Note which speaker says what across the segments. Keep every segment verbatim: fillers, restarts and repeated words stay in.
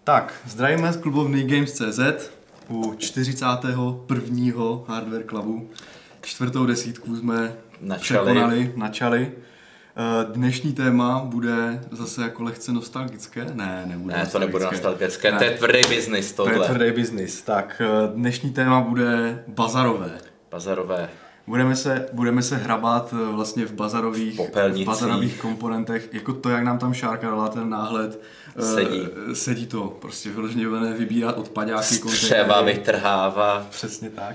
Speaker 1: Tak, zdravíme z klubovny Games tečka cé zet u čtyřicátého prvního Hardware Clubu. Čtvrtou desítku jsme načali. překonali, načali. Dnešní téma bude zase jako lehce nostalgické? Ne, nebude
Speaker 2: Ne, to nebude nostalgické,
Speaker 1: ne.
Speaker 2: to je tvrdý biznis tohle.
Speaker 1: To je tvrdý biznis. Tak, dnešní téma bude bazarové.
Speaker 2: Bazarové.
Speaker 1: Budeme se, budeme se hrabat vlastně v bazarových, v bazarových komponentech, jako to, jak nám tam Šárka dala ten náhled.
Speaker 2: Sedí.
Speaker 1: Uh, sedí to, prostě vyloženě budeme vybírat odpadáky.
Speaker 2: Střeva vytrhává.
Speaker 1: Přesně tak.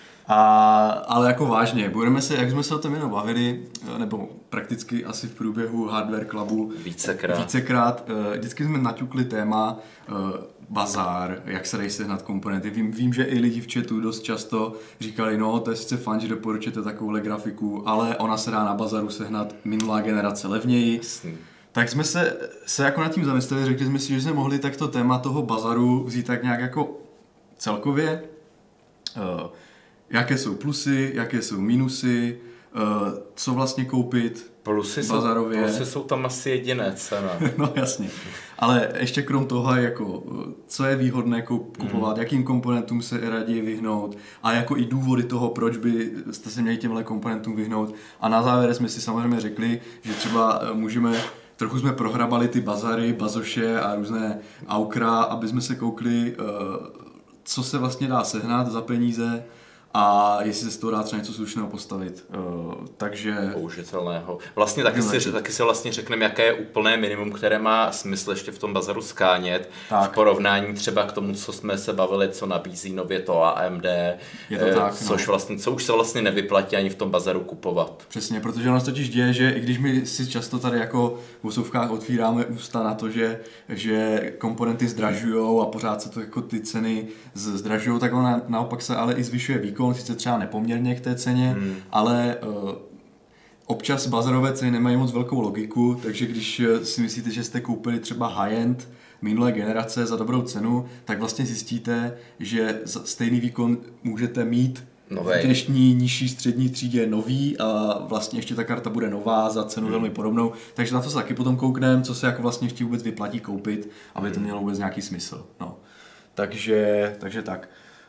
Speaker 1: A, ale jako vážně, budeme se, jak jsme se o tom jenom bavili, nebo prakticky asi v průběhu Hardware Clubu
Speaker 2: vícekrát,
Speaker 1: vícekrát vždycky jsme naťukli téma bazár, jak se dají sehnat komponenty. Vím, vím, že i lidi v chatu dost často říkali, no to je sice fajn, že doporučujete takovouhle grafiku, ale ona se dá na bazaru sehnat minulá generace levněji.
Speaker 2: Jasný.
Speaker 1: Tak jsme se, se jako nad tím zamysleli, řekli jsme si, že jsme mohli takto téma toho bazaru vzít tak nějak jako celkově. Uh, jaké jsou plusy, jaké jsou minusy, uh, co vlastně koupit
Speaker 2: plusy
Speaker 1: bazarově.
Speaker 2: Jsou, plusy jsou tam asi jediné cena.
Speaker 1: No jasně, ale ještě krom toho, jako, co je výhodné kupovat, mm. jakým komponentům se raději vyhnout a jako i důvody toho, proč by jste se měli těmhle komponentům vyhnout. A na závěr jsme si samozřejmě řekli, že třeba můžeme, trochu jsme prohrabali ty bazary, bazoše a různé aukra, aby jsme se koukli, uh, co se vlastně dá sehnat za peníze, a jestli se z toho dá třeba něco slušného postavit. Uh, takže...
Speaker 2: Použitelného. Vlastně taky si, taky si vlastně řekneme, jaké je úplné minimum, které má smysl ještě v tom bazaru skánět. Tak. V porovnání třeba k tomu, co jsme se bavili, co nabízí nově to A M D,
Speaker 1: je to eh, tak,
Speaker 2: což
Speaker 1: no.
Speaker 2: vlastně, co už se vlastně nevyplatí ani v tom bazaru kupovat.
Speaker 1: Přesně, protože ono se totiž děje, že i když my si často tady jako v úsuvkách otvíráme ústa na to, že, že komponenty zdražujou a pořád se to jako ty ceny zdražujou, tak ona naopak se ale i zvyšuje výkon, sice třeba nepoměrně k té ceně, hmm. ale uh, občas bazarové ceny nemají moc velkou logiku, takže když si myslíte, že jste koupili třeba high-end minulé generace za dobrou cenu, tak vlastně zjistíte, že stejný výkon můžete mít
Speaker 2: Novej.
Speaker 1: v dnešní nižší střední třídě nový a vlastně ještě ta karta bude nová za cenu hmm. velmi podobnou, takže na to se taky potom koukneme, co se jako vlastně ještě vůbec vyplatí koupit, aby to mělo vůbec nějaký smysl. No. Takže, takže tak.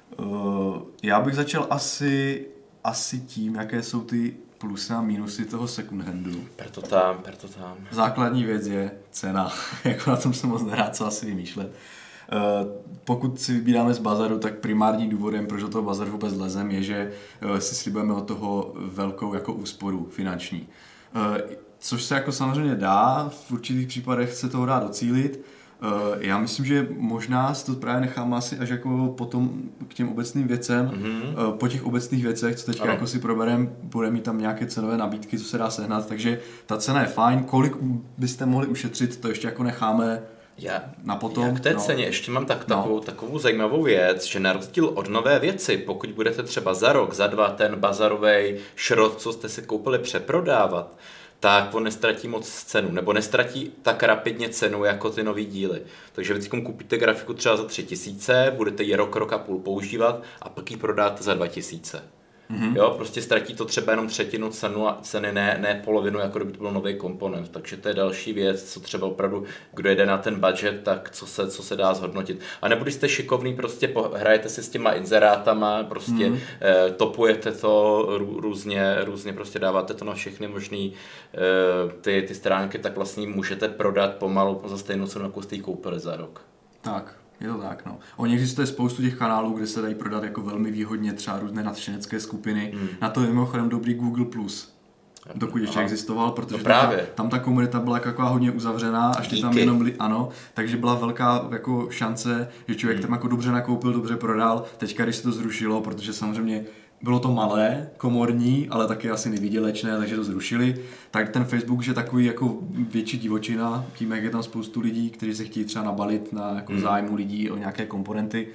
Speaker 1: Uh, já bych začal asi, asi tím, jaké jsou ty plusy a minusy toho second handu.
Speaker 2: Proto tam, proto tam.
Speaker 1: Základní věc je cena. Jako na tom jsem moc nerád, co asi vymýšlet. Uh, pokud si vybíráme z bazaru, tak primárním důvodem, proč do toho bazaru vůbec lezem, je, že uh, si slibujeme od toho velkou jako úsporu finanční. Uh, což se jako samozřejmě dá, v určitých případech se toho dá docílit. Uh, já myslím, že možná si to právě necháme asi až jako potom k těm obecným věcem. Mm-hmm. Uh, po těch obecných věcech, co teďka ano. jako si probereme, bude mít tam nějaké cenové nabídky, co se dá sehnat, takže ta cena je fajn. Kolik byste mohli ušetřit, to ještě jako necháme
Speaker 2: já,
Speaker 1: na potom.
Speaker 2: Já k té
Speaker 1: no.
Speaker 2: ceně ještě mám tak,
Speaker 1: no.
Speaker 2: takovou, takovou zajímavou věc, že na rozdíl od nové věci, pokud budete třeba za rok, za dva ten bazarový šrot, co jste si koupili, přeprodávat, tak on nestratí moc cenu, nebo nestratí tak rapidně cenu jako ty nový díly. Takže vy teď koupíte grafiku třeba za tři tisíce, budete ji rok, rok a půl používat a pak ji prodáte za dva tisíce. Mm-hmm. Jo, prostě ztratí to třeba jenom třetinu cenu a ceny, ne, ne polovinu, jako kdyby to byl nový komponent. Takže to je další věc, co třeba opravdu, kdo jede na ten budget, tak co se, co se dá zhodnotit. A nebo když jste šikovný, prostě hrajete si s těma inzerátama, prostě mm-hmm. eh, topujete to rů, různě, různě prostě dáváte to na všechny možný eh, ty, ty stránky, tak vlastně můžete prodat pomalu za stejnou cenu, jako jste ji koupili za rok.
Speaker 1: Tak. Je to tak, no. Oni existuje spoustu těch kanálů, kde se dají prodat jako velmi výhodně třeba různé nadšenecké skupiny. Hmm. Na to je mimochodem dobrý Google plus, dokud ještě existoval, protože
Speaker 2: no
Speaker 1: tam, tam ta komunita byla jako hodně uzavřená, až ty tam jenom byli, ano, takže byla velká jako šance, že člověk hmm. tam jako dobře nakoupil, dobře prodal. Teďka, když se to zrušilo, protože samozřejmě bylo to malé, komorní, ale taky asi nevydělečné, takže to zrušili. Tak ten Facebook už je takový jako větší divočina, tím, jak je tam spoustu lidí, kteří se chtějí třeba nabalit na jako hmm. zájmu lidí o nějaké komponenty.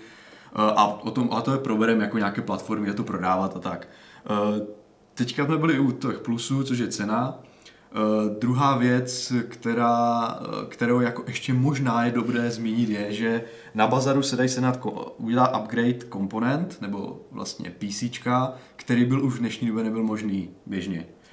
Speaker 1: A, o tom, a to je proberem jako nějaké platformy, je to prodávat a tak. Teďka jsme byli u těch plusů, což je cena. Uh, druhá věc, která, kterou jako ještě možná je dobré zmínit, je, že na bazaru se dají sehnat udělat upgrade komponent, nebo vlastně PCčka, který byl už v dnešní době nebyl možný běžně.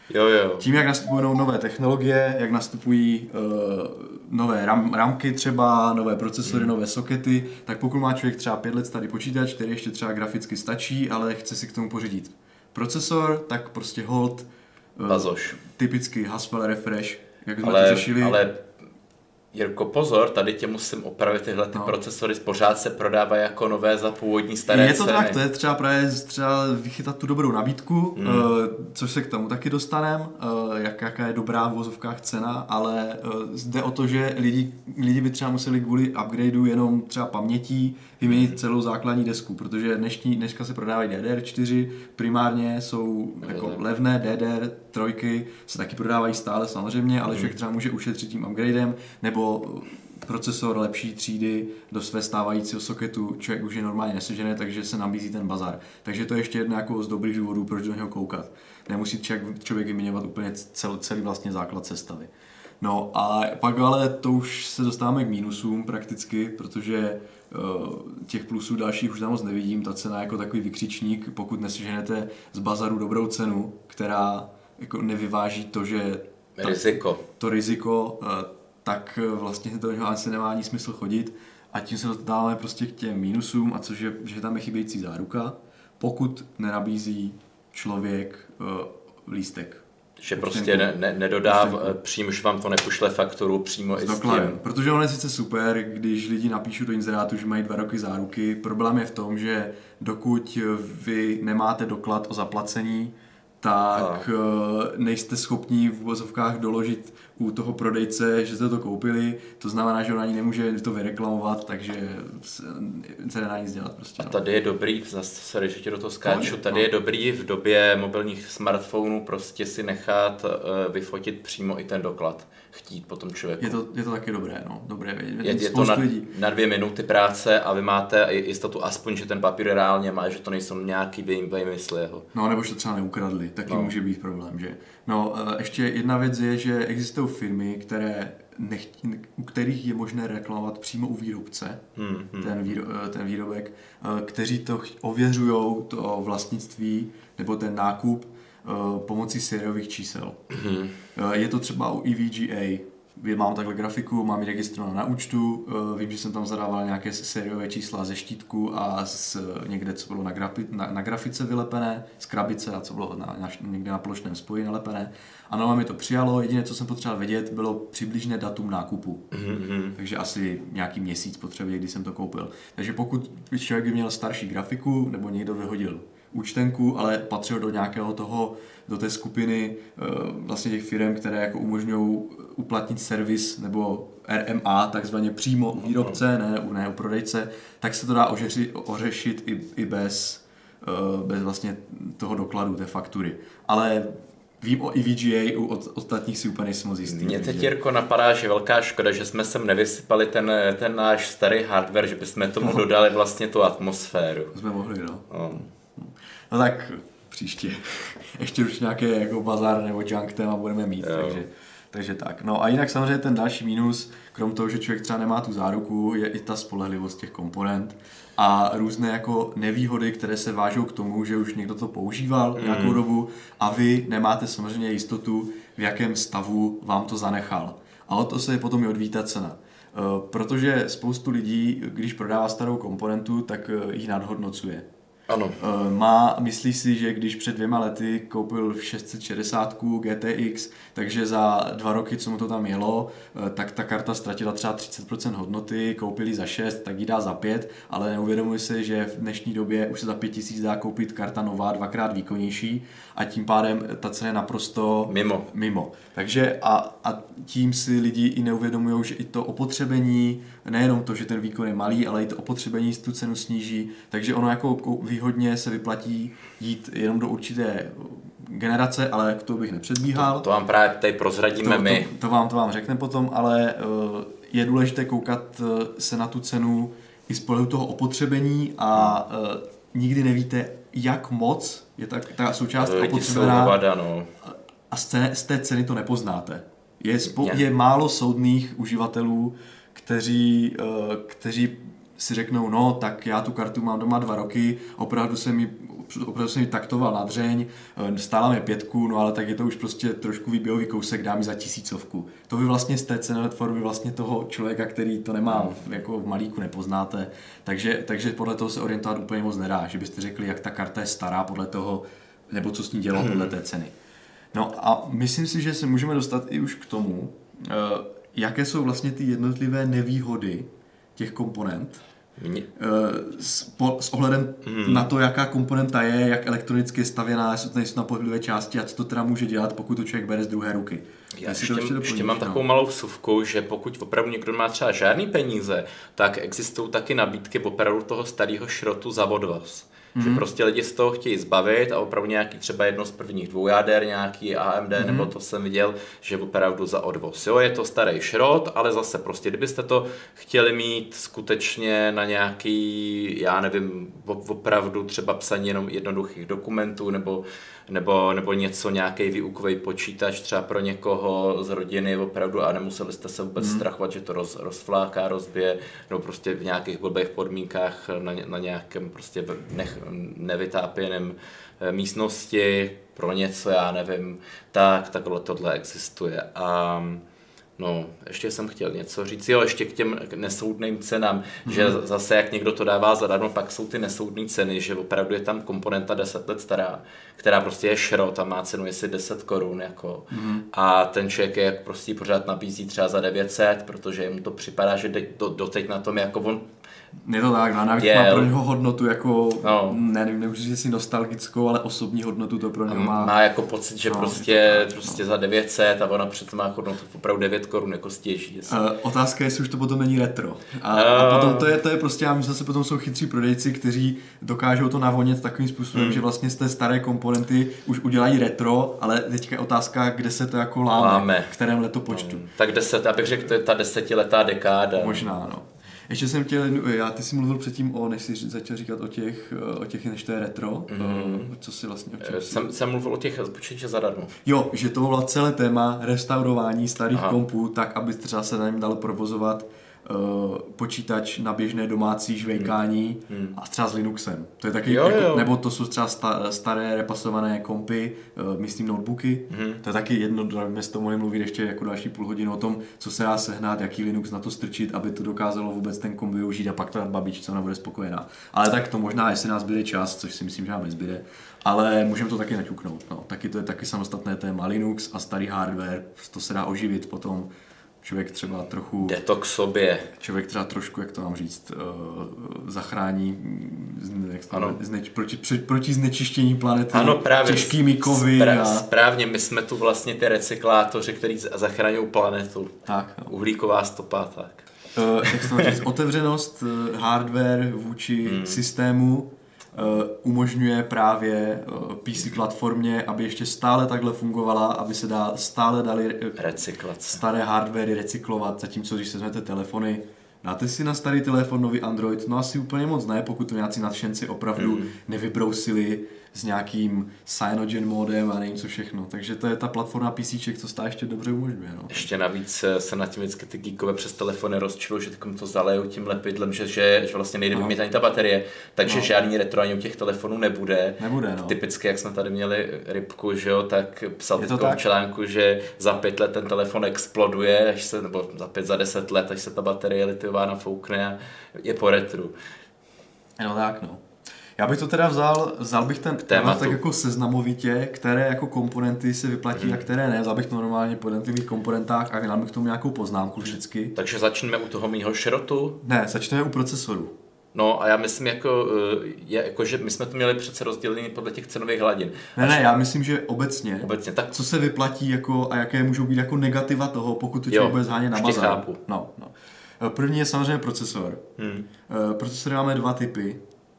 Speaker 2: Jo, jo.
Speaker 1: Tím, jak nastupují nové technologie, jak nastupují uh, nové ram, ramky třeba, nové procesory, hmm. nové sokety, tak pokud má člověk třeba pět let starý počítač, který ještě třeba graficky stačí, ale chce si k tomu pořídit procesor, tak prostě hold uh, typicky Haswell refresh, jak jsme
Speaker 2: ale,
Speaker 1: to řešili.
Speaker 2: Ale Jirko, pozor, tady tě musím opravit, tyhle ty no. procesory pořád se prodávají jako nové za původní staré
Speaker 1: Je to
Speaker 2: ceny.
Speaker 1: tak, to je třeba právě třeba vychytat tu dobrou nabídku, mm. uh, což se k tomu taky dostaneme, uh, jak, jaká je dobrá v vozovkách cena, ale uh, jde o to, že lidi, lidi by třeba museli kvůli upgradeu jenom třeba pamětí vyměnit mm. celou základní desku, protože dnešní, dneska se prodávají D D R čtyři, primárně jsou jako levné D D R trojky, se taky prodávají stále samozřejmě, ale mm. člověk třeba může ušetřit tím upgradem, nebo procesor lepší třídy do své stávajícího soketu člověk už je normálně nesežené, takže se nabízí ten bazar. Takže to je ještě jedna jako z dobrých důvodů, proč do něho koukat. Nemusí člověk, člověk vyměňovat úplně cel, celý vlastně základ sestavy. No a pak ale to už se dostáváme k mínusům prakticky, protože uh, těch plusů dalších už tam moc nevidím. Ta cena je jako takový vykřičník, pokud neseženete z bazaru dobrou cenu, která jako nevyváží to, že ta,
Speaker 2: riziko.
Speaker 1: to riziko uh, tak vlastně to asi nemá ani smysl chodit a tím se dostáváme prostě k těm mínusům, a což je, že tam je chybějící záruka, pokud nenabízí člověk uh, lístek.
Speaker 2: Že prostě ne, ne, nedodá, přímo, že vám to nepošle fakturu přímo i s tím.
Speaker 1: Protože ono je sice super, když lidi napíšou do inzerátu, že mají dva roky záruky. Problém je v tom, že dokud vy nemáte doklad o zaplacení, tak a. nejste schopni v uvozovkách doložit u toho prodejce, že jste to koupili, to znamená, že on ani nemůže to vyreklamovat, takže se nedá nic dělat prostě.
Speaker 2: No. A tady je dobrý, zase sorry, že tě do toho skáču, tady no. je dobrý v době mobilních smartphonů prostě si nechat uh, vyfotit přímo i ten doklad, chtít po tom člověku.
Speaker 1: Je to, je to taky dobré, no, dobré vědět.
Speaker 2: Je, je to na, na dvě minuty práce a vy máte jistotu aspoň, že ten papír reálně má, že to nejsou nějaký vymysly jeho.
Speaker 1: No, nebo že to třeba neukradli, taky no. může být problém, že? No, ještě jedna věc je, že existují firmy, které nechtí, u kterých je možné reklamovat přímo u výrobce hmm, hmm. Ten, výro, ten výrobek, kteří to ověřují, to vlastnictví nebo ten nákup pomocí sériových čísel. Hmm. Je to třeba u E V G A. Mám takhle grafiku, mám ji registrovanou na účtu, vím, že jsem tam zadával nějaké sériové čísla ze štítku a z někde, co bylo na, grafi, na, na grafice vylepené, z krabice a co bylo na, na, někde na plošném spoji nalepené. Ano, mi to přijalo, jediné, co jsem potřeboval vědět, bylo přibližné datum nákupu. Mm-hmm. Takže asi nějaký měsíc potřebuje, kdy jsem to koupil. Takže pokud člověk by měl starší grafiku, nebo někdo vyhodil účtenku, ale patřil do nějakého toho, do té skupiny vlastně těch firm, které jako umožňují uplatnit servis nebo R M A, takzvaně přímo u výrobce, ne, ne u prodejce, tak se to dá ořešit, ořešit i, i bez, bez vlastně toho dokladu, té faktury. Ale vím o E V G A, u ostatních si úplně nejsem moc jistý.
Speaker 2: Mně teď, Jirko, napadá, že velká škoda, že jsme sem nevysypali ten, ten náš starý hardware, že bychom tomu no. dodali vlastně tu atmosféru.
Speaker 1: To jsme mohli, no. No, no tak příště. Ještě už nějaké jako bazar nebo junk téma budeme mít, takže, takže tak. No a jinak samozřejmě ten další mínus, krom toho, že člověk třeba nemá tu záruku, je i ta spolehlivost těch komponent a různé jako nevýhody, které se vážou k tomu, že už někdo to používal mm. nějakou dobu a vy nemáte samozřejmě jistotu, v jakém stavu vám to zanechal. A o to se potom i odvíjí ta cena. Protože spoustu lidí, když prodává starou komponentu, tak ji nadhodnocuje.
Speaker 2: Ano.
Speaker 1: Má, myslí si, že když před dvěma lety koupil šest set šedesát G T X, takže za dva roky, co mu to tam jelo, tak ta karta ztratila třeba třicet procent hodnoty, koupili za šest, tak ji dá za pět, ale neuvědomuje se, že v dnešní době už se za pět tisíc dá koupit karta nová, dvakrát výkonnější a tím pádem ta cena je naprosto
Speaker 2: mimo.
Speaker 1: mimo. Takže a, a tím si lidi i neuvědomují, že i to opotřebení, nejenom to, že ten výkon je malý, ale i to opotřebení tu cenu sníží, takže ono jako výhodně se vyplatí jít jenom do určité generace, ale k tomu bych nepředbíhal.
Speaker 2: To, to vám právě tady prozradíme
Speaker 1: to,
Speaker 2: my.
Speaker 1: To, to, vám, to vám řekneme potom, ale uh, je důležité koukat uh, se na tu cenu i z pohledu toho opotřebení a uh, nikdy nevíte, jak moc je ta, ta součást opotřebená
Speaker 2: no.
Speaker 1: a z, té, z té ceny to nepoznáte. Je, spo, je málo soudných uživatelů, kteří, uh, kteří si řeknou, no tak já tu kartu mám doma dva roky, opravdu se mi, opravdu se mi taktoval na dřeň, stála mi pětku, no ale tak je to už prostě trošku výběhový kousek, dá mi za tisícovku. To vy vlastně z té cenové tvorby vlastně toho člověka, který to nemá jako v malíku, nepoznáte, takže, takže podle toho se orientovat úplně moc nedá, že byste řekli, jak ta karta je stará podle toho, nebo co s ní dělalo podle té ceny. No a myslím si, že se můžeme dostat i už k tomu, jaké jsou vlastně ty jednotlivé nevýhody těch komponent. Mě... S, po, s ohledem hmm. na to, jaká komponenta je, jak elektronicky je stavěná, jestli to nejsou napohyblivé části a co to teda může dělat, pokud to člověk bere z druhé ruky.
Speaker 2: Já ještě, ještě, ještě mám no. takovou malou vsuvku, že pokud opravdu někdo má třeba žádný peníze, tak existují taky nabídky opravdu toho starého šrotu za odvoz. Mm-hmm. Že prostě lidi z toho chtějí zbavit a opravdu nějaký třeba jedno z prvních dvou jader, nějaký A M D, mm-hmm. nebo to jsem viděl, že opravdu za odvoz. Jo, je to starý šrot, ale zase prostě, kdybyste to chtěli mít skutečně na nějaký, já nevím, opravdu třeba psaní jenom jednoduchých dokumentů, nebo, nebo, nebo něco, nějaký výukový počítač třeba pro někoho z rodiny opravdu a nemuseli jste se vůbec mm-hmm. strachovat, že to roz, rozfláká, rozbije, nebo prostě v nějakých blbých podmínkách na, na nějakém prostě nech, nevytápěném místnosti pro něco, já nevím, tak takhle tohle existuje. A no, ještě jsem chtěl něco říct, jo, ještě k těm nesoudným cenám, mm-hmm. že zase jak někdo to dává zadarmo, pak jsou ty nesoudné ceny, že opravdu je tam komponenta deset let stará, která prostě je šrot a má cenu jestli deset korun, jako. Mm-hmm. A ten člověk je prostě pořád nabízí třeba za devět set, protože mu to připadá, že de, do, doteď na tom jako on
Speaker 1: je to tak, no, navíc má pro něho hodnotu jako, no. ne, nemůžu říct si nostalgickou, ale osobní hodnotu to pro něho má.
Speaker 2: Má jako pocit, že no, prostě, tak, prostě no. za devět set a ona přece má hodnotu opravdu devět korun jako stěží.
Speaker 1: Uh, otázka je, jestli už to potom není retro. A, uh. a potom to je, to je prostě, já myslím, že potom jsou chytří prodejci, kteří dokážou to navonět takovým způsobem, hmm. že vlastně z té staré komponenty už udělají retro, ale teďka je otázka, kde se to jako láme, láme. v kterém letopočtu.
Speaker 2: No. Tak deset, já bych řekl, to je ta desetiletá dekáda.
Speaker 1: Možná, no. Ještě jsem chtěl, já ty jsi mluvil předtím o, než jsi začal říkat o těch, o těch než to je retro, mm. co si vlastně o čem
Speaker 2: jsem, jsem mluvil o těch počítače zadarmo.
Speaker 1: Jo, že to bylo celé téma restaurování starých Aha. kompů, tak aby třeba se na něm dalo provozovat uh, počítač na běžné domácí žvejkání mm. a třeba s Linuxem. To je taky,
Speaker 2: jo,
Speaker 1: jako,
Speaker 2: jo.
Speaker 1: nebo to jsou třeba sta, staré repasované kompy, uh, myslím notebooky. Mm. To je taky jedno, my s toho mohli mluvit ještě jako další půl hodinu o tom, co se dá sehnat, jaký Linux na to strčit, aby to dokázalo vůbec ten komp využít a pak to dát babičce, ona bude spokojená. Ale tak to možná, jestli nás zbyde čas, což si myslím, že nám nezbyde, ale můžeme to taky naťuknout. No. Taky to je taky samostatné téma Linux a starý hardware, to se dá oživit potom. Člověk třeba trochu...
Speaker 2: Jde to k sobě.
Speaker 1: Člověk třeba trošku, jak to mám říct, uh, zachrání jak to, zneč, proti, při, proti znečištění planety
Speaker 2: ano, právě
Speaker 1: těžkými kovy.
Speaker 2: Spra-
Speaker 1: a...
Speaker 2: Správně, my jsme tu vlastně ty recyklátoři, který zachraňují planetu.
Speaker 1: Tak, no.
Speaker 2: Uhlíková stopa, tak.
Speaker 1: Uh, jak to mám říct, otevřenost uh, hardware vůči hmm. systému Uh, umožňuje právě uh, P C platformě, aby ještě stále takhle fungovala, aby se dá, stále dali uh, staré hardwary recyklovat, zatímco když se vezmete telefony, dáte si na starý telefon nový Android, no asi úplně moc ne, pokud to nějací nadšenci opravdu mm. nevybrousili s nějakým cyanogen modem a nevím co všechno. Takže to je ta platforma PCček, co stále ještě dobře umožňuje. No.
Speaker 2: Ještě navíc se na tím vždycky ty geekové přes telefony rozčilují, že to zalejou tím lepidlem, že, že, že vlastně nejde vyměnit no. ani ta baterie, takže no. žádný retro ani u těch telefonů nebude.
Speaker 1: Nebude, no.
Speaker 2: Typicky, jak jsme tady měli Rybku, že jo, tak psal v článku, že za pět let ten telefon exploduje, až se, nebo za pět, za deset let, až se ta baterie litiová nafoukne a je po retru.
Speaker 1: No tak, no. Já bych to teda vzal, vzal bych ten témat tak jako seznamovitě, které jako komponenty se vyplatí mm. a které ne. Vzal bych to normálně po jednotlivých komponentách a dal bych k tomu nějakou poznámku vždycky.
Speaker 2: Takže začneme u toho mýho šrotu?
Speaker 1: Ne, začneme u procesoru.
Speaker 2: No a já myslím, jako, je, jako, že my jsme to měli přece rozdělení podle těch cenových hladin.
Speaker 1: Ne,
Speaker 2: Až...
Speaker 1: ne, já myslím, že obecně,
Speaker 2: obecně tak...
Speaker 1: co se vyplatí jako, a jaké můžou být jako negativa toho, pokud to člověk bude zhánět na bazar. No, no. První je samozřejmě procesor. Hmm. Procesory máme dva typy.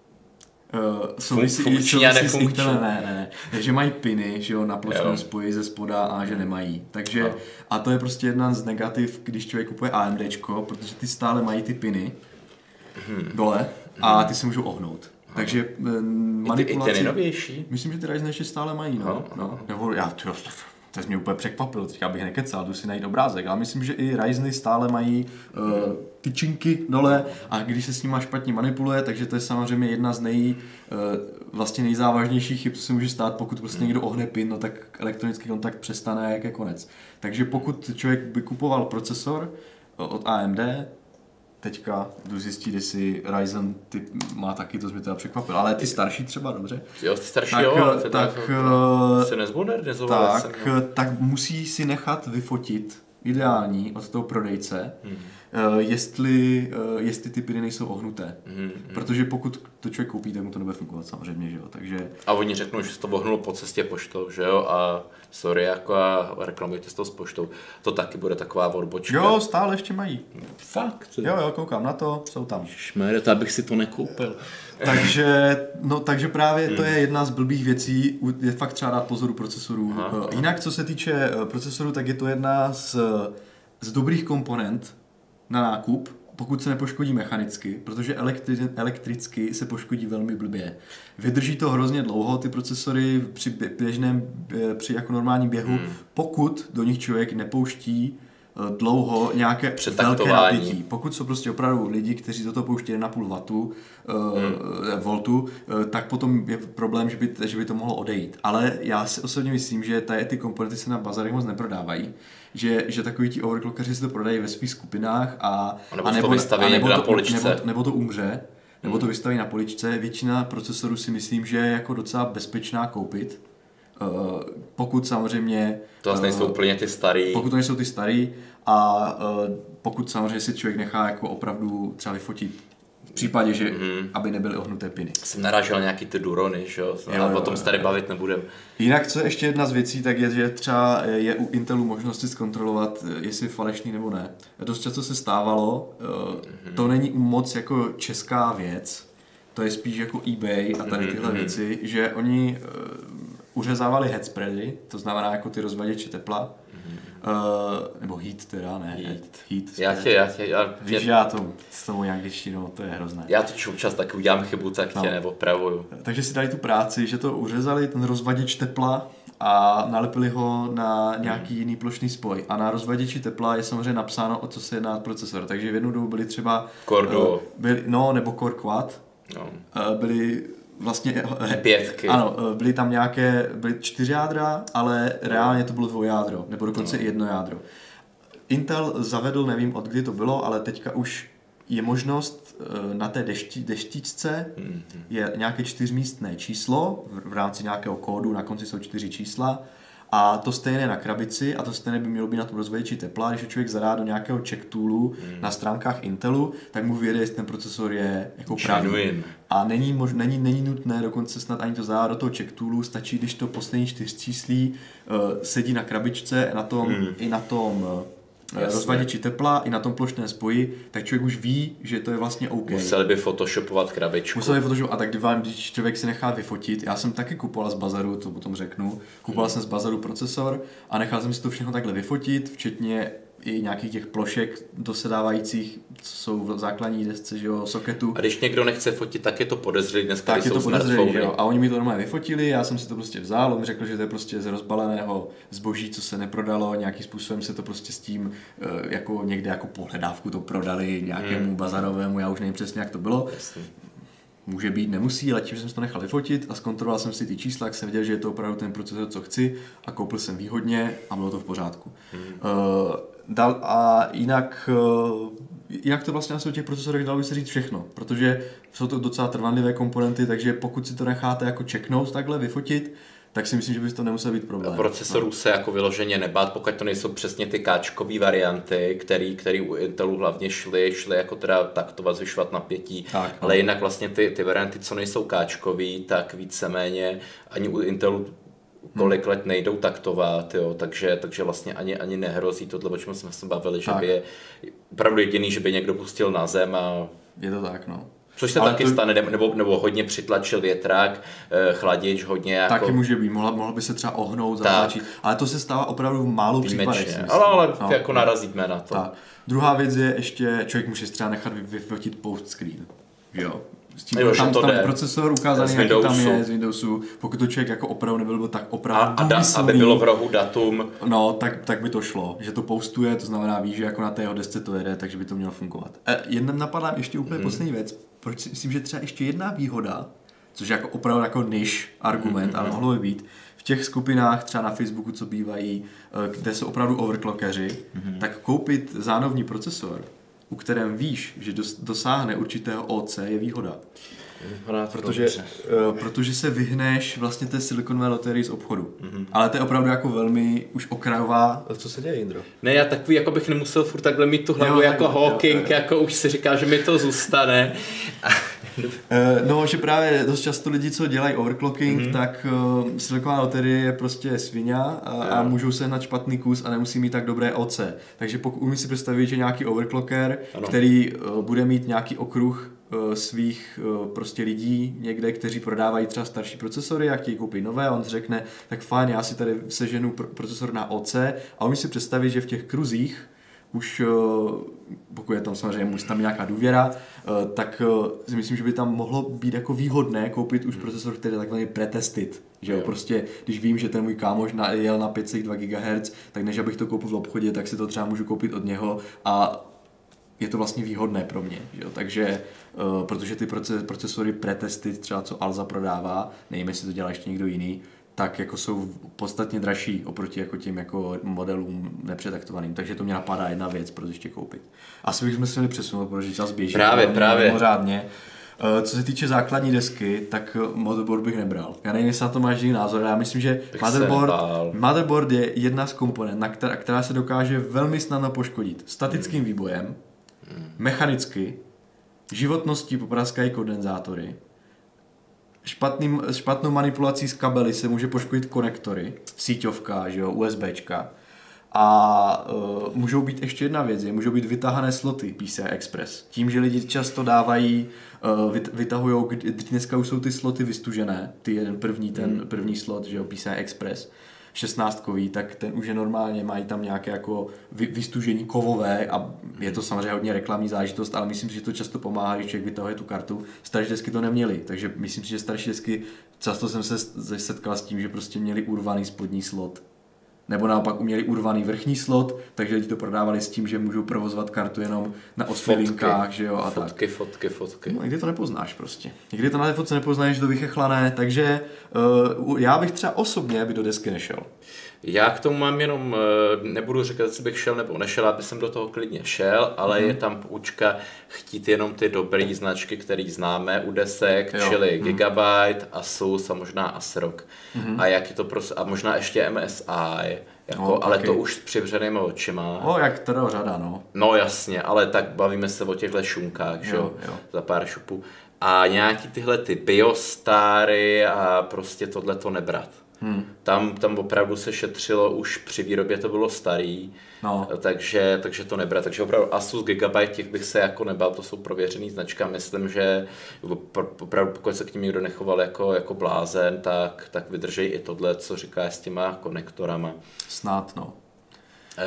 Speaker 1: Uh, souvisí,
Speaker 2: funkční a nefunkční.
Speaker 1: Ne, ne, ne. Že mají piny, že jo, na plošném spoji ze spoda a že nemají. Takže, no. A to je prostě jedna z negativ, když člověk kupuje AMDčko, protože ty stále mají ty piny hmm. dole a ty se můžou ohnout. No. Takže manipulace...
Speaker 2: I ty nejnovější?
Speaker 1: Myslím, že ty Ryzen ještě stále mají, no.
Speaker 2: no.
Speaker 1: no. Nebo já, tyjo, To mě úplně překvapilo, teďka bych nekecal, jdu si najít obrázek, ale myslím, že i Ryzeny stále mají uh, tyčinky dole a když se s nima špatně manipuluje, takže to je samozřejmě jedna z nej, uh, vlastně nejzávažnějších chyb, co se může stát, pokud prostě někdo ohne pin, no tak elektronický kontakt přestane a jak je konec. Takže pokud člověk by kupoval procesor od A M D, teďka jdu zjistit, jestli Ryzen typ má taky, to mě teda překvapilo, ale ty starší třeba, dobře.
Speaker 2: Jo, ty starší
Speaker 1: tak,
Speaker 2: jo,
Speaker 1: tak, tak
Speaker 2: se nezmodernizoval.
Speaker 1: Tak, jsem, no. tak musí si nechat vyfotit ideální od toho prodejce, hmm. uh, jestli, uh, jestli ty piny nejsou ohnuté. Hmm. Protože pokud to člověk koupí, tak mu to nebude fungovat samozřejmě, že jo, takže...
Speaker 2: A oni řeknou, že se to ohnulo po cestě poštou, že jo, a sorry, jako a reklamujte s to s poštou. To taky bude taková odbočka.
Speaker 1: Jo, stále ještě mají.
Speaker 2: Fakt?
Speaker 1: Jo, jo, koukám na to, jsou tam.
Speaker 2: Šmére, to abych si to nekoupil.
Speaker 1: takže, no, takže právě hmm. to je jedna z blbých věcí, je fakt třeba dát pozor u procesorů. Aha. Jinak, co se týče procesorů, tak je to jedna z, z dobrých komponent na nákup, pokud se nepoškodí mechanicky, protože elektri- elektricky se poškodí velmi blbě. Vydrží to hrozně dlouho, ty procesory při běžném, při jako normálním běhu, hmm. pokud do nich člověk nepouští dlouho nějaké velké napětí. Pokud jsou prostě opravdu lidi, kteří do toho pouští jedna celá pět watu, hmm. voltu, tak potom je problém, že by, že by to mohlo odejít. Ale já si osobně myslím, že tady ty komponenty se na bazarech moc neprodávají. Že, že takový ti overclockeři si to prodají ve svých skupinách a,
Speaker 2: a nebo, a nebo, a nebo,
Speaker 1: to,
Speaker 2: na poličce.
Speaker 1: Nebo, nebo to umře, nebo
Speaker 2: hmm.
Speaker 1: to vystaví na poličce. Většina procesorů si myslím, že je jako docela bezpečná koupit. Uh, pokud samozřejmě...
Speaker 2: To vlastně nejsou úplně ty starý.
Speaker 1: Pokud to nejsou ty starý a uh, pokud samozřejmě si člověk nechá jako opravdu třeba vyfotit v případě, že mm. aby nebyly ohnuté piny.
Speaker 2: Jsem narážel nějaký ty Durony, že jo? Ale o tom se tady bavit nebudem.
Speaker 1: Jinak, co je ještě jedna z věcí, tak je, že třeba je u Intelu možnost si zkontrolovat, jestli je falešný nebo ne. Dost často se stávalo, mm. to není moc jako česká věc, to je spíš jako eBay a tady tyhle mm. věci, že oni uřezávali headspready, to znamená jako ty rozvaděče tepla, uh, nebo heat teda, ne,
Speaker 2: heat.
Speaker 1: heat
Speaker 2: já tě, já tě, já tě...
Speaker 1: Víš, já to s tou angličtinou, to je hrozné.
Speaker 2: Já totiž občas taky udělám chybu, tak no. tě neopravuju.
Speaker 1: Takže si dali tu práci, že to uřezali, ten rozvaděč tepla a nalepili ho na nějaký hmm. jiný plošný spoj. A na rozvaděči tepla je samozřejmě napsáno, o co se jedná procesor. Takže v jednu dobu byly třeba...
Speaker 2: Core Duo.
Speaker 1: Uh, byly, no, nebo Core Quad. No. Uh, byly... Vlastně,
Speaker 2: pětky.
Speaker 1: Ano, byly tam nějaké, byly čtyři jádra, ale reálně to bylo dvojjádro, nebo dokonce no. i jedno jádro. Intel zavedl, nevím od kdy to bylo, ale teďka už je možnost na té dešti, deštičce mm-hmm. je nějaké čtyřmístné číslo, v, v rámci nějakého kódu, na konci jsou čtyři čísla, a to stejné na krabici a to stejné by mělo být na tom rozvaděči tepla. Když člověk zadá do nějakého check toolu mm. na stránkách Intelu, tak mu vyjede, jestli ten procesor je jako pravý. A není, mož, není, není nutné dokonce snad ani to zadat do toho check toolu, stačí, když to poslední čtyř číslí uh, sedí na krabičce na tom, mm. i na tom uh, rozvaděči tepla, i na tom plošném spoji, tak člověk už ví, že to je vlastně OK.
Speaker 2: Museli by photoshopovat krabičku.
Speaker 1: Museli by photoshopovat, a tak když člověk si nechá vyfotit, já jsem taky kupoval z bazaru, to potom řeknu, kupoval hmm. jsem z bazaru procesor a nechal jsem si to všechno takhle vyfotit, včetně i nějakých těch plošek dosedávajících, co jsou v základní desce, že jo, soketu.
Speaker 2: A když někdo nechce fotit, tak je to podezřelý, dneska
Speaker 1: tak je to podezřelý, že jo. A oni mi to normálně vyfotili, já jsem si to prostě vzal, on mi řekl, že to je prostě z rozbaleného zboží, co se neprodalo, nějakým způsobem se to prostě s tím jako někde jako pohledávku to prodali nějakému hmm. bazarovému, já už nevím přesně, jak to bylo.
Speaker 2: Jasně.
Speaker 1: Může být, nemusí, ale tím jsem si to nechal vyfotit a zkontroloval jsem si ty čísla, jak jsem viděl, že je to opravdu ten procesor, co chci, a koupil jsem výhodně a bylo to v pořádku. Hmm. Uh, dal, a jinak, uh, jinak to vlastně na těch procesorech dalo by se říct všechno, protože jsou to docela trvanlivé komponenty, takže pokud si to necháte jako checknout takhle, vyfotit, tak si myslím, že by to nemusel být problém.
Speaker 2: Procesorů no. se jako vyloženě nebát, pokud to nejsou přesně ty káčkové varianty, který, který u Intelu hlavně šly, šly jako teda taktovat, zvyšovat napětí, tak, no. ale jinak vlastně ty, ty varianty, co nejsou káčkový, tak víceméně ani u Intelu kolik hmm. let nejdou taktovat, jo, takže, takže vlastně ani, ani nehrozí tohle, o čem jsme se bavili, tak. že by je opravdu jediný, že by někdo pustil na zem a...
Speaker 1: Je to tak, no.
Speaker 2: Což se ale taky to... stane, nebo, nebo hodně přitlačil větrák, chladič, hodně jako...
Speaker 1: Taky může být, mohla, mohla by se třeba ohnout, zatlačit, ale to se stává opravdu v málo případech.
Speaker 2: Ale, ale no. jako narazíme na to.
Speaker 1: Tak. Druhá věc je ještě, člověk může třeba nechat vyfotit post screen, jo. s tím, jo, tam, tam je procesor ukázaný, jaký tam je z Windowsu. Pokud to člověk jako opravdu nebyl, tak opravdu
Speaker 2: a, a da, aby bylo v rohu datum.
Speaker 1: No, tak, tak by to šlo, že to postuje, to znamená, ví, že jako na té jeho desce to jede, takže by to mělo fungovat. E, jednem napadá ještě úplně hmm. poslední věc, proč si myslím, že třeba ještě jedna výhoda, což je jako opravdu jako niž argument, hmm. ale mohlo by být, v těch skupinách třeba na Facebooku, co bývají, kde jsou opravdu overclockeři, mm-hmm. tak koupit zánovní procesor, u kterém víš, že dos, dosáhne určitého O C, je výhoda. Protože, uh, protože se vyhneš vlastně té silikonové loterii z obchodu. Mm-hmm. Ale to je opravdu jako velmi už okrajová.
Speaker 3: Co se děje, Jindro?
Speaker 2: Ne, já takový, jako bych nemusel furt takhle mít tu hlavu jo, jako tak, Hawking, jo, jo. Jako už si říká, že mi to zůstane.
Speaker 1: No, že právě dost často lidi, co dělají overclocking, mm-hmm. tak uh, silikonová loterie je prostě svině a, a můžou sehnat špatný kus a nemusí mít tak dobré O C. Takže pokud umí si představit, že nějaký overclocker, ano. který uh, bude mít nějaký okruh uh, svých uh, prostě lidí někde, kteří prodávají třeba starší procesory a chtějí koupit nové, a on řekne, tak fajn, já si tady seženu pr- procesor na O C a umí si představit, že v těch kruzích už, pokud je tam samozřejmě, musí tam nějaká důvěra, tak si myslím, že by tam mohlo být jako výhodné koupit už procesor, který je takzvaný pretested. Že jo, prostě, když vím, že ten můj kámoš jel na pět celá dva gigahertz, tak než abych to koupil v obchodě, tak si to třeba můžu koupit od něho a je to vlastně výhodné pro mě. Že jo? Takže, protože ty procesory pretested, třeba co Alza prodává, nevím, jestli to dělá ještě někdo jiný, tak jako jsou podstatně dražší oproti jako těm jako modelům nepřetaktovaným. Takže to mě napadá jedna věc, proč ještě koupit. Asi bychom se měli přesunout, protože čas běží.
Speaker 2: Právě, právě.
Speaker 1: Mimořádně. Co se týče základní desky, tak motherboard bych nebral. Já nevím, jestli na to máš jiný názor. Já myslím, že motherboard, motherboard je jedna z komponent, na která, která se dokáže velmi snadno poškodit. Statickým výbojem, mechanicky, životností popraskají kondenzátory, Špatným, špatnou manipulací s kabely se může poškodit konektory, síťovka, že jo, USBčka. A uh, můžou být ještě jedna věc, je, můžou být vytahané sloty P C I Express. Tím, že lidi často dávají, uh, vytahujou, dneska už jsou ty sloty vystužené, ty jeden první, ten první slot, že jo, P C I Express, šestnáctkový, tak ten už je normálně, mají tam nějaké jako vy, vystužení kovové a je to samozřejmě hodně reklamní záležitost, ale myslím si, že to často pomáhá, když člověk vytahuje tu kartu. Starší desky to neměly, takže myslím si, že starší desky, často jsem se setkal s tím, že prostě měli urvaný spodní slot. Nebo naopak uměli urvaný vrchní slot, takže lidi to prodávali s tím, že můžou provozovat kartu jenom na osmi linkách, že jo, a
Speaker 2: fotky,
Speaker 1: tak.
Speaker 2: Fotky, fotky,
Speaker 1: No, někdy to nepoznáš prostě. Někdy to na té fotce nepoznáš, že to vychechlané, takže uh, já bych třeba osobně by do desky nešel.
Speaker 2: Já k tomu mám jenom, nebudu říkat, jestli bych šel nebo nešel, aby jsem do toho klidně šel, ale mm. je tam poučka chtít jenom ty dobré značky, které známe u desek, jo. čili mm. Gigabyte, Asus a možná ASRock. Mm. A jak je to prostě, a možná ještě M S I, jako, no, ale to už s přivřenýma očima.
Speaker 1: No, jak teda řada, no.
Speaker 2: No jasně, ale tak bavíme se o těchto šunkách, že jo, za pár šupů. A nějaký tyhle ty Biostary a prostě tohle to nebrat. Hmm. Tam, tam opravdu se šetřilo, už při výrobě to bylo starý, no. takže, takže to nebrat. Takže opravdu Asus, Gigabyte, těch bych se jako nebal, to jsou prověřený značka. Myslím, že opravdu pokud se k ním někdo nechoval jako, jako blázen, tak, tak vydržej i tohle, co říká s těma konektorama.
Speaker 1: Snad, no.
Speaker 2: E,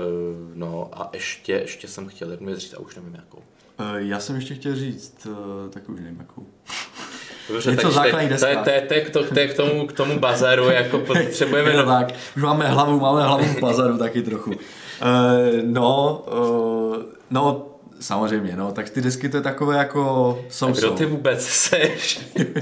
Speaker 2: no a ještě, ještě jsem chtěl jednu věc říct a už nevím jakou.
Speaker 1: E, já jsem ještě chtěl říct, tak už nevím jakou.
Speaker 2: Dobře, něco základní deska. To je, to je, to je, to je k, tomu, k tomu bazaru, jako potřebujeme...
Speaker 1: no, tak, už máme hlavu, máme hlavu v bazaru taky trochu. Uh, no, uh, no, samozřejmě, no, tak ty desky to je takové jako...
Speaker 2: So, kdo ty vůbec seš?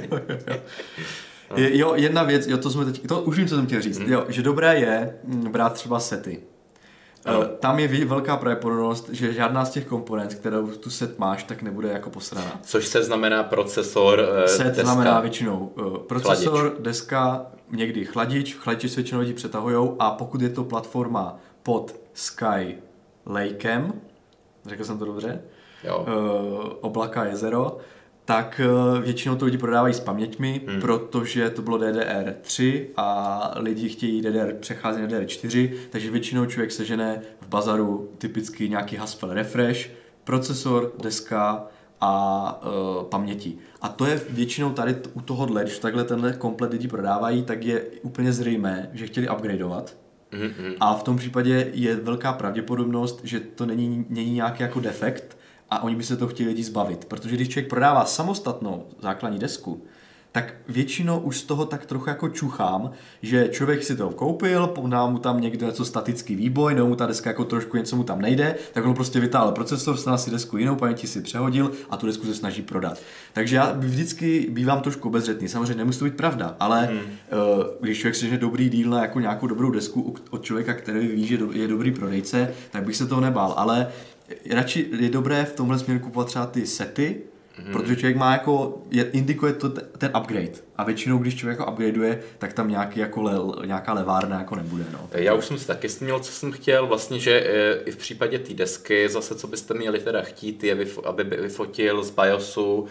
Speaker 1: je, jo, jedna věc, jo, to jsme teď, to už vím, co jsem chtěl říct, hmm. jo, že dobré je brát třeba sety. No. Tam je velká pravděpodobnost, že žádná z těch komponent, kterou tu set máš, tak nebude jako posraná.
Speaker 2: Což se znamená procesor,
Speaker 1: set
Speaker 2: deska.
Speaker 1: Znamená většinou procesor, chladič. Deska, někdy chladič, chladič většinou lidi přetahujou a pokud je to platforma pod Sky Lakem, řekl jsem to dobře,
Speaker 2: jo.
Speaker 1: Oblaka jezero, tak většinou to lidi prodávají s paměťmi, hmm. protože to bylo D D R tři a lidi chtějí D D R, přecházet na D D R čtyři, takže většinou člověk sežene v bazaru typicky nějaký Haswell refresh, procesor, deska a uh, paměti. A to je většinou tady t- u tohohle, když takhle tenhle komplet lidi prodávají, tak je úplně zřejmé, že chtěli upgradeovat. Mm-hmm. A v tom případě je velká pravděpodobnost, že to není, není nějaký jako defekt, a oni by se to chtěli lidi zbavit. Protože když člověk prodává samostatnou základní desku, tak většinou už z toho tak trochu jako čuchám, že člověk si to koupil, dá mu tam někdo něco statický výboj, nebo mu ta deska jako trošku něco mu tam nejde, tak on prostě vytáhl procesor, stál si desku jinou, paměti si přehodil a tu desku se snaží prodat. Takže já vždycky bývám trošku obezřetný. Samozřejmě nemusí to být pravda, ale hmm. uh, když člověk si dobrý díl na jako nějakou dobrou desku od člověka, který ví, že je dobrý prodejce, tak bych se toho nebál. Ale radši je dobré v tomhle směru kupovat třeba ty sety, Hmm. protože člověk má jako, je, indikuje to t- ten upgrade a většinou, když člověk jako upgradeuje, tak tam nějaký jako le, nějaká levárna jako nebude. No.
Speaker 2: Já už jsem si taky směl, co jsem chtěl, vlastně, že i v případě té desky, zase co byste měli teda chtít, je, aby vyfotil z BIOSu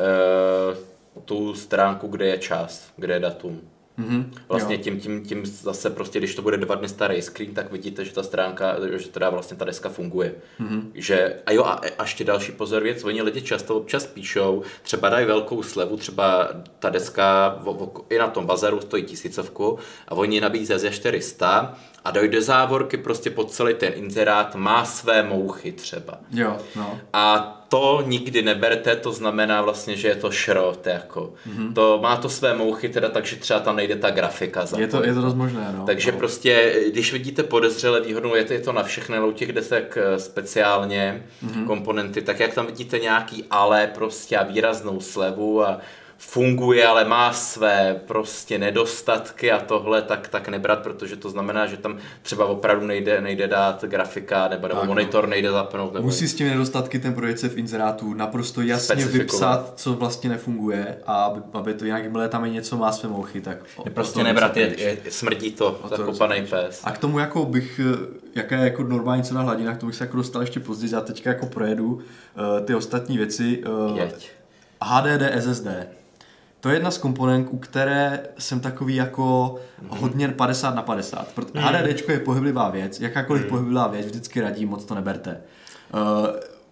Speaker 2: e, tu stránku, kde je čas, kde je datum. Mm-hmm, vlastně tím, tím, tím zase prostě, když to bude dva dny starý screen, tak vidíte, že ta stránka, že teda vlastně ta deska funguje. Mm-hmm. Že, a jo, a, a ještě další pozor věc, oni lidi často občas píšou, třeba dají velkou slevu, třeba ta deska v, v, i na tom bazaru stojí tisícovku a oni nabízí za čtyři sta a dají do závorky prostě pod celý ten inzerát, má své mouchy třeba.
Speaker 1: Jo, no.
Speaker 2: A to nikdy neberte, to znamená vlastně, že je to šrot, jako. Mm-hmm. To má to své mouchy, teda, takže třeba tam nejde ta grafika.
Speaker 1: Je to, je to dost možné, no.
Speaker 2: Takže no. prostě, když vidíte podezřele výhodnou, je to, je to na všechny u těch desek speciálně mm-hmm. komponenty, tak jak tam vidíte nějaký ale prostě a výraznou slevu a funguje, ale má své prostě nedostatky a tohle, tak, tak nebrat, protože to znamená, že tam třeba opravdu nejde, nejde dát grafika nebo, nebo monitor nejde zapnout. Nebo...
Speaker 1: Musí s těmi nedostatky ten projekt v inzerátu naprosto jasně vypsat, co vlastně nefunguje a aby, aby to jinak, jakmile tam je něco má své mouchy, tak...
Speaker 2: Je prostě nebrat, je, je, smrdí to, zakopanej pes.
Speaker 1: A k tomu jako bych, jaká je jako normální cena hladina, k tomu bych se jako dostal ještě později, já teďka jako projedu uh, ty ostatní věci. Uh,
Speaker 2: Jeď.
Speaker 1: H D D, S S D. To je jedna z komponent, u které jsem takový jako hodně padesát na padesát. Protože mm. HDDčko je pohyblivá věc, jakákoliv mm. pohyblivá věc, vždycky radím, moc to neberte. Uh,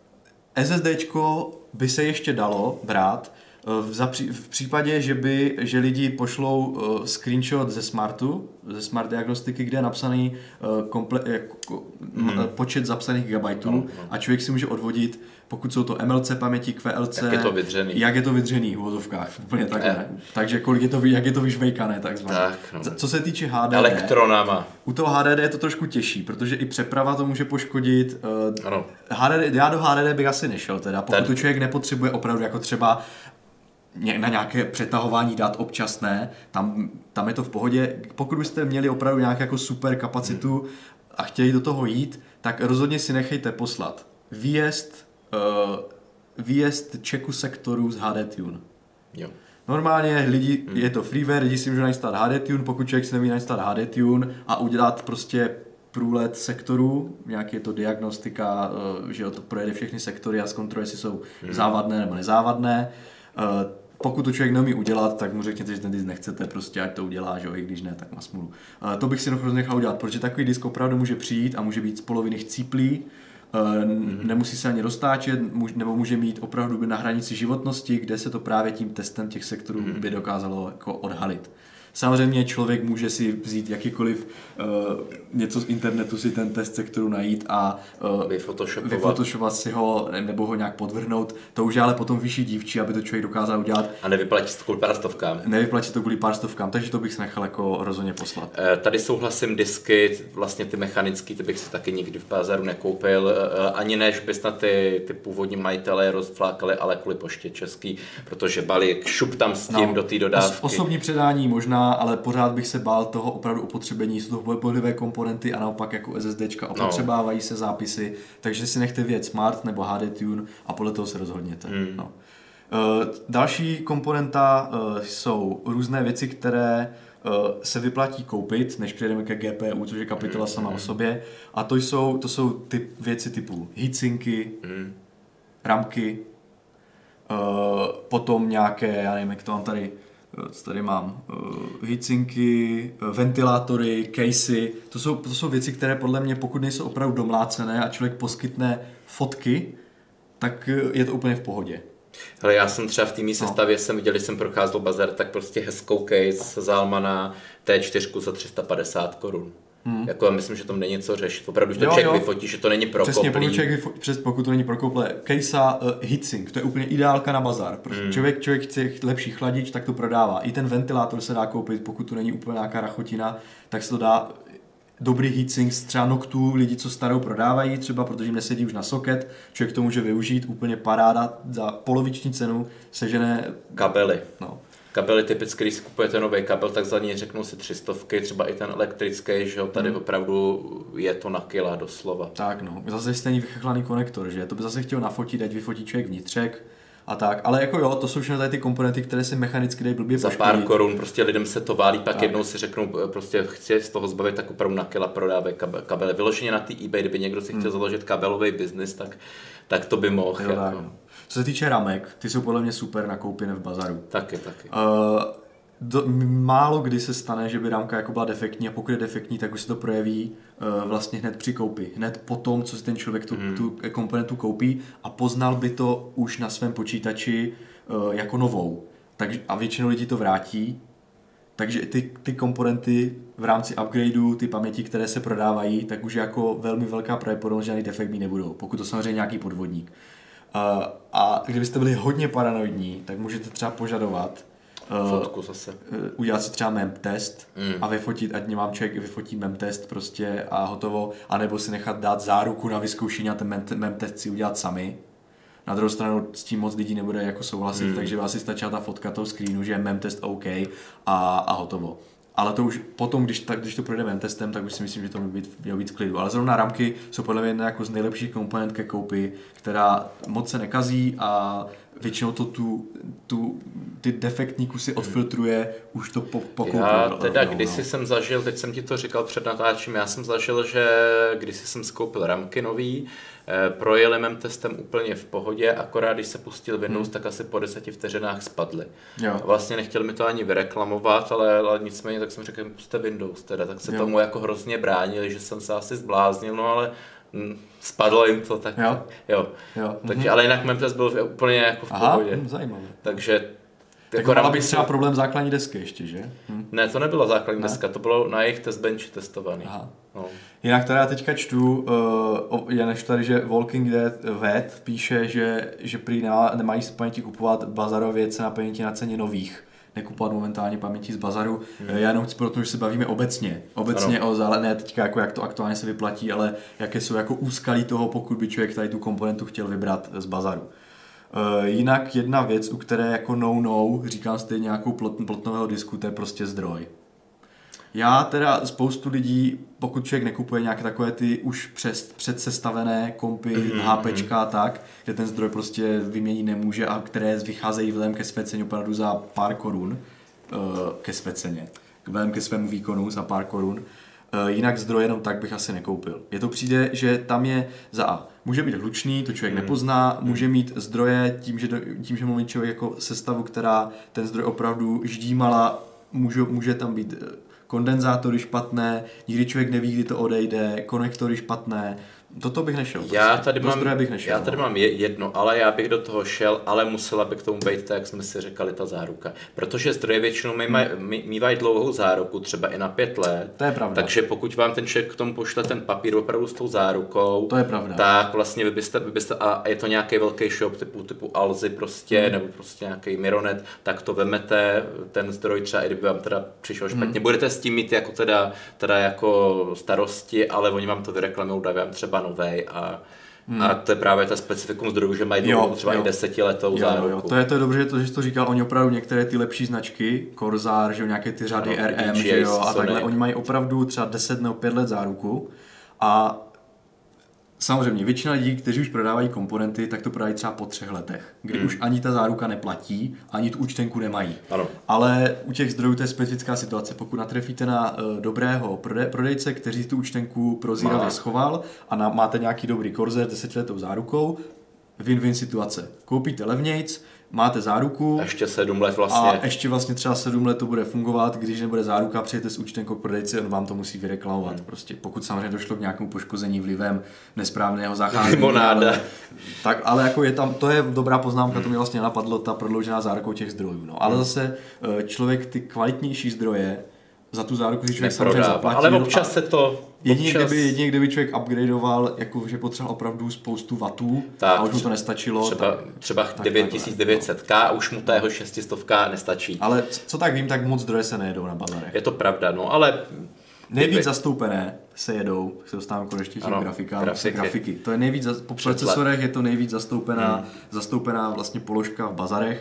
Speaker 1: SSDčko by se ještě dalo brát uh, v, zapří, v případě, že by, že lidi pošlou uh, screenshot ze Smartu, ze Smart diagnostiky, kde je napsaný uh, komple- jako, mm. počet zapsaných gigabajtů no, no. a člověk si může odvodit, pokud jsou to M L C paměti, Q L C,
Speaker 2: jak je to vydřený,
Speaker 1: jak je to vydřený v uvozovkách, úplně takhle. Eh. Takže kolik je to, jak je to vyžvejkané, takzvaně.
Speaker 2: Tak, no.
Speaker 1: Co se týče H D D,
Speaker 2: elektronama.
Speaker 1: U toho H D D je to trošku těžší, protože i přeprava to může poškodit.
Speaker 2: Ano.
Speaker 1: H D D, já do H D D bych asi nešel, teda, pokud Ten... to člověk nepotřebuje opravdu jako třeba na nějaké přetahování dat občasné, tam, tam je to v pohodě. Pokud byste měli opravdu nějakou jako super kapacitu hmm. a chtěli do toho jít, tak rozhodně si nechejte poslat výjezd Uh, výjezd checku sektoru z H D Tune.
Speaker 2: Jo.
Speaker 1: Normálně lidi, hmm. je to freeware, lidi si můžou nainstalovat H D Tune, pokud člověk si neví nainstalovat H D Tune a udělat prostě průlet sektorů, nějaký je to diagnostika, uh, že to projede všechny sektory a zkontroluje, jestli jsou hmm. závadné nebo nezávadné. Uh, pokud to člověk neumí udělat, tak mu řekněte, že ten disk nechcete, prostě ať to udělá, že jo, i když ne, tak má smůlu. Uh, to bych si nechal udělat, protože takový disk opravdu může přijít a může být z poloviny chcíplý, Mm-hmm. nemusí se ani roztáčet, nebo může mít opravdu na hranici životnosti, kde se to právě tím testem těch sektorů mm-hmm. by dokázalo jako odhalit. Samozřejmě člověk může si vzít jakýkoliv uh, něco z internetu, si ten test sektoru najít a uh,
Speaker 2: vyphotoshopovat.
Speaker 1: vyphotoshopovat si ho nebo ho nějak podvrhnout. To už je ale potom vyšší dívčí, aby to člověk dokázal udělat.
Speaker 2: A nevyplatí to kvůli pár stovkám.
Speaker 1: Nevyplatí to kvůli pár stovkám, takže to bych si nechal jako rozhodně poslat.
Speaker 2: E, tady souhlasím, disky, vlastně ty mechanický, ty bych si taky nikdy v bazaru nekoupil. E, ani ne, že by snad ty, ty původní majitelé rozflákali, ale kvůli poště český, protože balík šup tam s tím no, do té dodávky.
Speaker 1: Osobní předání možná, ale pořád bych se bál toho opravdu opotřebení, jsou to pohlivé komponenty a naopak jako SSDčka opotřebávají no. se zápisy, takže si nechte vědět Smart nebo H D Tune a podle toho se rozhodněte. Mm. No. Uh, další komponenta uh, jsou různé věci, které uh, se vyplatí koupit, než přejdeme ke G P U, což je kapitola mm. sama o sobě, a to jsou, to jsou ty věci typu heatsinky, mm. ramky, uh, potom nějaké, já nevím, jak to mám tady, co tady mám, uh, heatsinky, uh, ventilátory, casey, to jsou, to jsou věci, které podle mě, pokud nejsou opravdu domlácené a člověk poskytne fotky, tak je to úplně v pohodě.
Speaker 2: Hele, já jsem třeba v té mý sestavě, no. jsem viděl, když jsem procházel bazar, tak prostě hezkou case Zalmana T čtyři za tři sta padesát korun. Hmm. Jako já myslím, že tam není co řešit. Opravdu, že to člověk vyfotí, že to není prokoplý.
Speaker 1: Přesně, pokud člověk vyfotí, přes, pokud to není prokoplé. Kejsa uh, Heatsink, to je úplně ideálka na bazar. Prostě hmm. člověk, člověk chce lepší chladič, tak to prodává. I ten ventilátor se dá koupit, pokud to není úplně nějaká rachotina, tak se to dá. Dobrý heatsink z třeba Noctu, lidi, co starou prodávají třeba, protože jim nesedí už na soket, člověk to může využít, úplně paráda, za poloviční cenu sežené
Speaker 2: kabely.
Speaker 1: No.
Speaker 2: Kabely typicky, když si kupujete nový kabel, tak za ní řeknou si tři stovky, třeba i ten elektrický, že jo, tady hmm. opravdu je to na kila doslova.
Speaker 1: Tak no, zase stejný vychechlaný konektor, že to by zase chtěl nafotit, ať vyfotí člověk vnitřek a tak, ale jako jo, to jsou všechno tady ty komponenty, které si mechanicky dají blbě
Speaker 2: za
Speaker 1: poškodit.
Speaker 2: Pár korun, prostě lidem se to válí, pak tak. Jednou si řeknou, prostě chci z toho zbavit, tak opravdu na kila prodávají kabely. Vyloženě na ty eBay, kdyby někdo si chtěl hmm. založit kabelový biznis, tak, tak to by mohl.
Speaker 1: Jo, jako. Co se týče ramek, ty jsou podle mě super na koupěné v bazaru.
Speaker 2: Taky, taky.
Speaker 1: Uh, do, málo kdy se stane, že by rámka jako byla defektní a pokud je defektní, tak už se to projeví uh, vlastně hned při koupi. Hned po tom, co si ten člověk tu, hmm. tu komponentu koupí a poznal by to už na svém počítači uh, jako novou. Takže, a většinou lidí to vrátí. Takže ty, ty komponenty v rámci upgradeu, ty paměti, které se prodávají, tak už je jako velmi velká pravděpodobnost, že žádný defekt mít nebudou. Pokud to samozřejmě nějaký podvodník. Uh, a kdybyste byli hodně paranoidní, tak můžete třeba požadovat
Speaker 2: uh, fotku zase.
Speaker 1: Uh, udělat si třeba mem test mm. a vyfotit, ať vám člověk vyfotí mem test prostě a hotovo, anebo si nechat dát záruku na vyzkoušení a ten mem, mem test si udělat sami. Na druhou stranu s tím moc lidí nebude jako souhlasit, mm. takže asi stačí ta fotka toho screenu, že je mem test OK a, a hotovo. Ale to už potom, když, tak, když to projde mem testem, tak už si myslím, že to mělo být, mělo být v klidu. Ale zrovna ramky jsou podle mě jedna jako z nejlepších komponent ke koupi, která moc se nekazí a většinou to tu, tu, ty defektní kusy odfiltruje už to po, po koupi.
Speaker 2: Já teda no, kdysi no. jsem zažil, teď jsem ti to říkal před natáčím, já jsem zažil, že kdysi jsem skoupil ramky nový, projeli mém testem úplně v pohodě, akorát když se pustil Windows, hmm. tak asi po deseti vteřinách spadly. Jo. Vlastně nechtěl mi to ani vyreklamovat, ale, ale nicméně tak jsem řekl, puste Windows teda, tak se jo. tomu jako hrozně bránili, že jsem se asi zbláznil, no ale mm, spadlo jim to, tak jo. jo. jo. Takže, mm-hmm. ale jinak mém test byl úplně jako v
Speaker 1: Aha,
Speaker 2: pohodě.
Speaker 1: Hm, zajímavé.
Speaker 2: Takže
Speaker 1: tak jako mala být třeba problém základní desky ještě, že? Hm.
Speaker 2: Ne, to nebyla základní ne? deska, to bylo na jejich testbenchi testovaný. Aha. No.
Speaker 1: Jinak tady já teďka čtu, uh, já než tady, že Walking Dead Vet píše, že, že prý nemá, nemají z paměti kupovat bazarové věci na paměti na ceně nových. Nekupovat momentálně paměti z bazaru. Hmm. Já jenom chci, protože se bavíme obecně. Obecně ano. o zále, ne teďka jako jak to aktuálně se vyplatí, ale jaké jsou jako úskalí toho, pokud by člověk tady tu komponentu chtěl vybrat z bazaru. Uh, jinak jedna věc, u které jako no-no, říkám stejně nějakou plot, plotnového disku, to je prostě zdroj. Já teda spoustu lidí, pokud člověk nekupuje nějaké takové ty už přes, předsestavené kompy, mm-hmm. HPčka a tak, kde ten zdroj prostě vyměnit nemůže a které vycházejí vzhledem ke své ceně opravdu za pár korun, uh, ke své ceně, vzhledem ke svému výkonu za pár korun, uh, jinak zdroj jenom tak bych asi nekoupil. Je to přijde, že tam je za A. Může být hlučný, to člověk mm. nepozná, může mít zdroje tím, že, do, tím, že mluví člověk jako sestavu, která ten zdroj opravdu ždímala, může, může tam být kondenzátory špatné, nikdy člověk neví, kdy to odejde, konektory špatné. Toto bych nešel.
Speaker 2: Já
Speaker 1: prostě.
Speaker 2: tady, mám,
Speaker 1: bych nešel,
Speaker 2: já tady mám jedno, ale já bych do toho šel, ale musela by k tomu být tak, jak jsme si říkali, ta záruka. Protože zdroje většinou mývají hmm. dlouhou záruku, třeba i na pět let.
Speaker 1: To je pravda.
Speaker 2: Takže pokud vám ten člověk k tomu pošle ten papír opravdu s tou zárukou,
Speaker 1: to je pravda.
Speaker 2: Tak vlastně vy byste, vy byste, a je to nějaký velký shop typu, typu Alzy prostě, hmm. nebo prostě nějaký Mironet, tak to vemete, ten zdroj třeba, i kdyby vám teda přišel špatně, hmm. budete s tím mít jako teda, teda jako starosti, ale oni vám to vyreklamují, dají vám třeba novej a, hmm. a to je právě ta specifikum zdrojů, že mají dlouhou třeba jo. i desetiletou záruku. Jo.
Speaker 1: To je to dobře, to, že jsi to říkal, oni opravdu některé ty lepší značky, Corsair, že jo, nějaké ty řady no, R M, D J, že jo, a takhle, oni mají opravdu třeba deset nebo pět let záruku a samozřejmě většina lidí, kteří už prodávají komponenty, tak to prodají třeba po třech letech, kdy hmm. už ani ta záruka neplatí, ani tu účtenku nemají. Ano. Ale u těch zdrojů to je specifická situace. Pokud natrefíte na uh, dobrého prode- prodejce, který tu účtenku prozíravě schoval a na, máte nějaký dobrý Corsair s desetiletou zárukou, win-win situace. Koupíte levnějc, máte záruku.
Speaker 2: Ještě sedm let vlastně.
Speaker 1: A ještě vlastně třeba sedm let to bude fungovat, když nebude záruka, přijete s účtenkou k prodejci, on vám to musí vyreklamovat. Hmm. Prostě pokud samozřejmě došlo k nějakému poškození vlivem nesprávného zacházení. Ale, tak, ale jako je tam, to je dobrá poznámka, hmm. to mě vlastně napadlo, ta prodloužená zárukou těch zdrojů. No. Ale hmm. zase člověk ty kvalitnější zdroje za tu záruku si člověk samozřejmě zaplatil.
Speaker 2: Ale občas se to...
Speaker 1: Jedině, občas... kdyby, jedině kdyby člověk upgradeoval, jako, že potřeboval opravdu spoustu vatů tak, a už mu to nestačilo.
Speaker 2: Třeba,
Speaker 1: tak,
Speaker 2: třeba devět tisíc devět set ká a už mu ta jeho šest set nestačí.
Speaker 1: Ale co tak vím, tak moc zdroje se nejedou na bazarech.
Speaker 2: Je to pravda, no ale...
Speaker 1: Nejvíc kdyby... zastoupené se jedou, se dostávám konečně těm grafikám, grafiky. grafiky. To je nejvíc, po procesorech je to nejvíc zastoupená, hmm. zastoupená vlastně položka v bazarech.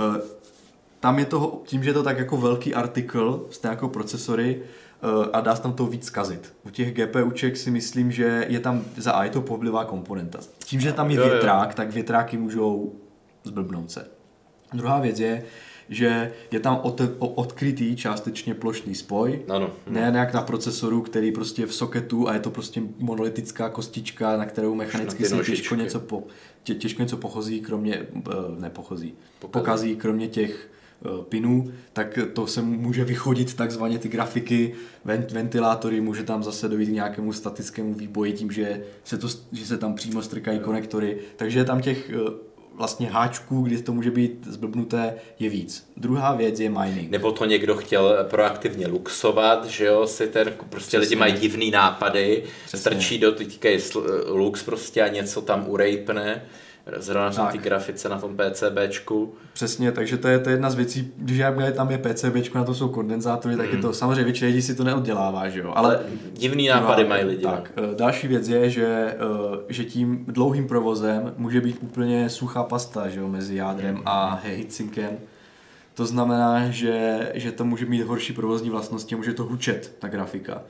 Speaker 1: Tam je to, tím, že je to tak jako velký artikl, stejně jako procesory, a dá se tam to víc zkazit. U těch GPUček si myslím, že je tam za A je to pohyblivá komponenta. Tím, že tam je větrák, tak větráky můžou zblbnout se. Druhá věc je, že je tam od, odkrytý částečně plošný spoj,
Speaker 2: ano.
Speaker 1: Ne nějak na procesoru, který prostě je v soketu a je to prostě monolitická kostička, na kterou mechanicky se těžko něco, po, tě, těžko něco pochozí, kromě, nepochozí, pokazí. pokazí, kromě těch pinů, tak to se může vychodit takzvaně ty grafiky, vent, ventilátory, může tam zase dojít k nějakému statickému výboji tím, že se, to, že se tam přímo strkají konektory, takže je tam těch vlastně háčků, kdy to může být zblbnuté, je víc. Druhá věc je mining.
Speaker 2: Nebo to někdo chtěl proaktivně luxovat, že jo, si ten, prostě Přesně. lidi mají divný nápady, Přesně. strčí do týkají lux prostě a něco tam urejpne. Zrovna na té grafice na tom PCBčku.
Speaker 1: Přesně, takže to je, to je jedna z věcí, když jakmile tam je PCBčko, na to jsou kondenzátory, tak mm. je to, samozřejmě většina lidí si to neoddělává, že jo. Ale
Speaker 2: divný nápady mají lidi.
Speaker 1: Tak, no. Další věc je, že, že tím dlouhým provozem může být úplně suchá pasta, že jo, mezi jádrem mm. a heatsinkem. To znamená, že, že to může mít horší provozní vlastnosti a může to hučet, ta grafika.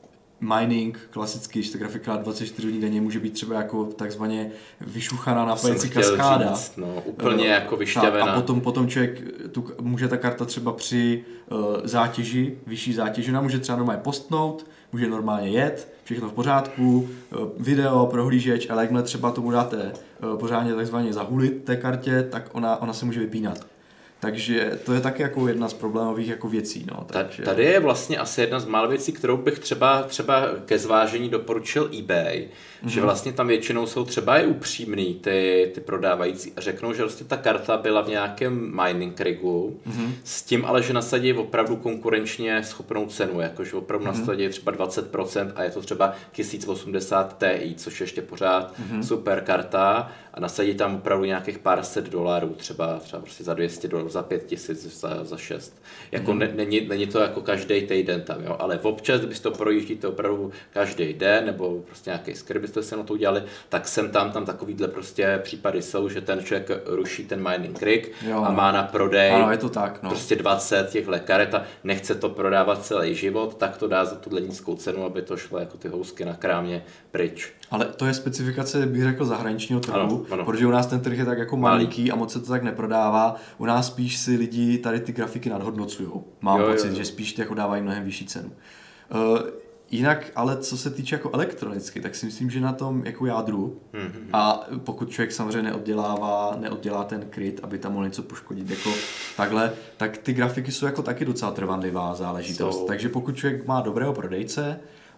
Speaker 1: Mining, klasicky, když ta grafika dvacet čtyři hodin denně může být třeba jako takzvaně vyšuchaná napájecí kaskáda.
Speaker 2: Říct, no, úplně uh, jako vyšťavená.
Speaker 1: A potom, potom člověk, tu, může ta karta třeba při uh, zátěži, vyšší zátěži, ona může třeba normálně postnout, může normálně jet, všechno v pořádku, uh, video, prohlížeč, ale jakmile třeba tomu dáte uh, pořádně takzvaně zahulit té kartě, tak ona, ona se může vypínat. Takže to je taky jako jedna z problémových jako věcí. No. Takže...
Speaker 2: Tady je vlastně asi jedna z mála věcí, kterou bych třeba, třeba ke zvážení doporučil eBay, mm-hmm. že vlastně tam většinou jsou třeba i upřímný ty, ty prodávající a řeknou, že vlastně ta karta byla v nějakém mining rigu, mm-hmm. s tím ale, že nasadí opravdu konkurenčně schopnou cenu, jakože opravdu mm-hmm. nasadí třeba dvacet procent a je to třeba tisíc osmdesát Ti, což je ještě pořád mm-hmm. super karta a nasadí tam opravdu nějakých pár set dolarů, třeba, třeba prostě za dvě stě dolarů, za pět tisíc, za, za šest. Jako mm. ne, není, není to jako každý týden tam, jo? Ale občas, kdybyste to projíždíte opravdu každý den, nebo prostě nějaký skript byste se na to udělali, tak sem tam, tam takovýhle prostě případy jsou, že ten člověk ruší ten mining rig jo, a má na prodej
Speaker 1: ano, je to tak, no.
Speaker 2: prostě dvacet těchhle karet a nechce to prodávat celý život, tak to dá za tuhle nízkou cenu, aby to šlo jako ty housky na krámě pryč.
Speaker 1: Ale to je specifikace, bych řekl, zahraničního trhu,
Speaker 2: ano, ano.
Speaker 1: protože u nás ten trh je tak jako malinký a moc se to tak neprodává. U nás spíš si lidi tady ty grafiky nadhodnocujou. Mám jo, pocit, jo, jo. že spíš jako dávají mnohem vyšší cenu. Uh, jinak, ale co se týče jako elektronicky, tak si myslím, že na tom jako jádru mm-hmm. a pokud člověk samozřejmě neoddělává, neoddělá ten kryt, aby tam mohl něco poškodit jako takhle, tak ty grafiky jsou jako taky docela trvanlivá záležitost. So. Takže pokud člověk má dobrého prodejce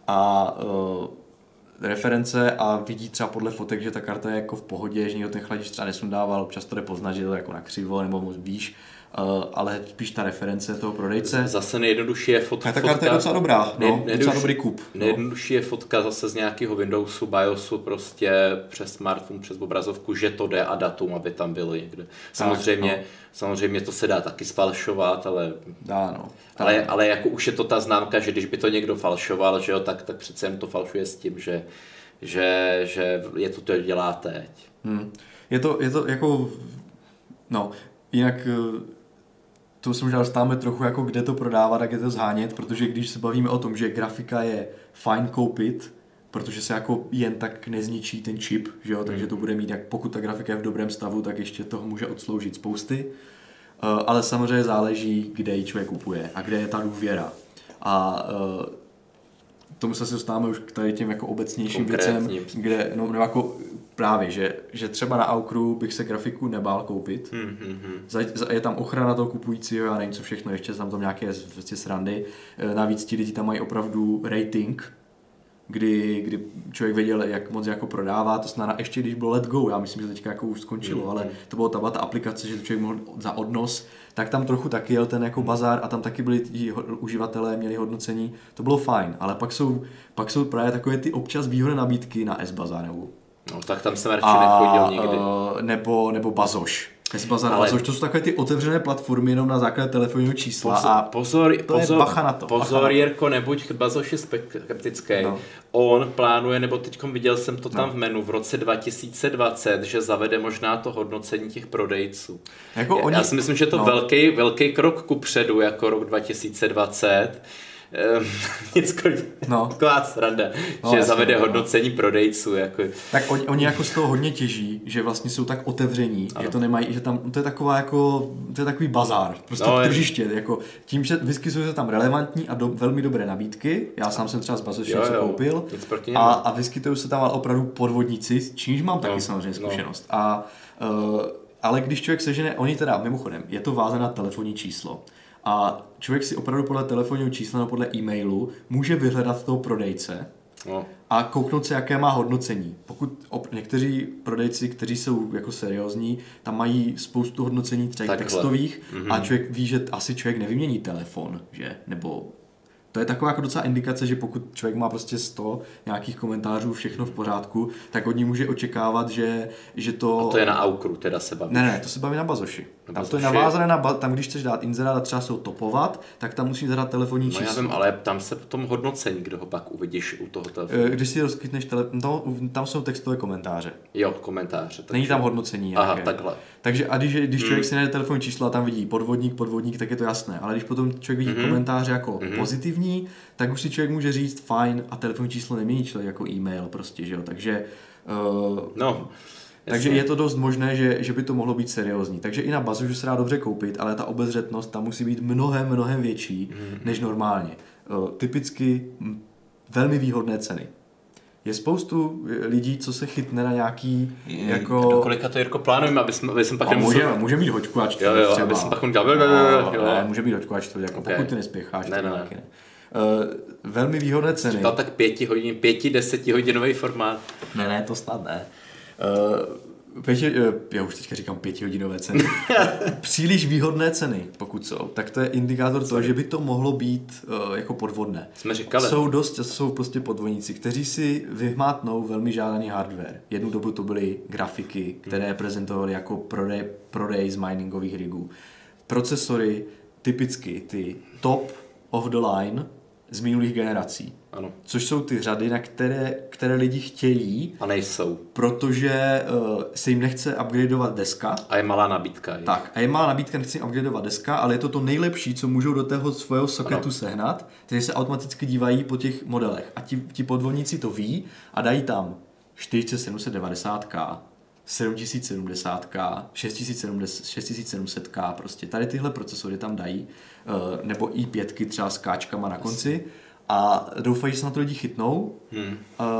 Speaker 1: a uh, reference a vidí třeba podle fotek, že ta karta je jako v pohodě, že někdo ten chladič třeba nesundával, občas to jde poznat, že je to jako na křivo nebo moc výš, uh, ale spíš ta reference toho prodejce.
Speaker 2: Zase nejjednodušší je fotka.
Speaker 1: A ta karta je docela dobrá, no, nej, docela dobrý kup.
Speaker 2: Nejjednodušší no. je fotka zase z nějakého Windowsu, BIOSu, prostě přes smartphone, přes obrazovku, že to jde a datum, aby tam bylo někde. Samozřejmě, tak, no. samozřejmě to se dá taky sfalšovat, ale,
Speaker 1: dá, no.
Speaker 2: ale, ale jako už je to ta známka, že když by to někdo falšoval, že jo, tak, tak přece jen to falšuje s tím, že, že, že je to to dělá teď.
Speaker 1: Hmm. Je to, je to jako, no, jinak to se možná dostáváme trochu jako kde to prodávat a kde to zhánět, protože když se bavíme o tom, že grafika je fajn koupit, protože se jako jen tak nezničí ten čip, že jo, takže to bude mít, jak pokud ta grafika je v dobrém stavu, tak ještě toho může odsloužit spousty, ale samozřejmě záleží, kde ji člověk kupuje a kde je ta důvěra. A tomu se dostáváme už k tady těm jako obecnějším věcem, kde, no, no jako právě, že, že třeba na Aukru bych se grafiku nebál koupit. Mm-hmm. Je tam ochrana toho kupujícího, já nevím co všechno, ještě tam tam nějaké vlastně srandy. Navíc ti lidi tam mají opravdu rating, kdy, kdy člověk věděl, jak moc jako prodává, to znamená ještě když bylo Let Go, já myslím, že teďka jako už skončilo, mm. ale to byla ta, ta aplikace, že to člověk mohl za odnos, tak tam trochu taky jel ten jako bazar a tam taky byli tí uživatelé, měli hodnocení, to bylo fajn, ale pak jsou, pak jsou právě takové ty občas výhodné nabídky na S-Bazar.
Speaker 2: No tak tam jsem radši nechodil nikdy.
Speaker 1: Uh, nebo, nebo Bazoš. S-Bazar, ale... Bazoš, to jsou takové ty otevřené platformy jenom na základě telefonního čísla.
Speaker 2: Pozor,
Speaker 1: a
Speaker 2: pozor,
Speaker 1: to
Speaker 2: pozor,
Speaker 1: je bacha na to.
Speaker 2: Pozor,
Speaker 1: bacha
Speaker 2: Jirko, nebuď Bazoš je skeptický. No. On plánuje, nebo teďkom viděl jsem to tam no. v menu, v roce dva tisíce dvacet, že zavede možná to hodnocení těch prodejců. Jako já, oni... já si myslím, že to no. velký, velký krok kupředu, jako rok dva tisíce dvacet. Nicko, no. taková sranda, no, že zavede no. hodnocení prodejců. Jako.
Speaker 1: Tak oni, oni jako z toho hodně těží, že vlastně jsou tak otevření, ano. že to nemají, že tam, to je taková jako, to je takový bazár, prostě no, tržiště, jako tím, že vyskytují se tam relevantní a do, velmi dobré nabídky, já sám jsem třeba z Bazoši něco koupil a, a vyskytují se tam ale opravdu podvodníci, s čímž mám taky no. samozřejmě zkušenost. No. A, uh, ale když člověk sežene, oni teda, mimochodem, je to vázané na telefonní číslo. A člověk si opravdu podle telefonního čísla nebo podle e-mailu může vyhledat toho prodejce no. a kouknout se, jaké má hodnocení. Pokud op- někteří prodejci, kteří jsou jako seriózní, tam mají spoustu hodnocení třeba textových mm-hmm. a člověk ví, že asi člověk nevymění telefon, že? Nebo to je taková jako docela indikace, že pokud člověk má prostě sto nějakých komentářů, všechno v pořádku, tak od ní může očekávat, že, že to...
Speaker 2: A to je na Aukru, teda se bavíš.
Speaker 1: Ne, ne, to se baví na Bazoši. Na tam Bazoši. To je navázané na, tam když chceš dát inzerát a třeba se ho topovat, tak tam musíš zadat telefonní číslo.
Speaker 2: No já vím, ale tam se potom hodnocení, kdo ho pak uvidíš u toho telefonu.
Speaker 1: Když si rozkytneš telefon, no, tam jsou textové komentáře.
Speaker 2: Jo, komentáře. Takže...
Speaker 1: Není tam hodnocení nějaké.
Speaker 2: Aha, takhle.
Speaker 1: Takže a když, když člověk mm. si najde telefonní číslo a tam vidí podvodník, podvodník, tak je to jasné. Ale když potom člověk vidí mm-hmm. komentáře jako mm-hmm. pozitivní, tak už si člověk může říct fajn a telefonní číslo nemění člověk jako e-mail prostě, že jo. Takže uh,
Speaker 2: no.
Speaker 1: Takže je to dost možné, že, že by to mohlo být seriózní. Takže i na Bazoši se dá dobře koupit, ale ta obezřetnost tam musí být mnohem, mnohem větší mm-hmm. než normálně. Uh, typicky m, velmi výhodné ceny. Je spoustu lidí, co se chytne na nějaký
Speaker 2: je,
Speaker 1: jako...
Speaker 2: Do kolika to, Jirko, plánujeme, aby jsme, aby jsme pak nemuseli...
Speaker 1: Může, může mít hoďku a čtvrt
Speaker 2: jo, jo,
Speaker 1: třeba.
Speaker 2: Aby jsme pak udělali...
Speaker 1: No, ne, může být hoďku a čtvrt, jako okay. pokud ty nespěcháš.
Speaker 2: Ne, ne,
Speaker 1: ne. ne. Uh, velmi výhodné ceny.
Speaker 2: Říkal tak pěti hodin, pěti, desetihodinový formát.
Speaker 1: Ne, ne, to snad ne. Uh, pěti, uh, já už teďka říkám pětihodinové ceny. Příliš výhodné ceny, pokud jsou, tak to je indikátor toho, že by to mohlo být uh, jako podvodné.
Speaker 2: Jsme říkali.
Speaker 1: Jsou dost, jsou prostě podvodníci, kteří si vyhmátnou velmi žádaný hardware. Jednu dobu to byly grafiky, které hmm. prezentovaly jako prodej, prodej z miningových rigů. Procesory, typicky ty top of the line z minulých generací.
Speaker 2: Ano.
Speaker 1: Což jsou ty řady, na které, které lidi chtějí.
Speaker 2: A nejsou.
Speaker 1: Protože uh, se jim nechce upgradeovat deska.
Speaker 2: A je malá nabídka. Je.
Speaker 1: Tak, a je malá nabídka, nechce jim upgradeovat deska, ale je to to nejlepší, co můžou do toho svého soketu ano. sehnat, takže se automaticky dívají po těch modelech. A ti, ti podvodníci to ví a dají tam čtyři tisíce sedm set devadesát K, sedm tisíc sedmdesát K, šest tisíc sedm set K, prostě tady tyhle procesory tam dají, nebo i pět třeba s káčkama na konci a doufají, že se na to lidi chytnou hmm.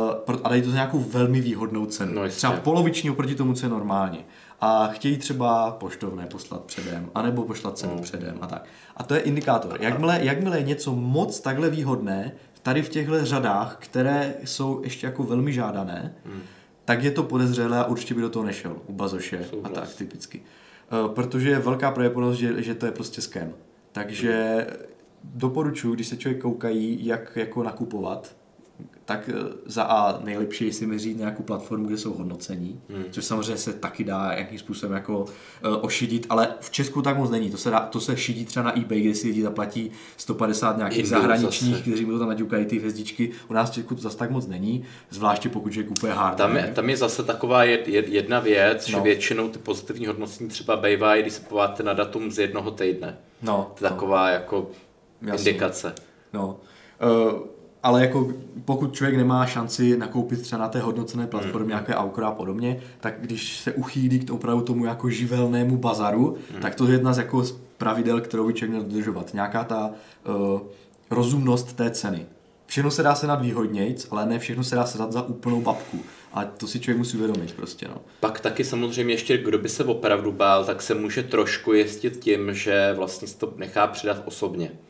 Speaker 1: a dají to za nějakou velmi výhodnou cenu. No, třeba poloviční oproti tomu, co je normálně. A chtějí třeba poštovné poslat předem, anebo poslat cenu no. předem a tak. A to je indikátor. Jakmile, jakmile je něco moc takhle výhodné, tady v těchto řadách, které jsou ještě jako velmi žádané, hmm. tak je to podezřelé a určitě by do toho nešel u Bazoše a tak typicky. Uh, protože je velká pravděpodobnost, že, že to je prostě scam. Takže doporučuji, když se člověk koukají, jak jako nakupovat, tak za A nejlepší je si měřit nějakou platformu, kde jsou hodnocení, hmm. což samozřejmě se taky dá jakým způsobem jako uh, ošidit, ale v Česku tak moc není. To se, dá, to se šidí třeba na eBay, kde si lidi zaplatí sto padesát nějakých Indou zahraničních, zase. Kteří mu to tam naďukají ty hvězdičky. U nás v Česku to zase tak moc není, zvláště pokud člověk kupuje hardware.
Speaker 2: Tam je, tam je zase taková jed, jed, jedna věc, no. že většinou ty pozitivní hodnocení třeba bývají, když se pováte na datum z jednoho týdne.
Speaker 1: No,
Speaker 2: to je taková no. jako Jasně. indikace.
Speaker 1: No. Uh, Ale jako pokud člověk nemá šanci nakoupit třeba na té hodnocené platformě mm. nějaké Aukra a podobně, tak když se uchýlí k opravdu tomu jako živelnému bazaru, mm. tak to je jedna z jako pravidel, kterou by člověk měl dodržovat. Nějaká ta uh, rozumnost té ceny. Všechno se dá sedat výhodnějc, ale ne všechno se dá sedat za úplnou babku. A to si člověk musí uvědomit prostě. No.
Speaker 2: Pak taky samozřejmě ještě, kdo by se opravdu bál, tak se může trošku jistit tím, že vlastně se to nechá předat osobně.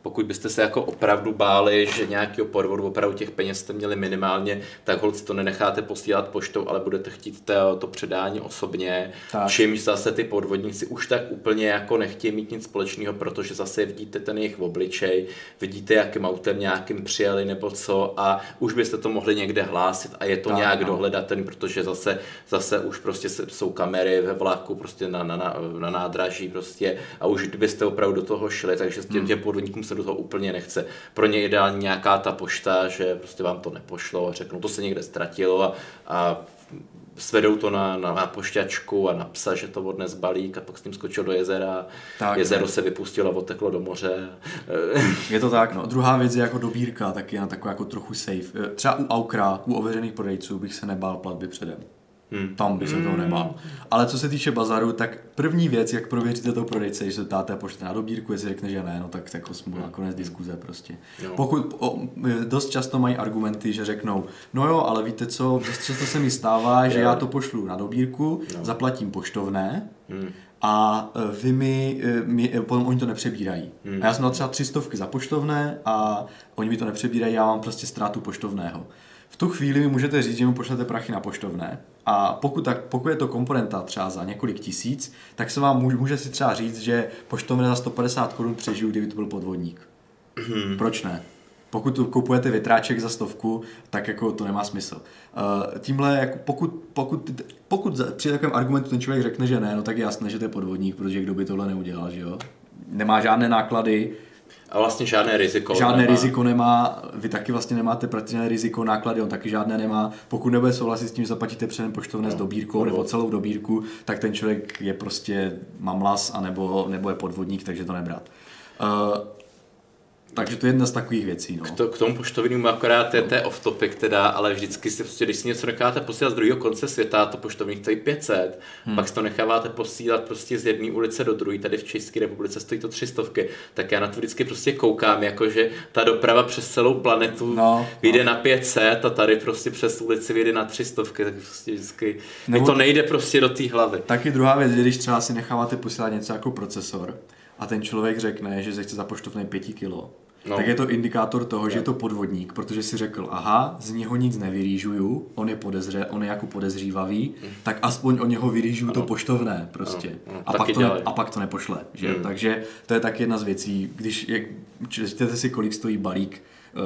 Speaker 2: pokud byste se jako opravdu báli, že nějakého podvodu, opravdu těch peněz jste měli minimálně, tak holt to nenecháte posílat poštou, ale budete chtít to, to předání osobně, tak. Čímž zase ty podvodníci už tak úplně jako nechtějí mít nic společného, protože zase vidíte ten jejich obličej, vidíte, jakým autem nějakým přijeli nebo co a už byste to mohli někde hlásit a je to tak, nějak no. dohledatelný, protože zase, zase už prostě jsou kamery ve vlaku, prostě na, na, na, na nádraží prostě a už byste opravdu do toho šli, takže s těm, těm podvodníkům se do toho úplně nechce. Pro ně ideální nějaká ta pošta, že prostě vám to nepošlo a řeknou, to se někde ztratilo a, a svedou to na, na, na pošťačku a na psa, že to odnes balík a pak s tím skočil do jezera. Tak, jezero ne. se vypustilo a odteklo do moře.
Speaker 1: Je to tak, no. Druhá věc je jako dobírka, taky na takový jako trochu safe. Třeba u Aukra, u ověřených prodejců bych se nebál platby předem. Hmm. Tam by se toho nebál. Ale co se týče bazaru, tak první věc, jak prověříte toho prodejce, když se ptáte pošta na dobírku, jestli řekne, že ne, no tak jako smůla, konec diskuze prostě. Jo. Pokud o, dost často mají argumenty, že řeknou, no jo, ale víte co, dost často se mi stává, že já to pošlu na dobírku, jo. zaplatím poštovné, hmm. a vy mi, mi potom oni to nepřebírají. Hmm. A já jsem dal třeba tři stovky za poštovné a oni mi to nepřebírají, já mám prostě ztrátu poštovného. V tu chvíli mi můžete říct, že mu pošlete prachy na poštovné a pokud, tak, pokud je to komponenta třeba za několik tisíc, tak se vám může, může si třeba říct, že poštovné za sto padesát korun přežiju, kdyby to byl podvodník. Hmm. Proč ne? Pokud kupujete větráček za stovku, tak jako to nemá smysl. Uh, tímhle, jako pokud, pokud, pokud při takovém argumentu ten člověk řekne, že ne, no tak je jasné, že to je podvodník, protože kdo by tohle neudělal, že jo? Nemá žádné náklady.
Speaker 2: A vlastně žádné riziko
Speaker 1: Žádné
Speaker 2: nemá.
Speaker 1: riziko nemá, vy taky vlastně nemáte praktické riziko, náklady on taky žádné nemá. Pokud nebude souhlasit s tím, že zaplatíte předem poštovné no, s dobírkou no, nebo celou dobírku, tak ten člověk je prostě mamlas a nebo, nebo je podvodník, takže to nebrat. Uh, Takže to je jedna z takových věcí. No.
Speaker 2: K, to, k tomu poštovnímu akorát je to off topic teda, ale vždycky si prostě, když si něco necháte posílat z druhého konce světa, to poštovník stojí pět set, hmm. pak si to necháváte posílat prostě z jedné ulice do druhé, tady v České republice stojí to tři stovky, tak já na to vždycky prostě koukám, jakože ta doprava přes celou planetu no, vyjde no. na pět set a tady prostě přes ulici vyjde na tři stovky, tak prostě vždycky Nebo, to nejde prostě do té hlavy.
Speaker 1: Taky druhá věc, když třeba si necháváte posílat něco jako procesor a ten člověk řekne, že se chce za poštovné pět kilo, no. tak je to indikátor toho, že je to podvodník, protože si řekl, aha, z něho nic nevyrýžuju, on je podezře, on je jako podezřívavý, mm. tak aspoň o něho vyrýžuju to poštovné prostě.
Speaker 2: Ano. Ano.
Speaker 1: A, pak to ne, a pak to nepošle, že? Mm. Takže to je tak jedna z věcí, když, jak, čtěte si, kolik stojí balík,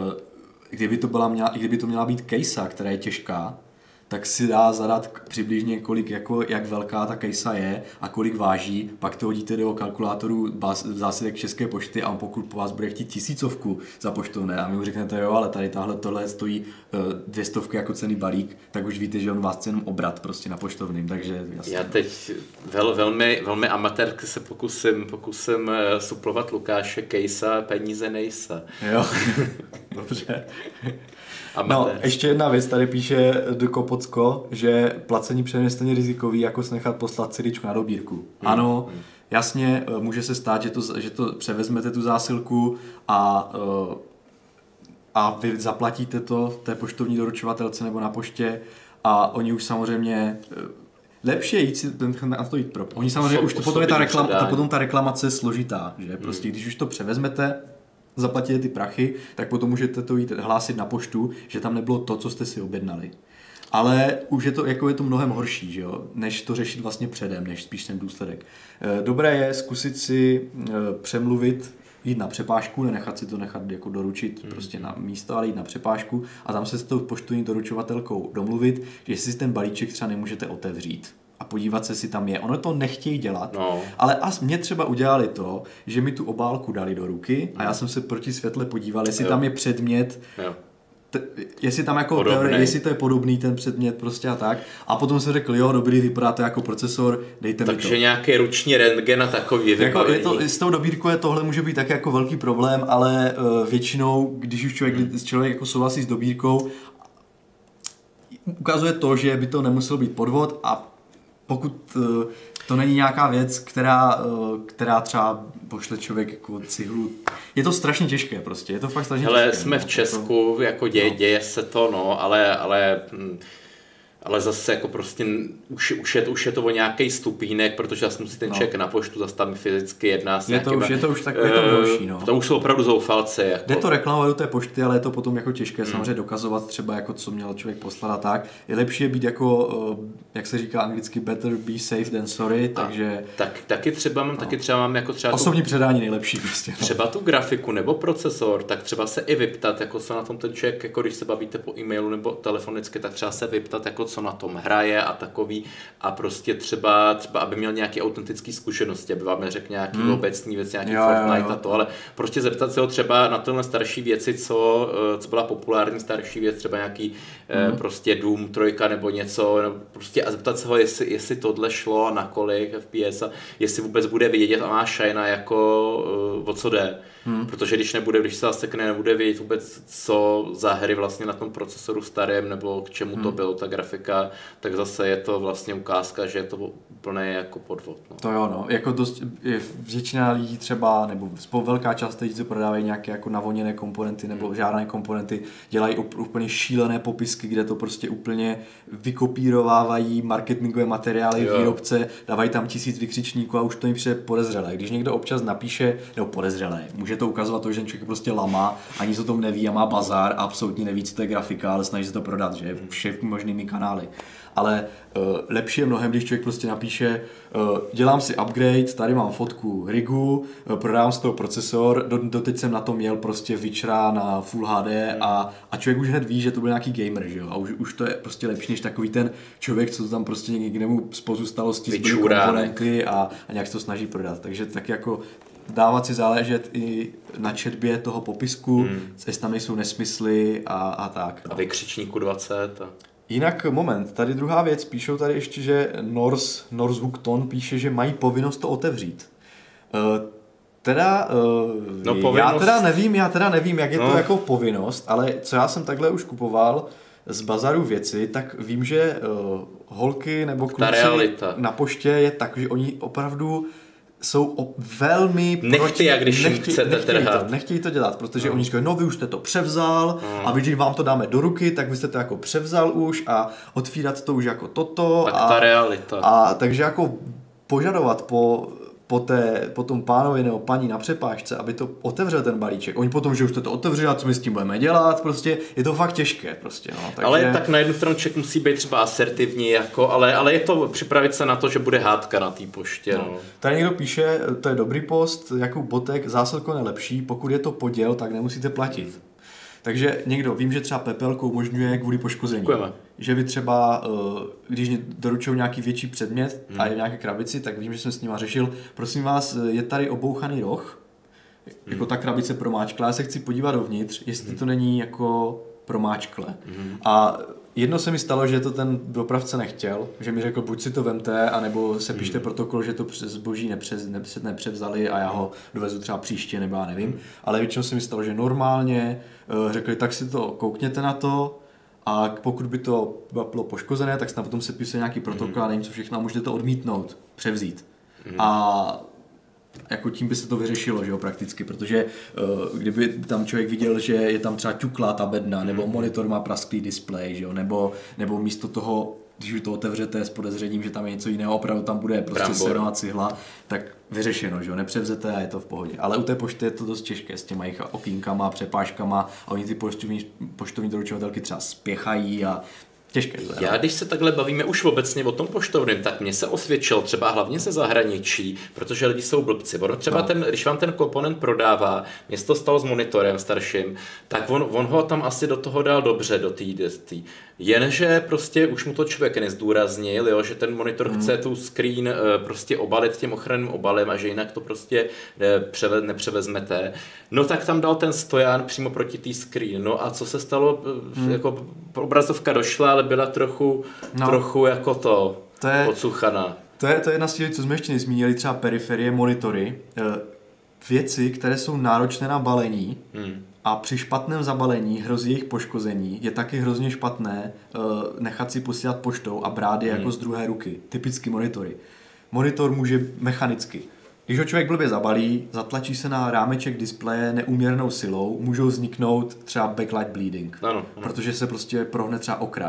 Speaker 1: kdyby to, byla měla, kdyby to měla být kejsa, která je těžká, tak si dá zadat přibližně, kolik, jako, jak velká ta kejsa je a kolik váží, pak to hodíte do kalkulátoru zásilek České pošty a pokud po vás bude chtít tisícovku za poštovné a my mu řeknete, jo, ale tady tahle tohle stojí uh, dvě stovky jako cený balík, tak už víte, že on vás chce jenom obrat prostě na poštovným, takže jasně.
Speaker 2: Já teď vel, velmi, velmi amatérsky se pokusím, pokusím uh, suplovat Lukáše, kejsa, peníze nejsa.
Speaker 1: Jo, dobře. No, ještě jedna věc, tady píše Dkopocko, že placení předem je stejně rizikový, jako se nechat poslat cedičku na dobírku. Hmm. Ano, jasně, může se stát, že to, že to převezmete tu zásilku a, a vy zaplatíte to té poštovní doručovatelce nebo na poště a oni už samozřejmě... Lepší je jít si na to jít pro. Oni samozřejmě už to potom je ta, reklam, ta, potom ta reklamace složitá, že prostě hmm. když už to převezmete, zaplatíte ty prachy, tak potom můžete to jít hlásit na poštu, že tam nebylo to, co jste si objednali. Ale už je to, jako je to mnohem horší, že jo? Než to řešit vlastně předem, než spíš ten důsledek. Dobré je zkusit si přemluvit, jít na přepážku, nenechat si to nechat jako doručit hmm. prostě na místo, ale jít na přepážku a tam se s tou poštovní doručovatelkou domluvit, že si ten balíček třeba nemůžete otevřít a podívat se, si tam je. Ono to nechtějí dělat, no. ale as mě třeba udělali to, že mi tu obálku dali do ruky a já jsem se proti světle podíval, jestli jo. tam je předmět, t- jestli tam jako teorie, jestli to je podobný ten předmět prostě a tak. A potom jsem řekl, jo, dobrý, vypadá to jako procesor, dejte
Speaker 2: Takže
Speaker 1: mi to.
Speaker 2: Takže nějaký ruční rentgen a takový
Speaker 1: jako je to, s tou dobírkou je tohle může být tak jako velký problém, ale uh, většinou, když už člověk, hmm. člověk jako souhlasí s dobírkou, ukazuje to, že by to nemuselo být podvod a pokud uh, to není nějaká věc, která, uh, která třeba pošle člověk jako cihlu. Je to strašně těžké prostě, je to fakt strašně
Speaker 2: Hele,
Speaker 1: těžké.
Speaker 2: jsme
Speaker 1: no,
Speaker 2: v Česku, to... jako děje,
Speaker 1: no.
Speaker 2: děje se to, no, ale, ale hm, Ale zase jako prostě už, už, je, už je to o nějaký stupínek, protože zase musí ten člověk no. na poštu zase tam fyzicky jedná s
Speaker 1: je to, už, je to už takový to horší, no.
Speaker 2: To už jsou opravdu zoufalci. Jako.
Speaker 1: Jde to reklamovat do té pošty, ale je to potom jako těžké hmm. samozřejmě dokazovat třeba jako co měl člověk poslat a tak. Je lepší je být jako, jak se říká anglicky, better be safe than sorry, takže...
Speaker 2: Tak, taky třeba mám, no. taky třeba mám jako třeba...
Speaker 1: Osobní tu, předání nejlepší prostě. No.
Speaker 2: Třeba tu grafiku nebo procesor, tak třeba se i vyptat, jako co na tom ten člověk, jako když se bavíte po e-mailu nebo telefonicky, tak třeba se vyptat, jako co na tom hraje a takový a prostě třeba, třeba aby měl nějaké autentické zkušenosti, aby vám neřekl nějaký hmm. obecný věc, nějaký jo, Fortnite jo, jo. a to, ale prostě zeptat se ho třeba na tyhle starší věci, co, co byla populární starší věc, třeba nějaký hmm. prostě Doom trojka nebo něco, nebo prostě a zeptat se ho, jestli, jestli tohle šlo, na kolik F P S a jestli vůbec bude vědět a má šajna jako o co jde. Hmm. Protože když nebude, když se zasekne, nebude vědět vůbec, co za hry vlastně na tom procesoru starém nebo k čemu hmm. to bylo ta grafika, tak zase je to vlastně ukázka, že je to úplně jako podvod. No.
Speaker 1: To jo, no, jako dost, většina lidí třeba, nebo velká část lidí, co prodávají nějaké jako navoněné komponenty nebo hmm. žádné komponenty, dělají úplně šílené popisky, kde to prostě úplně vykopírovávají marketingové materiály jo. výrobce, dávají tam tisíc vykřičníků a už to jim přijde podezřelé. Když někdo občas napíše, nebo podezřelé, může to ukazovat to, že ten člověk prostě lama, ani se o tom neví a má bazár a absolutně neví, co to je grafika, ale snaží se to prodat, že všemi možnými kanály. Ale uh, lepší je mnohem, když člověk prostě napíše, uh, dělám si upgrade, tady mám fotku rigu, uh, prodávám z toho procesor, do, doteď jsem na to měl prostě Witchera na Full H D a, a člověk už hned ví, že to byl nějaký gamer, že jo, a už, už to je prostě lepší než takový ten člověk, co to tam prostě někde mu z pozůstalosti zbyly komponenty a, a nějak se to snaží prodat, takže tak jako dávat si záležet i na četbě toho popisku, hmm. jestli tam nejsou nesmysly a, a tak.
Speaker 2: A vykřičníku dvacet. A...
Speaker 1: Jinak moment, tady druhá věc, píšou tady ještě, že Norse, Norse Hookton píše, že mají povinnost to otevřít. Uh, teda, uh, no, povinnost... já teda nevím, já teda nevím, jak je no. to jako povinnost, ale co já jsem takhle už kupoval z bazaru věci, tak vím, že uh, holky nebo kluci na poště je tak, že oni opravdu jsou velmi...
Speaker 2: Nechtějí, jak když jim chcete trhat.
Speaker 1: To, nechtějí to dělat, protože no. oni říkají, no vy už jste to převzal no. a vy, když vám to dáme do ruky, tak vy jste to jako převzal už a otvírat to už jako toto.
Speaker 2: Tak
Speaker 1: a,
Speaker 2: ta realita.
Speaker 1: A takže jako požadovat po, po, té, po tom pánovi nebo paní na přepážce, aby to otevřel ten balíček. Oni potom, že už jste to otevřeli a co my s tím budeme dělat, prostě je to fakt těžké. Prostě, no. Takže...
Speaker 2: Ale tak na jednu stranu člověk musí být třeba asertivní, jako, ale, ale je to připravit se na to, že bude hádka na té poště. No. No.
Speaker 1: Tady někdo píše, to je dobrý post, jako Botek, zásilko nelepší, pokud je to poděl, tak nemusíte platit. Takže někdo, vím, že třeba Pepelko umožňuje kvůli poškození.
Speaker 2: Děkujeme.
Speaker 1: Že vy třeba, když doručují nějaký větší předmět hmm. a je v nějaké krabici, tak vím, že jsem s nima řešil, prosím vás, je tady obouchaný roh, hmm. jako ta krabice promáčkla, já se chci podívat dovnitř, jestli hmm. to není jako promáčkle. Hmm. A jedno se mi stalo, že to ten dopravce nechtěl, že mi řekl, buď si to vemte, anebo se pište hmm. protokol, že to zboží nepřez, nepřez, nepřevzali a já ho dovezu třeba příště, nebo já nevím. Hmm. Ale většinou se mi stalo, že normálně uh, řekli, tak si to koukněte na to a pokud by to bylo poškozené, tak snad potom se píše nějaký protokol hmm. a nevím co všechno a můžete to odmítnout, převzít. Hmm. A jako tím by se to vyřešilo, že jo, prakticky, protože uh, kdyby tam člověk viděl, že je tam třeba ťuklá ta bedna, nebo monitor má prasklý displej, že jo, nebo, nebo místo toho, když to otevřete s podezřením, že tam je něco jiného, opravdu tam bude prostě senová cihla, tak vyřešeno, že jo, nepřevzete a je to v pohodě. Ale u té pošty je to dost těžké s těma jejich okýnkama, přepážkama a oni ty poštovní, poštovní doručovatelky třeba spěchají a těžké.
Speaker 2: Já když se takhle bavíme už obecně o tom poštovném, tak mě se osvědčil třeba hlavně ze zahraničí, protože lidi jsou blbci. Ono třeba no. ten, když vám ten komponent prodává, mě se to stalo s monitorem starším, tak on, on ho tam asi do toho dal dobře, do té desty. Jenže prostě už mu to člověk nezdůraznil, jo, že ten monitor hmm. chce tu screen prostě obalit tím ochranným obalem a že jinak to prostě nepřeve, nepřevezmete. No tak tam dal ten stojan přímo proti té screen. No a co se stalo? Hmm. Jako obrazovka došla, ale byla trochu, no. trochu jako to,
Speaker 1: to je,
Speaker 2: odsuchaná.
Speaker 1: To je, to je jedna z těch, co jsme ještě nezmínili, třeba periferie, monitory, věci, které jsou náročné na balení hmm. a při špatném zabalení hrozí jejich poškození. Je taky hrozně špatné nechat si posílat poštou a brát je hmm. jako z druhé ruky. Typicky monitory. Monitor může mechanicky. Když ho člověk blbě zabalí, zatlačí se na rámeček displeje neúměrnou silou, můžou vzniknout třeba backlight bleeding,
Speaker 2: ano, ano.
Speaker 1: protože se prostě prohne třeba okraj.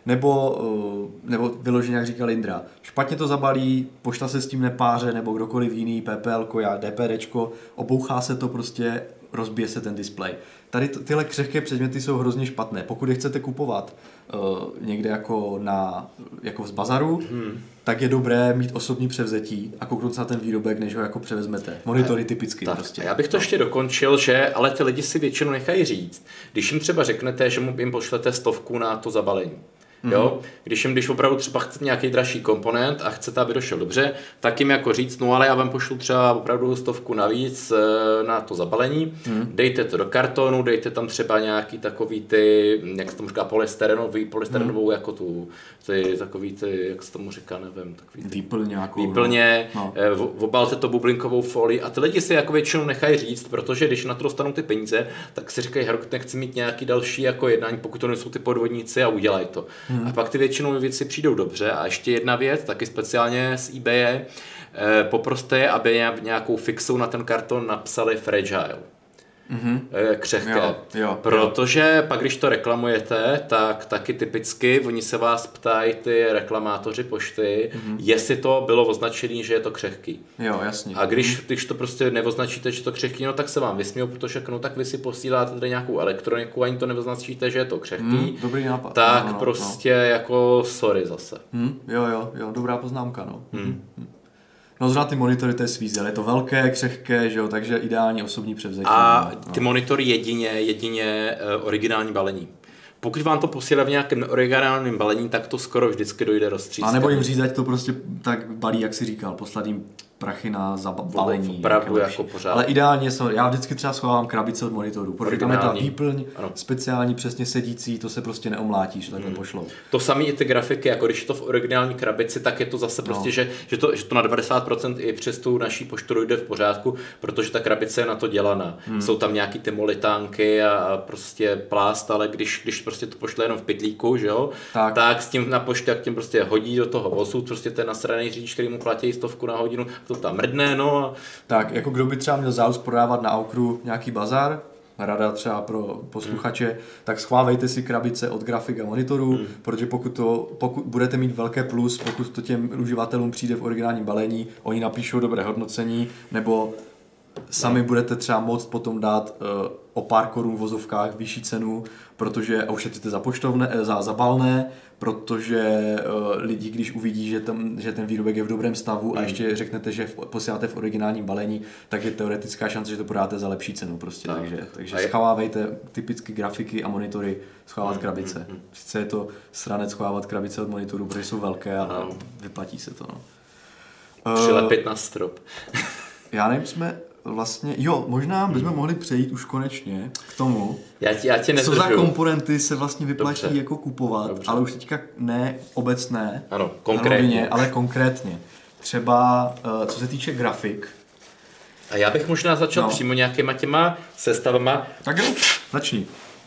Speaker 1: nebo, nebo vyloženě, jak říkal Indra, špatně to zabalí, pošta se s tím nepáře, nebo kdokoliv jiný, PPLko, já, DPDčko, obouchá se to prostě, rozbije se ten displej. Tady t- tyhle křehké předměty jsou hrozně špatné. Pokud je chcete kupovat uh, někde jako, na, jako z bazaru, hmm. tak je dobré mít osobní převzetí a kouknout se na ten výrobek, než ho jako převezmete. Monitory typicky
Speaker 2: tak,
Speaker 1: prostě.
Speaker 2: Já bych to no. ještě dokončil, že ale ty lidi si většinou nechají říct. Když jim třeba řeknete, že mu jim pošlete stovku na to zabalení, jo? Když jim, když opravdu třeba chcete nějaký dražší komponent a chcete, aby došel dobře, tak jim jako říct, no ale já vám pošlu třeba opravdu stovku navíc na to zabalení, hmm. dejte to do kartonu, dejte tam třeba nějaký takový ty, jak se tomu říká, polystyrenový, polystyrenovou hmm. jako tu, ty takový ty, jak se tomu říká, nevím, takový ty,
Speaker 1: výplň nějakou.
Speaker 2: Výplně, no. obalte to bublinkovou folii a ty lidi si jako většinou nechají říct, protože když na to dostanou ty peníze, tak si říkají, Herok, nechci mít nějaký další jako jednání, pokud to nejsou ty podvodníci a udělají to. Hmm. A pak ty většinou věci přijdou dobře. A ještě jedna věc, taky speciálně z eBaye, eh, poproste je, aby nějakou fixou na ten karton napsali fragile. Mm-hmm. Eh, křehké.
Speaker 1: Jo, jo,
Speaker 2: Protože jo. pak, když to reklamujete, tak taky typicky oni se vás ptají, ty reklamátoři pošty, mm-hmm. jestli to bylo označené, že je to křehký.
Speaker 1: Jo, jasně.
Speaker 2: A když, mm-hmm. když to prostě neoznačíte, že je to křehký, no tak se vám vysmějou, protože no, tak vy si posíláte tady nějakou elektroniku, ani to neoznačíte, že je to křehký. Mm,
Speaker 1: dobrý nápad.
Speaker 2: Tak
Speaker 1: no, no,
Speaker 2: prostě
Speaker 1: no.
Speaker 2: jako sorry zase.
Speaker 1: Mm, jo, jo, jo, dobrá poznámka, no. Mm. Mm. No zrovna ty monitory, to je svízel, je to velké, křehké, že jo, takže ideální osobní převzetí.
Speaker 2: A
Speaker 1: no.
Speaker 2: ty monitory jedině, jedině uh, originální balení. Pokud vám to posílá v nějakém originálním balení, tak to skoro vždycky dojde roztřískat.
Speaker 1: A nebo jim říct, ať to prostě tak balí, jak si říkal, poslat jim prachy na zabalení.
Speaker 2: Opravdu jako pořád.
Speaker 1: Ale ideálně jsou, já vždycky třeba schovávám krabice od monitoru, protože tam je ta výplň, ano. speciální, přesně sedící, to se prostě neomlátíš, takhle hmm. pošlou.
Speaker 2: To samé i ty grafiky, jako když je to v originální krabici, tak je to zase prostě, no. že, že, to, že to na devadesát procent i přes tu naší poštu jde v pořádku, protože ta krabice je na to dělaná. Hmm. Jsou tam nějaký ty molitánky a, a prostě plást, ale když, když prostě to pošle jenom v pytlíku, že jo, tak. tak s tím na poště, jak tím prostě hodí do toho vozu, prostě ten nasraný řidič, který mu platí stovku na hodinu, to tam mrdne, no.
Speaker 1: Tak, jako kdo by třeba měl záuz prodávat na Aukru nějaký bazar, rada třeba pro posluchače, hmm. tak schvávejte si krabice od grafik a monitorů, hmm. protože pokud, to, pokud budete mít velké plus, pokud to těm uživatelům přijde v originálním balení, oni napíšou dobré hodnocení, nebo sami no. budete třeba moct potom dát uh, o pár korun v vozovkách vyšší cenu, protože a ušetříte za poštovné, za zabalné, protože uh, lidi, když uvidí, že, tam, že ten výrobek je v dobrém stavu mm. a ještě řeknete, že v, posíláte v originálním balení, tak je teoretická šance, že to prodáte za lepší cenu prostě. Tak. Takže, takže je... schovávejte typicky grafiky a monitory, schovávat mm. krabice. Mm. Sice je to sranec schovávat krabice od monitoru, protože jsou velké, ale no. vyplatí se to. No.
Speaker 2: Přilepit uh, na strop.
Speaker 1: Já nevím, jsme vlastně, jo, možná bychom hmm. mohli přejít už konečně k tomu,
Speaker 2: já tě, já tě
Speaker 1: co za komponenty se vlastně vyplatí Dobře. jako kupovat,
Speaker 2: Dobře.
Speaker 1: ale už teďka ne obecné,
Speaker 2: ano, konkrétně.
Speaker 1: Rovině, ale konkrétně. Třeba co se týče grafik.
Speaker 2: A já bych možná začal no. přímo nějakýma těma sestavama.
Speaker 1: Tak jo, začni.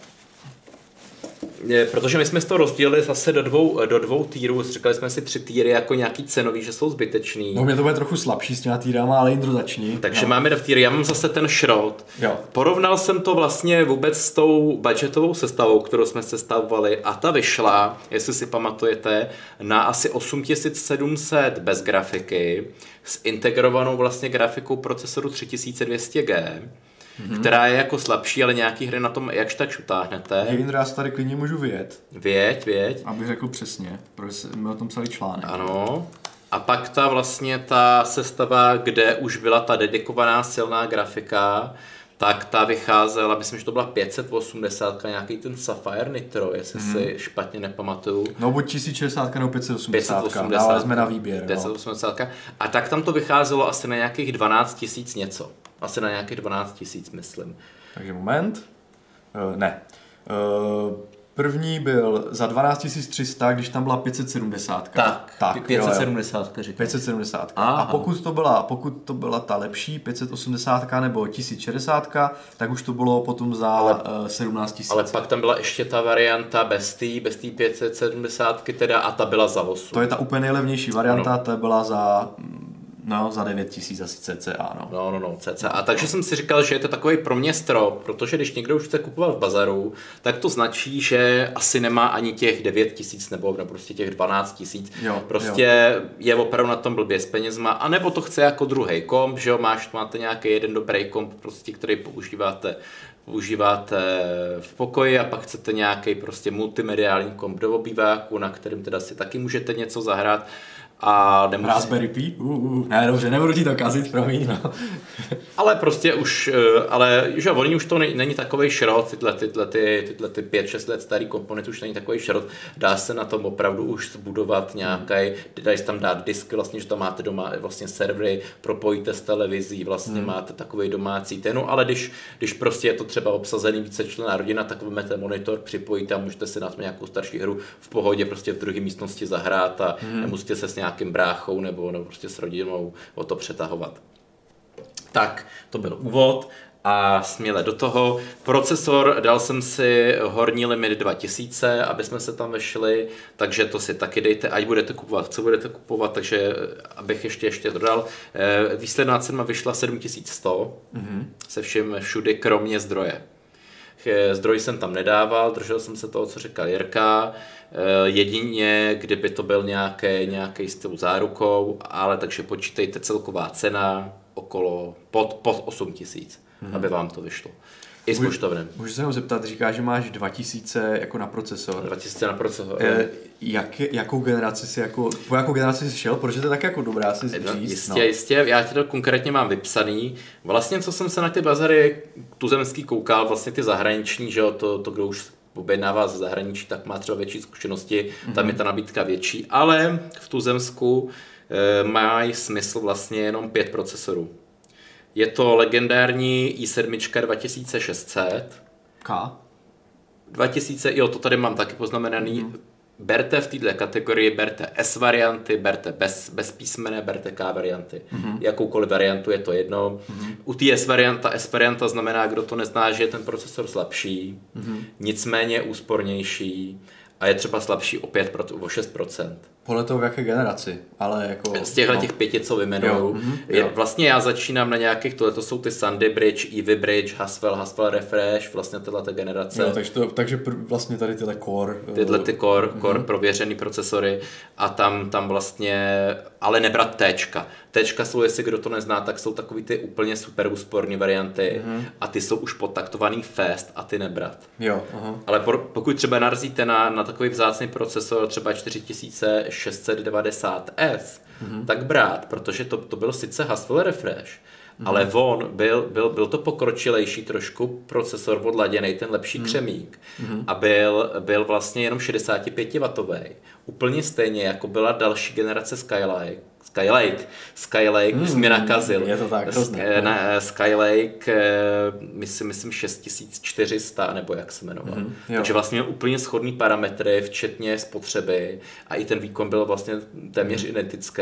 Speaker 2: Protože my jsme to rozdělili zase do dvou, do dvou týrů, říkali jsme si tři týry jako nějaký cenový, že jsou zbytečný.
Speaker 1: No mě to bude trochu slabší s těma týrama, ale Jindro začni.
Speaker 2: Takže
Speaker 1: no.
Speaker 2: máme dva týry, já mám zase ten šrot.
Speaker 1: Jo.
Speaker 2: Porovnal jsem to vlastně vůbec s tou budgetovou sestavou, kterou jsme sestavovali a ta vyšla, jestli si pamatujete, na asi osm tisíc sedm set bez grafiky s integrovanou vlastně grafikou procesoru tři tisíce dvě stě G. Mm-hmm. která je jako slabší, ale nějaký hry na tom jakž tak utáhnete.
Speaker 1: Jindra, já tady klidně můžu vyjet.
Speaker 2: Věď, věď.
Speaker 1: Abych řekl přesně, protože jsme o tom psali článek.
Speaker 2: Ano. A pak ta vlastně ta sestava, kde už byla ta dedikovaná silná grafika, tak ta vycházela, myslím, že to byla pět set osmdesát, nějaký ten Sapphire Nitro, jestli mm. si špatně nepamatuju.
Speaker 1: No buď tisíc šedesát nebo pět set osmdesát, dále jsme na výběr.
Speaker 2: pět set osmdesát. No. A tak tam to vycházelo asi na nějakých dvanáct tisíc něco. Asi na nějakých dvanáct tisíc, myslím.
Speaker 1: Takže moment. Uh, ne. Uh, první byl za dvanáct tisíc tři sta, když tam byla pět set sedmdesát.
Speaker 2: Tak, tak pět set sedmdesát říkám.
Speaker 1: pět set sedmdesát. A pokud to, byla, pokud to byla ta lepší, pět set osmdesát nebo tisíc šedesát, tak už to bylo potom za ale, uh, sedmnáct tisíc.
Speaker 2: Ale pak tam byla ještě ta varianta bez té, bez té pět set sedmdesát teda a ta byla za osm.
Speaker 1: To je ta úplně nejlevnější varianta, ano. Ta byla za No, za devět tisíc asi cca, no.
Speaker 2: No, no, no, cca. A takže jsem si říkal, že je to takový pro mě strop, protože když někdo už chce kupovat v bazaru, tak to značí, že asi nemá ani těch devět tisíc nebo, nebo prostě těch dvanáct tisíc. Prostě jo. Je opravdu na tom blbě s penězma, anebo to chce jako druhý komp, že jo, máš, máte nějaký jeden dobrý komp, prostě, který používáte používáte v pokoji a pak chcete nějaký prostě multimediální komp do obýváku, na kterým teda si taky můžete něco zahrát. A nemusí...
Speaker 1: Raspberry Pi? Uh, uh. Ne, dobře, nebudu ti to kazit, promiň, no.
Speaker 2: Ale prostě už, ale že oni už to není, není takovej šrot, tyhle, tyhle, ty, tyhle ty pět šest let starý komponent už není takovej šrot, dá se na tom opravdu už zbudovat nějaký, dají se tam dát disky, vlastně, že tam máte doma vlastně servery, propojíte s televizí, vlastně hmm. máte takovej domácí tenu, ale když, když prostě je to třeba obsazený vícečlenná rodina, tak vezmete monitor, připojíte a můžete si na to nějakou starší hru v pohodě prostě v druhé místnosti zahrát a hmm. nemusíte se s nějakým bráchou nebo, nebo prostě s rodinou o to přetahovat. Tak, to byl úvod a směle do toho. Procesor, dal jsem si horní limit dva tisíce, aby jsme se tam vešli, takže to si taky dejte, ať budete kupovat, co budete kupovat, takže abych ještě ještě dodal. Výsledná cena vyšla sedm tisíc sto, mm-hmm. se vším všudy, kromě zdroje. Zdroj jsem tam nedával, držel jsem se toho, co říkal Jirka, jedině, kdyby to byl nějaký, nějaký styl zárukou, ale takže počítejte celková cena okolo pod, pod osm tisíc, mm-hmm. aby vám to vyšlo. I s poštovným.
Speaker 1: Můžu se ho zeptat, říká, že máš dva tisíce jako na procesor.
Speaker 2: dva tisíce na procesor.
Speaker 1: E, jak, jakou generaci jsi jako, po jakou generaci jsi šel? Protože to je tak jako dobrá si říct.
Speaker 2: No, jistě, no. jistě, já ti to konkrétně mám vypsaný. Vlastně, co jsem se na ty bazary tuzemský koukal, vlastně ty zahraniční, že jo, to, to kdo už objednává ze zahraničí, tak má třeba větší zkušenosti, mm-hmm. tam je ta nabídka větší, ale v tuzemsku e, mají smysl vlastně jenom pět procesorů. Je to legendární i sedm dva tisíce šest set.
Speaker 1: K?
Speaker 2: dva tisíce, jo, to tady mám taky poznamenaný. Mm. Berte v této kategorii, berte S varianty, berte bez, bez písmene, berte K varianty. Mm. Jakoukoliv variantu je to jedno. Mm. U té S varianta, S varianta znamená, kdo to nezná, že je ten procesor slabší, mm. nicméně úspornější a je třeba slabší o, pět, o šest procent.
Speaker 1: Podle toho v jaké generaci, ale jako...
Speaker 2: Z těchto no. těch pěti, co vyjmenuju. Mm-hmm, je, vlastně já začínám na nějakých, tohle to jsou ty Sandy Bridge, Ivy Bridge, Haswell, Haswell Refresh, vlastně tyhle generace.
Speaker 1: Jo, takže, to, takže pr- vlastně tady tyhle Core...
Speaker 2: Tyhle ty Core, mm-hmm. Core prověřený procesory a tam, tam vlastně, ale nebrat Tčka. Tčka jsou, jestli kdo to nezná, tak jsou takový ty úplně super úsporní varianty mm-hmm. a ty jsou už podtaktovaný fast a ty nebrat.
Speaker 1: Jo, aha.
Speaker 2: Ale por, pokud třeba narazíte na, na takový vzácný procesor, třeba čtyři tisíce šest set devadesát S, mm-hmm. tak brát, protože to, to byl sice Haswell Refresh, mm-hmm. ale on byl, byl, byl to pokročilejší trošku procesor odladěný, ten lepší mm-hmm. křemík mm-hmm. a byl, byl vlastně jenom šedesát pět wattů. Úplně stejně jako byla další generace Skylake. Skylake, Skylake, už mm, mě nakazil.
Speaker 1: Je to tak, hrozný.
Speaker 2: Na, Skylake, myslím, myslím šest tisíc čtyři sta, nebo jak se jmenoval. Mm, Takže vlastně měl úplně shodný parametry, včetně spotřeby a i ten výkon byl vlastně téměř mm. identický.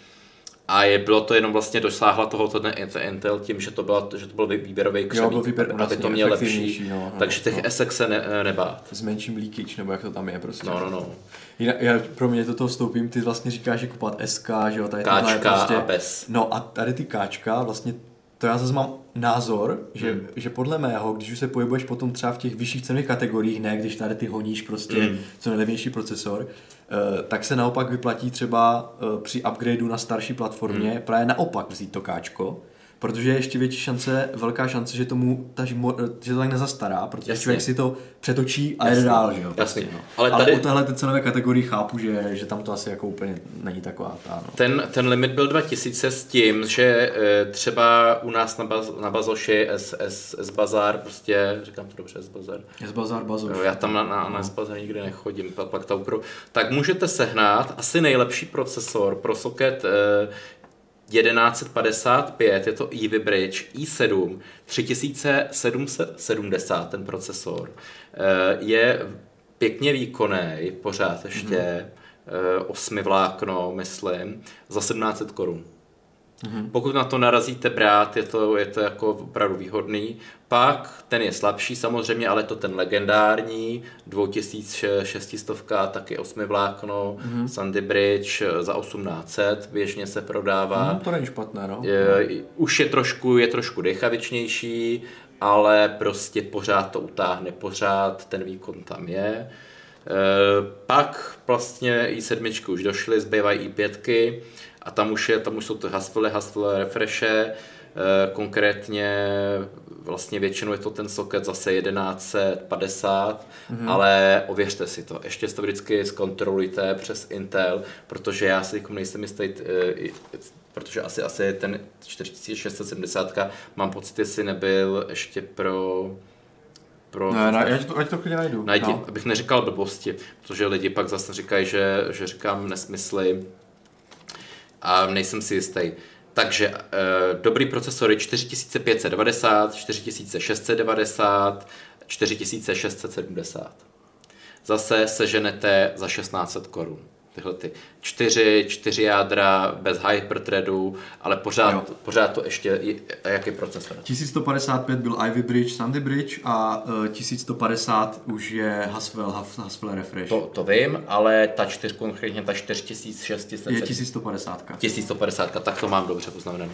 Speaker 2: A je, bylo to jenom vlastně dosáhla tohoto Intel tím, že to, byla, že to byl výběrový křemík, jo, výběr, aby to měl lepší. No, no, takže těch no. S X se ne, nebát.
Speaker 1: S menším leakage, nebo jak to tam je prostě.
Speaker 2: No, no, no.
Speaker 1: Já, já pro mě do toho vstoupím, ty vlastně říkáš, že kupovat S K, že jo, tady
Speaker 2: Káčka
Speaker 1: prostě,
Speaker 2: a bez.
Speaker 1: No a tady ty Káčka, vlastně to já zase mám názor, že, hmm. že podle mého, když už se pohybuješ potom třeba v těch vyšších cenových kategoriích, ne, když tady ty honíš prostě hmm. co nejlevnější procesor, uh, tak se naopak vyplatí třeba uh, při upgradeu na starší platformě hmm. právě naopak vzít to Káčko, protože je ještě větší šance, velká šance, že tomu ta, že to tak nezastará, protože Jasně. člověk si to přetočí a jde dál, že jo.
Speaker 2: Jasně.
Speaker 1: No.
Speaker 2: Ale,
Speaker 1: Ale
Speaker 2: tady...
Speaker 1: u téhle cenové kategorii chápu, že, že tam to asi jako úplně není taková ta, no.
Speaker 2: Ten, ten limit byl dva tisíce s tím, že e, třeba u nás na, baz, na Bazoši S, S, S Bazar, prostě, říkám to dobře, S Bazar.
Speaker 1: S Bazar, Bazoš.
Speaker 2: Já tam na, na, na S Bazar nikdy nechodím, pak, pak ta ukru. Tak můžete sehnat asi nejlepší procesor pro socket e, jedenáct padesát pět, je to Ivy Bridge i sedm, tři tisíce sedm set sedmdesát ten procesor. Je pěkně výkonný, pořád ještě, mm. osmi vlákno, myslím, za sedmnáct set korun. Mm-hmm. Pokud na to narazíte brát, je to, je to jako opravdu výhodný. Pak ten je slabší samozřejmě, ale to ten legendární, dva tisíce šest set, taky osmi vlákno, mm-hmm. Sandy Bridge za osmnáct set, běžně se prodává.
Speaker 1: Mm, to není špatné, no.
Speaker 2: Je, už je trošku, je trošku dechavičnější, ale prostě pořád to utáhne, pořád ten výkon tam je. E, pak vlastně i sedm už došly, zbývají i pět a tam už, je, tam už jsou to Haswell, Haswell refreshe, e, konkrétně vlastně většinou je to ten socket zase jedenáct set padesát, mm-hmm. ale ověřte si to. Ještě to vždycky zkontrolujte přes Intel, protože já si nejsem jistý, e, protože asi, asi ten čtyři tisíce šest set sedmdesát mám pocit, jestli nebyl ještě pro... pro
Speaker 1: ne, ne, ať to, ať to klidně najdu.
Speaker 2: Najdi, no. Abych neříkal blbosti, protože lidi pak zase říkají, že, že říkám nesmysly a nejsem si jistý. Takže e, dobrý procesory čtyři tisíce pět set devadesát, čtyři tisíce šest set devadesát, čtyři tisíce šest set sedmdesát. Zase seženete za šestnáct set korun. Tyhle ty čtyři, čtyři jádra bez hyperthreadu, ale pořád, pořád to ještě, jaký procesor?
Speaker 1: tisíc sto padesát pět byl Ivy Bridge, Sandy Bridge a uh, tisíc sto padesát už je Haswell, Haswell Refresh.
Speaker 2: To, to vím, ale ta čtyř, konkrétně ta čtyři tisíce šest set...
Speaker 1: Je tisíc sto padesát.
Speaker 2: tisíc sto padesát, tak to mám dobře poznamenané.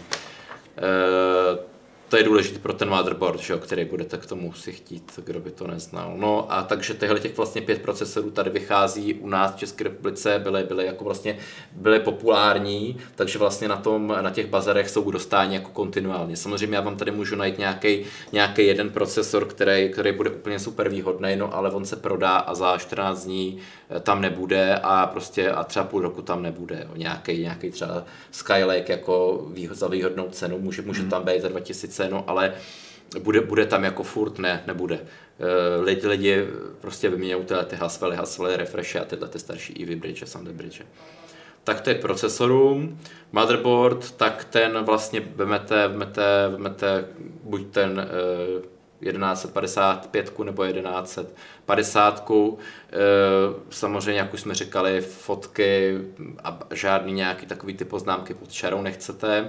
Speaker 2: Uh, To je důležité pro ten motherboard, že jo, který budete k tomu si chtít, kdo by to neznal. No a takže těchto těch vlastně pět procesorů tady vychází u nás v České republice, byly, byly jako vlastně byly populární, takže vlastně na tom, na těch bazarech jsou dostáni jako kontinuálně. Samozřejmě já vám tady můžu najít nějaký nějaký jeden procesor, který, který bude úplně super výhodný, no ale on se prodá a za čtrnáct dní tam nebude a prostě a třeba půl roku tam nebude. Nějaký, nějaký třeba Skylake jako výhod, za výhodnou cenu, může, může tam být za dva tisíce, no, ale bude, bude tam jako furt, ne, nebude. Lidi, lidi prostě vyměňují tyhle ty Haswelly, Haswelly Refreshe a tyhle ty starší Ivy Bridge a Sandy Bridge. Tak to je procesorům. Motherboard, tak ten vlastně vemete, vemete, vemete buď ten jedenáct set padesát pět nebo jedenáct set padesát. Samozřejmě, jak už jsme říkali, fotky a žádný nějaký takový ty poznámky pod čarou nechcete.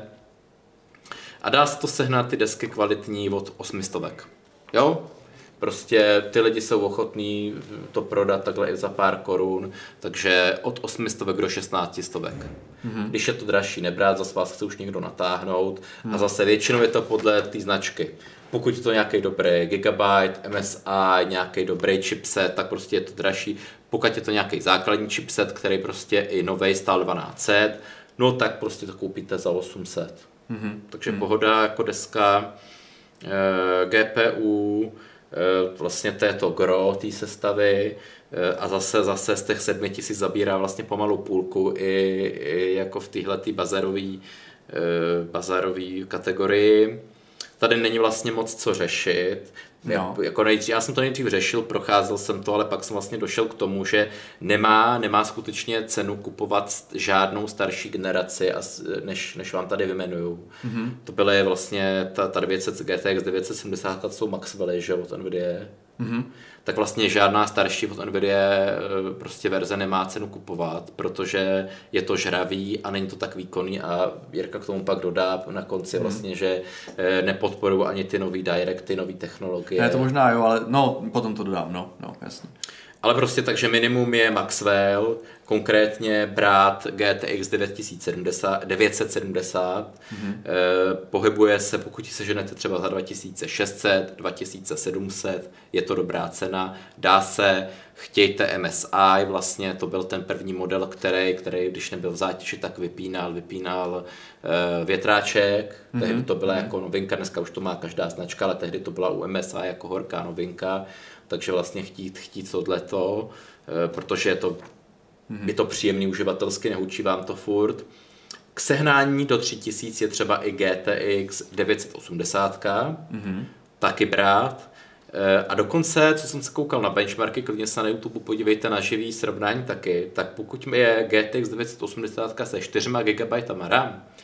Speaker 2: A dá se to sehnat ty desky kvalitní od osmi stovek. Jo? Prostě ty lidi jsou ochotní to prodat takhle i za pár korun, takže od osmi stovek do šestnácti stovek. Mm-hmm. Když je to dražší nebrat, zase vás chce už někdo natáhnout mm. a zase většinou je to podle té značky. Pokud je to nějaký dobrý Gigabyte, M S I, nějaký dobrý chipset, tak prostě je to dražší. Pokud je to nějaký základní chipset, který prostě i novej stál dvanáct set, no tak prostě to koupíte za osm set. Mm-hmm. Takže mm. pohoda jako deska, e, G P U, e, vlastně to je to gro té sestavy e, a zase, zase z těch sedmi tisíc zabírá vlastně pomalu půlku i, i jako v téhletý bazarový, e, bazarový kategorii. Tady není vlastně moc co řešit. No. Jako nejdřív, já jsem to nejdřív řešil, procházel jsem to, ale pak jsem vlastně došel k tomu, že nemá, nemá skutečně cenu kupovat žádnou starší generaci, než, než vám tady vymenuju. Mm-hmm. To byly vlastně ta, ta devět set, G T X devět set sedmdesát, to jsou Maxwelly, že od Nvidia. Mm-hmm. Tak vlastně žádná starší od Nvidia prostě verze nemá cenu kupovat, protože je to žravý a není to tak výkonný a Jirka k tomu pak dodá na konci vlastně, že nepodporují ani ty nový directy, nový technologie.
Speaker 1: Ne, to možná jo, ale no, potom to dodám, no, no, jasně.
Speaker 2: Ale prostě takže minimum je Maxwell, konkrétně brát G T X devět set sedmdesát, mm-hmm. eh, pohybuje se, pokud si seženete třeba za dva tisíce šest set, dva tisíce sedm set, je to dobrá cena, dá se, chtějte M S I, vlastně to byl ten první model, který, který když nebyl v zátěži, tak vypínal, vypínal eh, větráček, mm-hmm. tehdy to byla mm-hmm. jako novinka, dneska už to má každá značka, ale tehdy to byla u M S I jako horká novinka, takže vlastně chtít, chtít tohleto, protože je to, mm-hmm. je to příjemný uživatelsky, nehučí vám to furt. K sehnání do tři tisíce je třeba i G T X devět set osmdesát, mm-hmm. taky brát. A dokonce, co jsem se koukal na benchmarky, klidně se na YouTube podívejte na živý srovnání taky, tak pokud je G T X devět set osmdesát se čtyři gigabyty RAM,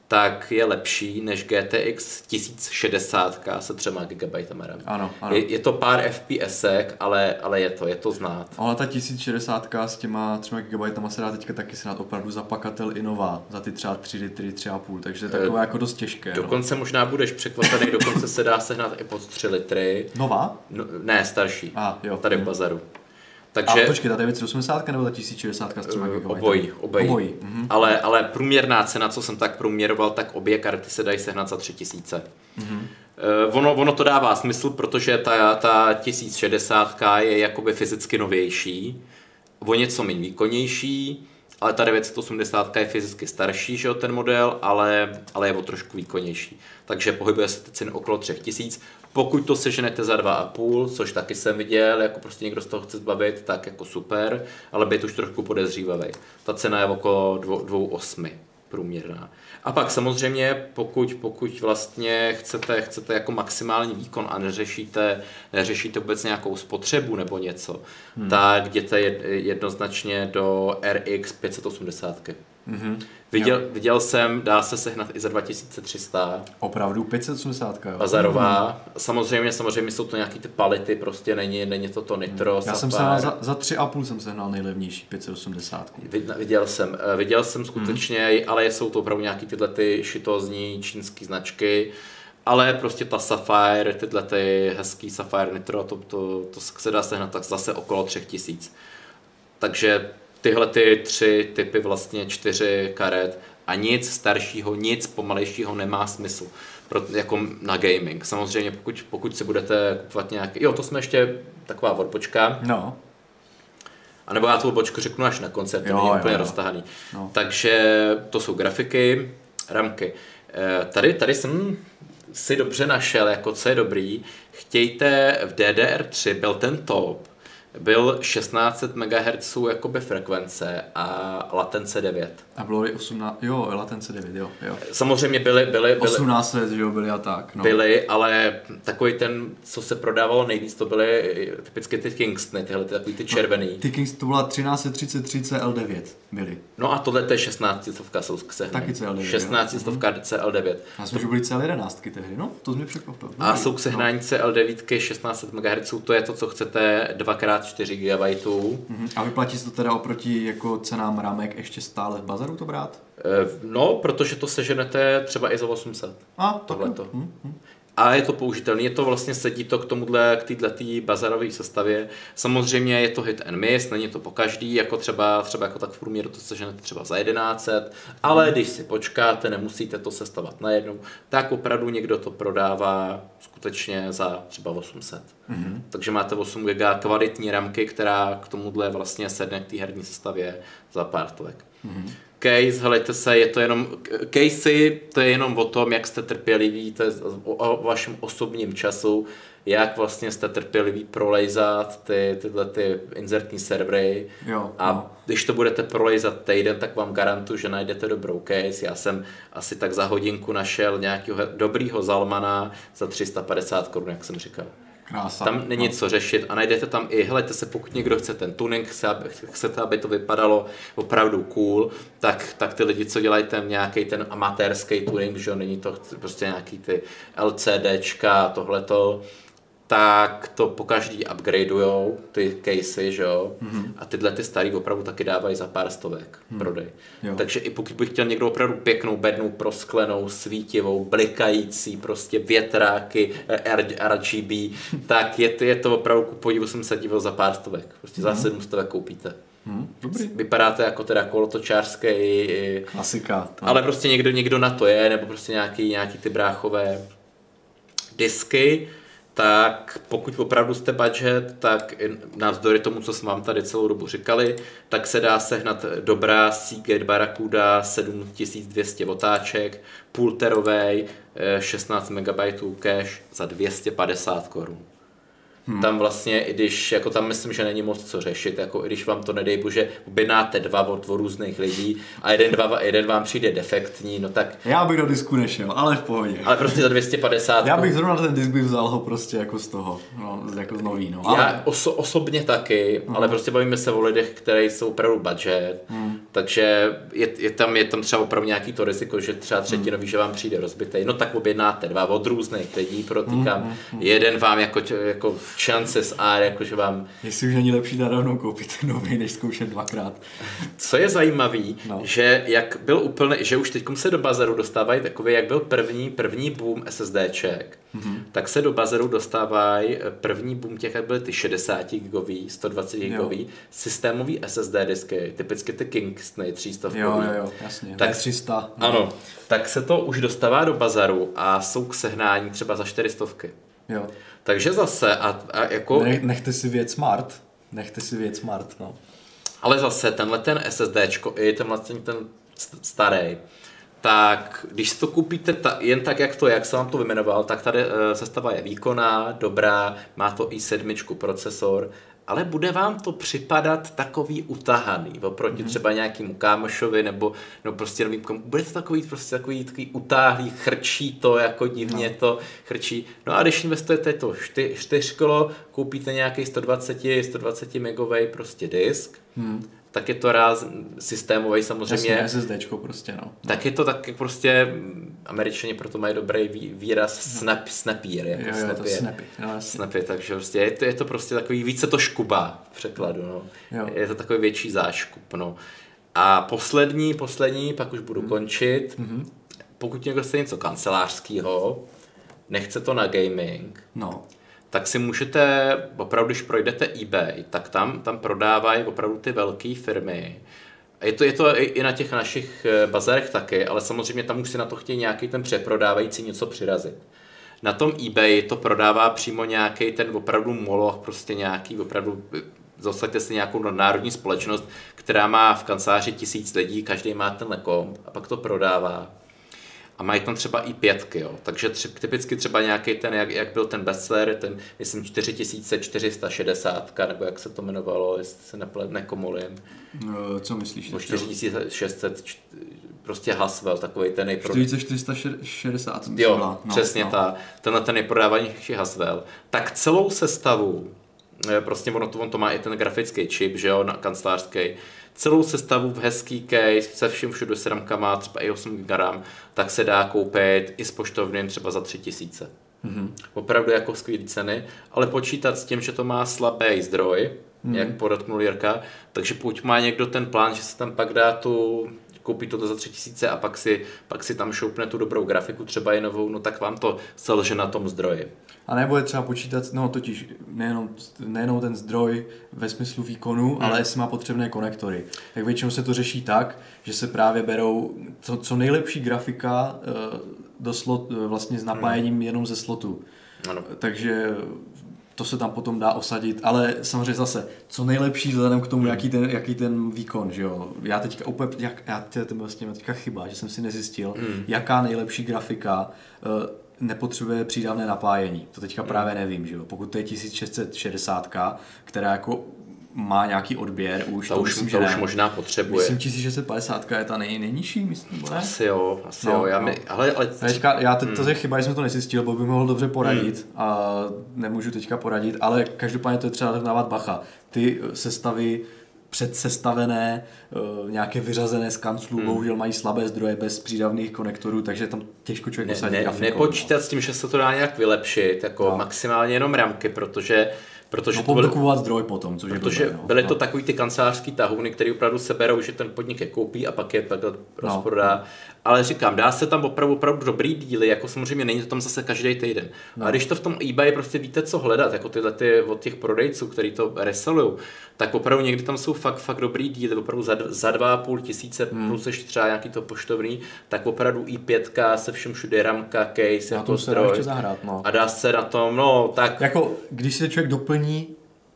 Speaker 2: tak je lepší než G T X tisíc šedesát se třema gigabajtama RAM.
Speaker 1: Ano, ano.
Speaker 2: Je, je to pár FPSek, ale, ale je to, je to znát.
Speaker 1: Ale ta tisíc šedesát s těma třema gigabajtama se dá teďka taky snad opravdu za pakatel i nová, za ty třeba tři litry, tři a půl, takže takové e, jako dost těžké.
Speaker 2: Dokonce no. možná budeš překvapený, dokonce se dá sehnat i pod tři litry.
Speaker 1: Nová?
Speaker 2: No, ne, starší.
Speaker 1: A, jo.
Speaker 2: Tady v bazaru. Takže,
Speaker 1: a počkej, ta devět set osmdesát nebo ta tisíc šedesát s třema gigabajtama?
Speaker 2: Obojí, obojí.
Speaker 1: obojí. Mhm.
Speaker 2: Ale, ale průměrná cena, co jsem tak průměroval, tak obě karty se dají sehnat za tři tisíce. Mhm. Uh, ono, ono to dává smysl, protože ta, ta tisíc šedesát je jakoby fyzicky novější, o něco méně výkonnější, ale ta devět set osmdesát je fyzicky starší, že jo, ten model, ale, ale je o trošku výkonnější. Takže pohybuje se ty ceny okolo tři tisíce. Pokud to seženete za dva a půl, což taky jsem viděl, jako prostě někdo z toho chce zbavit, tak jako super, ale být už trošku podezřívavý. Ta cena je okolo dvou osmi průměrná. A pak samozřejmě, pokud, pokud vlastně chcete, chcete jako maximální výkon a neřešíte, neřešíte vůbec nějakou spotřebu nebo něco, hmm. tak jděte jednoznačně do R X pět set osmdesát. Mm-hmm. Viděl, viděl jsem, dá se sehnat i za dva tisíce tři sta.
Speaker 1: Opravdu pět set osmdesát, jo.
Speaker 2: Bazarová. Mm. Samozřejmě, samozřejmě jsou to nějaký ty pality, prostě není, není to to nitro,
Speaker 1: Já
Speaker 2: Sapphire.
Speaker 1: jsem sehnal za, za tři a půl jsem sehnal nejlevnější pět set osmdesát.
Speaker 2: Viděl jsem, viděl jsem skutečně, mm. ale jsou to opravdu nějaký tyhle ty šitózní čínský značky. Ale prostě ta Sapphire, tyhle ty hezký Sapphire Nitro, to, to, to se dá sehnat tak zase okolo tři tisíce. Takže tyhle ty tři typy, vlastně čtyři karet a nic staršího, nic pomalejšího nemá smysl pro, jako na gaming. Samozřejmě pokud, pokud si budete kupovat nějaký, jo, to jsme ještě taková odbočka.
Speaker 1: No.
Speaker 2: A nebo já tu odbočku řeknu až na konci, to není úplně roztahaný.
Speaker 1: No.
Speaker 2: Takže to jsou grafiky, ramky. Tady, tady jsem si dobře našel, jako co je dobrý. Chtějte v D D R tři, byl ten top, byl šestnáct set megahertzů jakoby frekvence a latence devět.
Speaker 1: A bylo i osmnáct, jo, latence devět, jo, jo.
Speaker 2: Samozřejmě byly, byly, byly
Speaker 1: osmnáct set, jo, byly a tak, no.
Speaker 2: Byly, ale takový ten, co se prodávalo nejvíc, to byly typicky ty Kingstony, tyhle ty, takový ty červený.
Speaker 1: No, ty Kingston, to byla třináct set třicet tři C L devět, byly.
Speaker 2: No a tohle to je šestnáct stovka jsou sehnaný.
Speaker 1: Taky C L devět,
Speaker 2: šestnáct stovka mm. C L devět.
Speaker 1: Já myslím, že byly C L jedenáct tehdy, no, to mě překvapilo.
Speaker 2: A jsou k sehnání no. C L devět šestnáct set megahertzů, to je to, co chcete dva krát čtyři gigabajtů.
Speaker 1: Mm-hmm. A vyplatí se to teda oproti jako cenám rámek ještě stále v bazaru to brát?
Speaker 2: No, protože to seženete třeba i za osm set.
Speaker 1: A, tohleto. Mm-hmm.
Speaker 2: A je to použitelné, je to vlastně, sedí to k tomuhle, k této bazarové sestavě. Samozřejmě je to hit and miss, není to po každý, jako třeba, třeba jako tak v průměru to seženete třeba za jedenáct set, ale když si počkáte, nemusíte to sestavat najednou, tak opravdu někdo to prodává skutečně za třeba osm set. Mm-hmm. Takže máte osm giga kvalitní ramky, která k tomuhle vlastně sedne k té herní sestavě za pár stovek. Mm-hmm. Case, helejte se, je to jenom, casey, to je jenom o tom, jak jste trpěliví, to je o, o vašem osobním času, jak vlastně jste trpěliví prolejzat ty, tyhle ty inzertní servery.
Speaker 1: Jo,
Speaker 2: a
Speaker 1: no.
Speaker 2: Když to budete prolejzat týden, tak vám garantuju, že najdete dobrou case. Já jsem asi tak za hodinku našel nějakého dobrýho Zalmana za tři sta padesát korun, jak jsem říkal.
Speaker 1: Krása.
Speaker 2: Tam není no. co řešit a najdete tam i, helejte se, pokud někdo chce ten tuning, chcete, aby to vypadalo opravdu cool, tak, tak ty lidi, co dělají ten nějaký ten amatérský tuning, že není to prostě nějaký ty LCDčka a tohleto, tak to pokaždý upgradeujou ty casey, že jo, mm-hmm. a tyhle ty starý opravdu taky dávají za pár stovek mm. prodej. Jo. Takže i pokud by chtěl někdo opravdu pěknou bednu, prosklenou, svítivou, blikající, prostě větráky, R G B, tak je to, je to opravdu, ku podivu jsem se díval za pár stovek. Prostě mm. za sedm stovek koupíte.
Speaker 1: Hmm, dobrý.
Speaker 2: Vypadáte jako teda kolotočářský.
Speaker 1: Klasika.
Speaker 2: To. Ale prostě někdo, někdo na to je, nebo prostě nějaký, nějaký ty bráchové disky. Tak pokud opravdu jste budget, tak navzdory tomu, co jsme vám tady celou dobu říkali, tak se dá sehnat dobrá Seagate Barracuda sedm tisíc dvě stě otáček, půlterovej, šestnáct megabajtů cache za dvě stě padesát korun. Hmm. Tam vlastně, i když, jako tam myslím, že není moc co řešit, jako i když vám to nedej bože, objednáte dva od dvou různých lidí a jeden, dva, jeden vám přijde defektní, no tak...
Speaker 1: Já bych do disku nešel, ale v pohodě.
Speaker 2: Ale prostě za dvě stě padesát.
Speaker 1: Já bych zrovna ten disk bych vzal ho prostě jako z toho, no, jako z nový, no.
Speaker 2: Ale... Já oso, osobně taky, hmm. ale prostě bavíme se o lidech, kteří jsou opravdu budget, hmm. Takže je, je, tam, je tam třeba opravdu nějaký to riziko, že třeba třetinový, mm. že vám přijde rozbitej. No tak objednáte dva od různých lidí, protýkám. Mm, mm, mm. Jeden vám jako, jako šance z A, jako že vám...
Speaker 1: Jestli už není lepší na rovnou koupit nový, než zkoušet dvakrát.
Speaker 2: Co je zajímavý, no. že jak byl úplně, že už teďkom se do bazaru dostávají takový, jak byl první, první boom SSDček, mm-hmm. tak se do bazaru dostávají první boom těch, jak byly ty šedesát gigový, sto dvacet gigový systémový S S D disky, typicky ty Kingstony tři sta.
Speaker 1: Jo, jo, jo, jasně.
Speaker 2: Tak,
Speaker 1: tři sta.
Speaker 2: Ano, tak se to už dostává do bazaru a jsou k sehnání třeba za čtyři stovky.
Speaker 1: Jo.
Speaker 2: Takže zase a, a jako...
Speaker 1: Ne, nechte si věc smart, nechte si věc smart, no.
Speaker 2: Ale zase tenhle ten SSDčko i tenhle ten starý, tak když si to koupíte ta, jen tak, jak to, jak jsem vám to vymenoval, tak tady uh, sestava je výkonná, dobrá, má to i sedm procesor, ale bude vám to připadat takový utahaný, oproti mm-hmm. třeba nějakému kámošovi, nebo no prostě nevím komu, bude to takový prostě takový, takový utáhlý, chrčí to, jako divně no. to chrčí. No a když investujete to čty, čtyřkolo, koupíte nějaký sto dvacet megový prostě disk, hmm. tak je to ráz systémový samozřejmě.
Speaker 1: Jasně, SSDčko prostě, no.
Speaker 2: Tak je to tak prostě, Američani proto mají dobrý výraz snap, snappier, jako
Speaker 1: jo, jo,
Speaker 2: snappy,
Speaker 1: to snappy, no,
Speaker 2: snappy, takže prostě je to, je to prostě takový, více to škuba v překladu, no.
Speaker 1: Jo.
Speaker 2: Je to takový větší záškup, no. A poslední, poslední, pak už budu hmm. končit, mm-hmm. pokud někdo chce něco kancelářského, nechce to na gaming,
Speaker 1: no.
Speaker 2: tak si můžete, opravdu, když projdete eBay, tak tam, tam prodávají opravdu ty velké firmy. Je to, je to i na těch našich bazarech taky, ale samozřejmě tam už si na to chtějí nějaký ten přeprodávající něco přirazit. Na tom eBay to prodává přímo nějaký ten opravdu moloch, prostě nějaký opravdu, zasaďte si nějakou národní společnost, která má v kanceláři tisíc lidí, každý má tenhle komp a pak to prodává. A mají tam třeba i pětky, jo. Takže tři, typicky třeba nějaký ten, jak, jak byl ten bestseller, ten, myslím, čtyři tisíce čtyři sta šedesát, nebo jak se to jmenovalo, jestli se neple, nekomolím.
Speaker 1: No, co myslíš?
Speaker 2: čtyři tisíce šest set, prostě Haswell, takový ten nejpro...
Speaker 1: čtyři tisíce čtyři sta šedesát.
Speaker 2: Jo,
Speaker 1: no,
Speaker 2: přesně
Speaker 1: no.
Speaker 2: ta, tenhle ten nejprodávanější Haswell. Tak celou sestavu, prostě ono to, on to má i ten grafický čip, že jo, na kancelářský, celou sestavu v hezký case, se vším všude s ramkama, třeba i osm giga RAM, tak se dá koupit i s poštovným třeba za tři tisíce. Mm-hmm. Opravdu jako skvělý ceny, ale počítat s tím, že to má slabý zdroj, mm-hmm. jak podotknul Jirka, takže pokud má někdo ten plán, že se tam pak dá tu, koupí to za tři tisíce a pak si, pak si tam šoupne tu dobrou grafiku, třeba i novou, no tak vám to selže na tom zdroji.
Speaker 1: A nebo je třeba počítat, no totiž nejenom, nejenom ten zdroj ve smyslu výkonu, hmm. ale jestli má potřebné konektory. Tak většinou se to řeší tak, že se právě berou co, co nejlepší grafika do slot, vlastně s napájením hmm. jenom ze slotu. Ano. Takže to se tam potom dá osadit, ale samozřejmě zase, co nejlepší vzhledem k tomu, hmm. jaký, ten, jaký ten výkon, že jo. Já teďka úplně, jak, já to je vlastně teďka chyba, že jsem si nezjistil, hmm. jaká nejlepší grafika nepotřebuje přídavné napájení. To teďka právě nevím, že jo. Pokud to je tisíc šest set šedesát, která jako má nějaký odběr už,
Speaker 2: to,
Speaker 1: to
Speaker 2: už,
Speaker 1: myslím,
Speaker 2: to
Speaker 1: že
Speaker 2: už
Speaker 1: ne.
Speaker 2: možná potřebuje.
Speaker 1: Myslím, tisíc šest set padesát je ta nej, nejnižší, myslím, ne?
Speaker 2: Asi jo, asi
Speaker 1: no,
Speaker 2: jo. Já
Speaker 1: no.
Speaker 2: mi, ale, ale...
Speaker 1: Teďka, já teď, hmm. to je chyba, že jsem to nezjistil, bo bych mohl dobře poradit hmm. a nemůžu teďka poradit, ale každopádně to je třeba dávat bacha. Ty sestavy předsestavené, nějaké vyřazené z kanclů, hmm. bohužel mají slabé zdroje bez přídavných konektorů, takže tam těžko člověk posadí
Speaker 2: ne, ne,
Speaker 1: grafikou.
Speaker 2: Nepočítat s tím, že se to dá nějak vylepšit, jako no. maximálně jenom ramky, protože Protože
Speaker 1: no,
Speaker 2: to byly,
Speaker 1: kupovat zdroj potom, což
Speaker 2: protože
Speaker 1: je blbé, no.
Speaker 2: byly
Speaker 1: no.
Speaker 2: to takový ty kancelářský tahouny, který opravdu seberou, že ten podnik je koupí a pak je pak rozprodá. No. Ale říkám, dá se tam opravdu, opravdu dobrý díly, jako samozřejmě není to tam zase každý týden. No. A když to v tom eBay prostě víte, co hledat, jako tyhle ty od těch prodejců, kteří to resellují, tak opravdu někdy tam jsou fakt, fakt dobrý díly, opravdu za, za dva a půl tisíce hmm. plus ještě třeba nějaký to poštovný, tak opravdu i pět se všem všude ramka, case,
Speaker 1: já
Speaker 2: jako
Speaker 1: se dá ještě zahrát, no.
Speaker 2: A dá se na tom, no tak...
Speaker 1: Jako, když se člověk doplní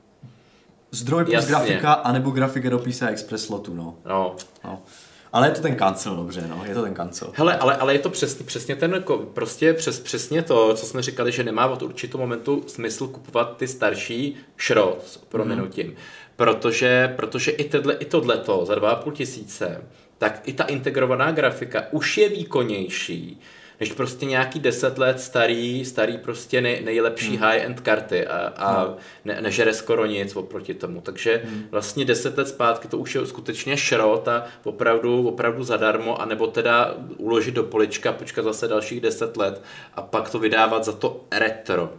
Speaker 1: zdroj plus Jasně. grafika, anebo grafika do P C I Express slotu, no.
Speaker 2: No.
Speaker 1: no. Ale je to ten kancel, dobře, no, je to ten kancel.
Speaker 2: Hele, ale, ale je to přesně, přesně ten, prostě přes, přesně to, co jsme říkali, že nemá od určitou momentu smysl kupovat ty starší šrot s prominutím. Mm. Protože, protože i, tedle, i tohleto za dva a půl tisíce, tak i ta integrovaná grafika už je výkonnější než prostě nějaký deset let starý, starý prostě nej, nejlepší hmm. high-end karty a, a hmm. ne, nežere skoro nic oproti tomu. Takže hmm. vlastně deset let zpátky to už je skutečně šrot a opravdu, opravdu zadarmo, anebo teda uložit do polička, počkat zase dalších deset let a pak to vydávat za to retro.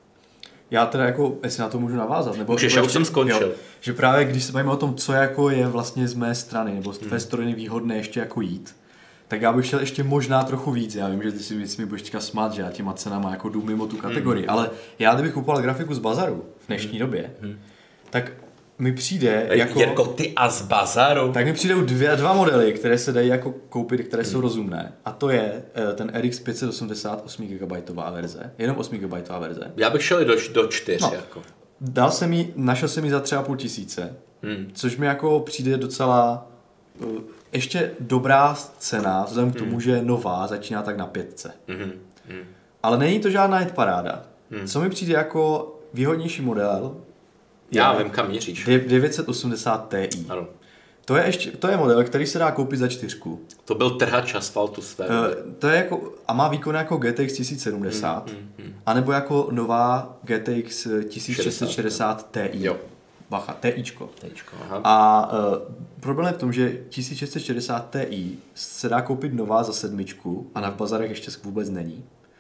Speaker 1: Já teda jako, jestli na to můžu navázat, nebo...
Speaker 2: Můžeš, já už jsem skončil. Jo,
Speaker 1: že právě když se bavíme o tom, co jako je vlastně z mé strany, nebo z tvé hmm. strany výhodné ještě jako jít, tak já bych šel ještě možná trochu víc. Já vím, že ty si mi budeš teďka smát, že já těma cenama jako jdu mimo tu kategorii, hmm. ale já kdybych kupoval grafiku z bazaru v dnešní hmm. době, hmm. tak mi přijde jako...
Speaker 2: Jako ty a z bazaru?
Speaker 1: Tak mi přijdou dvě, dva modely, které se dají jako koupit, které hmm. jsou rozumné. A to je ten R X pět set osmdesát osm gigabajtová verze. Jenom osm gigabajtová verze.
Speaker 2: Já bych šel i do, do čtyř. No. Jako.
Speaker 1: Dal jsem jí, našel jsem ji za tři a půl tisíce, hmm. což mi jako přijde docela uh, ještě dobrá cena, vzhledem k tomu, hmm. že nová začíná tak na pětce. Hmm. Hmm. Ale není to žádná hitparáda. Hmm. Co mi přijde jako výhodnější model,
Speaker 2: já vím, kam míříš.
Speaker 1: devět set osmdesát Ti.
Speaker 2: Ano.
Speaker 1: To je, ještě, to je model, který se dá koupit za čtyřku.
Speaker 2: To byl trhač asfaltu své.
Speaker 1: Uh, to je jako, a má výkon jako G T X tisíc sedmdesát, mm, mm, mm. anebo jako nová G T X tisíc šest set šedesát Ti.
Speaker 2: Jo.
Speaker 1: Bacha, TIčko.
Speaker 2: TIčko, aha.
Speaker 1: A uh, problém je v tom, že tisíc šest set šedesát Ti se dá koupit nová za sedmičku a na bazarech ještě vůbec není.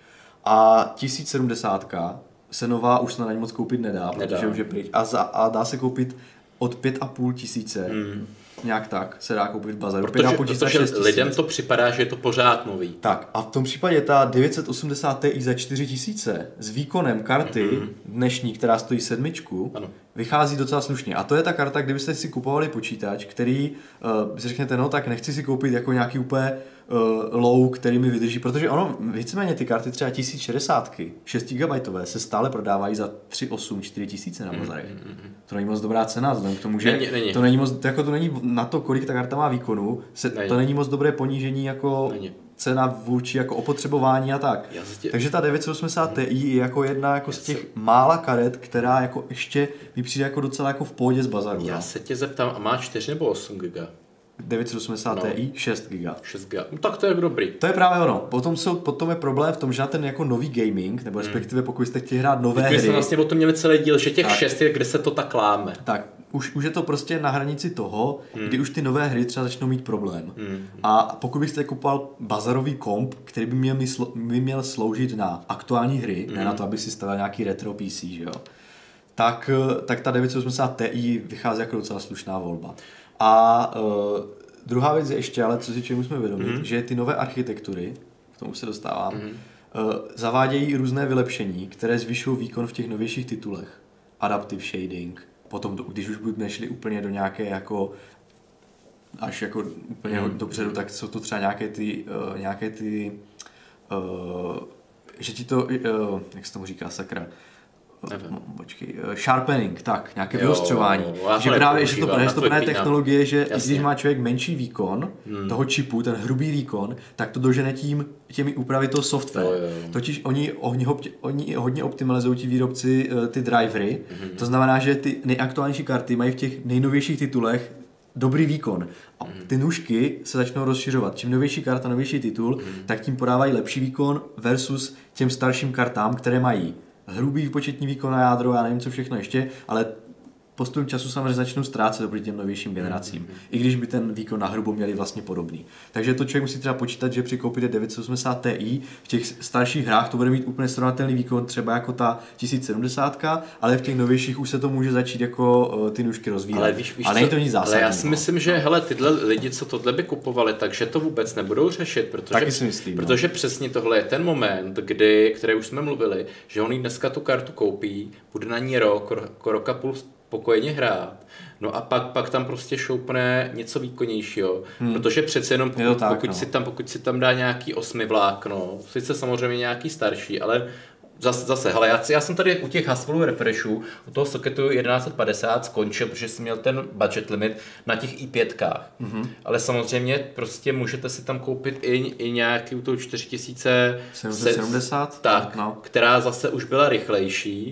Speaker 1: A tisíc sedmdesát se nová už snad ani moc koupit nedá, nedá. Protože už je pryč. A, za, a dá se koupit od pět a půl tisíce, mm. nějak tak, se dá koupit v bazaru.
Speaker 2: Protože, protože lidem to připadá, že je to pořád nový.
Speaker 1: Tak a v tom případě ta devět set osmdesát Ti za čtyři tisíce s výkonem karty mm-hmm. dnešní, která stojí sedmičku, ano. vychází docela slušně. A to je ta karta, kdybyste si kupovali počítač, který uh, si řeknete, no tak nechci si koupit jako nějaký úplně uh, low, který mi vydrží, protože ono, víceméně ty karty třeba tisíc šedesát, šest gigabajtové se stále prodávají za tři osm čtyři tisíce na bazarech. Mm-hmm. To není moc dobrá cena, vzhledem k tomu, že
Speaker 2: není, není.
Speaker 1: to není moc, jako to není na to, kolik ta karta má výkonu, se, není. To není moc dobré ponížení jako není. Cena vůči jako opotřebování a tak. Tě... Takže ta devět set osmdesát Ti je jako jedna jako z těch mála karet, která jako ještě mi přijde jako docela jako v pohodě z bazaru.
Speaker 2: Já no? se tě zeptám, a má čtyři nebo osm giga?
Speaker 1: devět set osmdesát no. Ti, šest giga.
Speaker 2: šest giga. No tak to je dobrý.
Speaker 1: To je právě ono. Potom, jsou, potom je problém v tom, že na ten jako nový gaming, nebo respektive pokud jste chtěli hrát nové
Speaker 2: Teď
Speaker 1: hry.
Speaker 2: My jsme vlastně o tom měli celý díl, že těch tak. šest je, kde se to tak láme.
Speaker 1: Tak, už, už je to prostě na hranici toho, hmm. kdy už ty nové hry třeba začnou mít problém. Hmm. A pokud byste kupoval bazarový komp, který by měl, mysl, by měl sloužit na aktuální hry, hmm. ne na to, aby si stavil nějaký retro P C, že jo? Tak, tak ta devět set osmdesát Ti vychází jako docela slušná volba. A uh, druhá věc je ještě, ale co si čemu jsme vědomit, mm. že ty nové architektury, k tomu se dostávám, mm. uh, zavádějí různé vylepšení, které zvyšují výkon v těch novějších titulech. Adaptive shading, potom, to, když už budeme šli úplně do nějaké jako až jako úplně mm. dopředu, tak jsou to třeba nějaké ty, uh, nějaké ty uh, že ti to, uh, jak se tomu říká, sakra, No, počkej, sharpening, tak, nějaké vyostřování. Že právě, že to, že to právě technologie, že jasně. Když má člověk menší výkon hmm. toho čipu, ten hrubý výkon, tak to dožene tím, těmi úpravy toho softwaru. Totiž oni, oni, oni hodně optimalizují ti výrobci ty drivery, hmm. to znamená, že ty nejaktuálnější karty mají v těch nejnovějších titulech dobrý výkon. A ty nůžky se začnou rozšiřovat. Čím novější karta, novější titul, hmm. tak tím podávají lepší výkon versus těm starším kartám, které mají hrubý výpočetní výkon na jádro, já nevím co všechno ještě, ale postupem času samozřejmě začnou ztrácet oproti těm novějším generacím, mm-hmm. i když by ten výkon na hrubo měli vlastně podobný. Takže to člověk musí třeba počítat, že při koupě devět set osmdesát Ti v těch starších hrách to bude mít úplně srovnatelný výkon, třeba jako ta tisíc sedmdesát, ale v těch novějších už se to může začít jako uh, ty nůžky rozvíjet. Ale, víš, víš, ale není to nic zásadního.
Speaker 2: Ale já si myslím, že hele, tyhle lidi, co tohle by kupovali, takže to vůbec nebudou řešit, protože,
Speaker 1: si myslím,
Speaker 2: protože no. přesně tohle je ten moment, kdy, který už jsme mluvili, že oni dneska tu kartu koupí, bude na ní rok, rok, roka půl spokojeně hrát, no a pak, pak tam prostě šoupne něco výkonnějšího, hmm. protože přece jenom pokud, tak, pokud, no. si tam, pokud si tam dá nějaký osmi vlákno, sice samozřejmě nějaký starší, ale zase, zase hele, já, já jsem tady u těch Haswellů refreshů, u toho socketu jedenáct set padesát skončil, protože jsem měl ten budget limit na těch i pět kách, mm-hmm. ale samozřejmě prostě můžete si tam koupit i, i nějaký u toho čtyři tisíce
Speaker 1: sedm set sedmdesát,
Speaker 2: tak, no. která zase už byla rychlejší,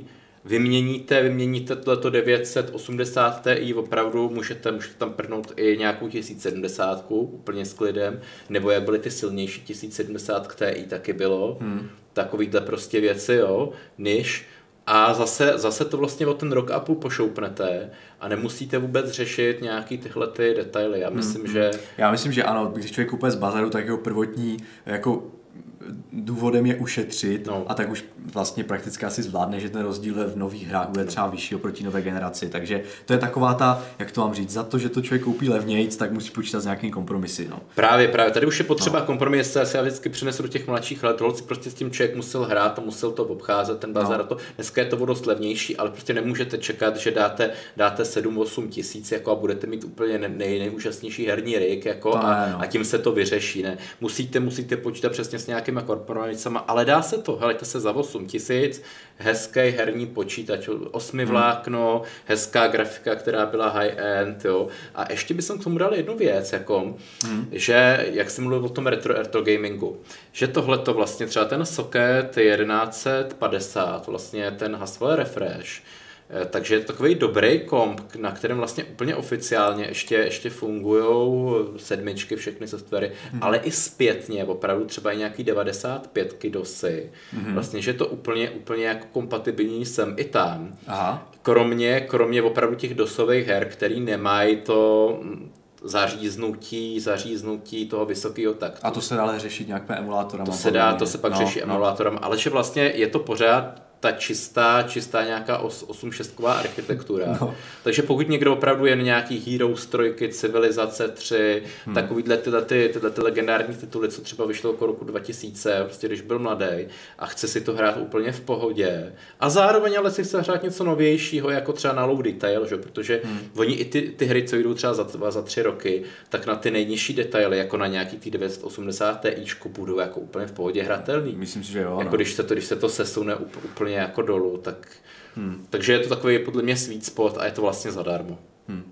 Speaker 2: vyměníte, vyměníte tohleto devět set osmdesát Ti, opravdu můžete, můžete tam prnout i nějakou tisíc sedmdesát úplně s klidem, nebo jak byly ty silnější tisíc sedmdesát Ti taky bylo, hmm. takovýhle prostě věci, jo, niž. A zase, zase to vlastně o ten rok a půl pošoupnete a nemusíte vůbec řešit nějaký tyhle ty detaily. Já myslím, hmm. že...
Speaker 1: Já myslím, že ano, když člověk kupuje z bazaru, tak jeho prvotní jako důvodem je ušetřit no. a tak už vlastně prakticky asi zvládne, že ten rozdíl v nových hrách bude třeba vyšší oproti nové generaci. Takže to je taková ta, jak to mám říct, za to, že to člověk koupí levnějc, tak musí počítat s nějakým kompromisy. No.
Speaker 2: Právě, právě. Tady už je potřeba no. kompromis, já vždycky přinesu do těch mladších let, holci prostě s tím člověk musel hrát a musel to obcházet, ten bazar. No. To. Dneska je to dost levnější, ale prostě nemůžete čekat, že dáte, dáte sedm osm tisíc jako a budete mít úplně nej, nejúžasnější herní rig jako a, no. a tím se to vyřeší. Ne? Musíte, musíte počítat přesně s nějakýma korporacemi, ale dá se to, helejte se za osm tisíc, hezký herní počítač, osmi vlákno, hezká grafika, která byla high-end, jo. A ještě bych k tomu dal jednu věc, jako, hmm. že, jak jsem mluvil o tom retro, retro gamingu, že tohleto vlastně třeba ten socket jedenáct set padesát, vlastně ten Haswell Refresh, takže je to takový dobrý komp, na kterém vlastně úplně oficiálně ještě, ještě fungují sedmičky, všechny softwary, mm. ale i zpětně, opravdu třeba i nějaký devadesát pět dosy. Mm. Vlastně, že je to úplně, úplně jako kompatibilní sem i tam. Aha. Kromě, kromě opravdu těch dosových her, který nemají to zaříznutí, zaříznutí toho vysokého taktu.
Speaker 1: A to se dá ale řešit nějak emulátorem.
Speaker 2: To se dá, to se pak no, řeší no. emulátorem, ale že vlastně je to pořád ta čistá, čistá nějaká osm šestková architektura. No. Takže pokud někdo opravdu jen nějaký Heroes trojky, Civilizace tři, hmm. takovýhle tyhle, ty, tyhle ty legendární tituly, co třeba vyšlo okolo roku dva tisíce, prostě když byl mladý a chce si to hrát úplně v pohodě. A zároveň ale si chce hrát něco novějšího, jako třeba na low detail, že? Protože hmm. oni i ty, ty hry, co jdou třeba za, za tři roky, tak na ty nejnižší detaily, jako na nějaký ty devět set osmdesát Tičko, budou jako úplně v pohodě hratelný.
Speaker 1: Myslím si, že jo.
Speaker 2: Jako
Speaker 1: no.
Speaker 2: když se to, když se to sesune úplně jako dolů, tak hmm. takže je to takový podle mě sweet spot a je to vlastně zadarmo. Hmm.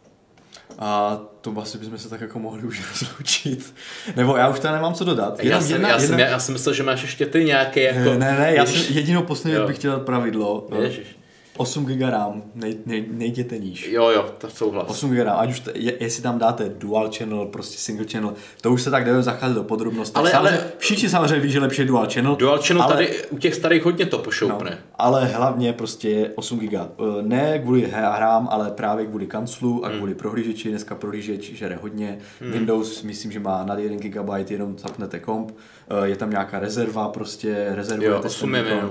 Speaker 1: A to asi bychom se tak jako mohli už rozloučit. Nebo já už tady nemám co dodat.
Speaker 2: Já jsem, jedna, já, jedna... Jsem, já jsem myslel, že máš ještě ty nějaké jako...
Speaker 1: Ne, ne, já jsem jedinou poslední bych chtěl pravidlo.
Speaker 2: Ježiš.
Speaker 1: osm giga RAM, nej, nej, nejděte níž.
Speaker 2: Jo, jo, to souhlas.
Speaker 1: osm giga RAM, ať už, t- jestli tam dáte dual channel, prostě single channel, to už se tak jde zacházet do podrobností.
Speaker 2: Ale, ale
Speaker 1: všichni samozřejmě ví, že lepší je dual channel.
Speaker 2: Dual channel
Speaker 1: ale,
Speaker 2: tady u těch starých hodně to pošoupne.
Speaker 1: No, ale hlavně prostě osm giga. Ne kvůli hrám, ale právě kvůli kanclu a kvůli hmm. prohlížeči. Dneska prohlížeč žere hodně. Hmm. Windows, myslím, že má nad jeden gigabyte, jenom zapnete komp. Je tam nějaká rezerva, prostě rezervujete
Speaker 2: osm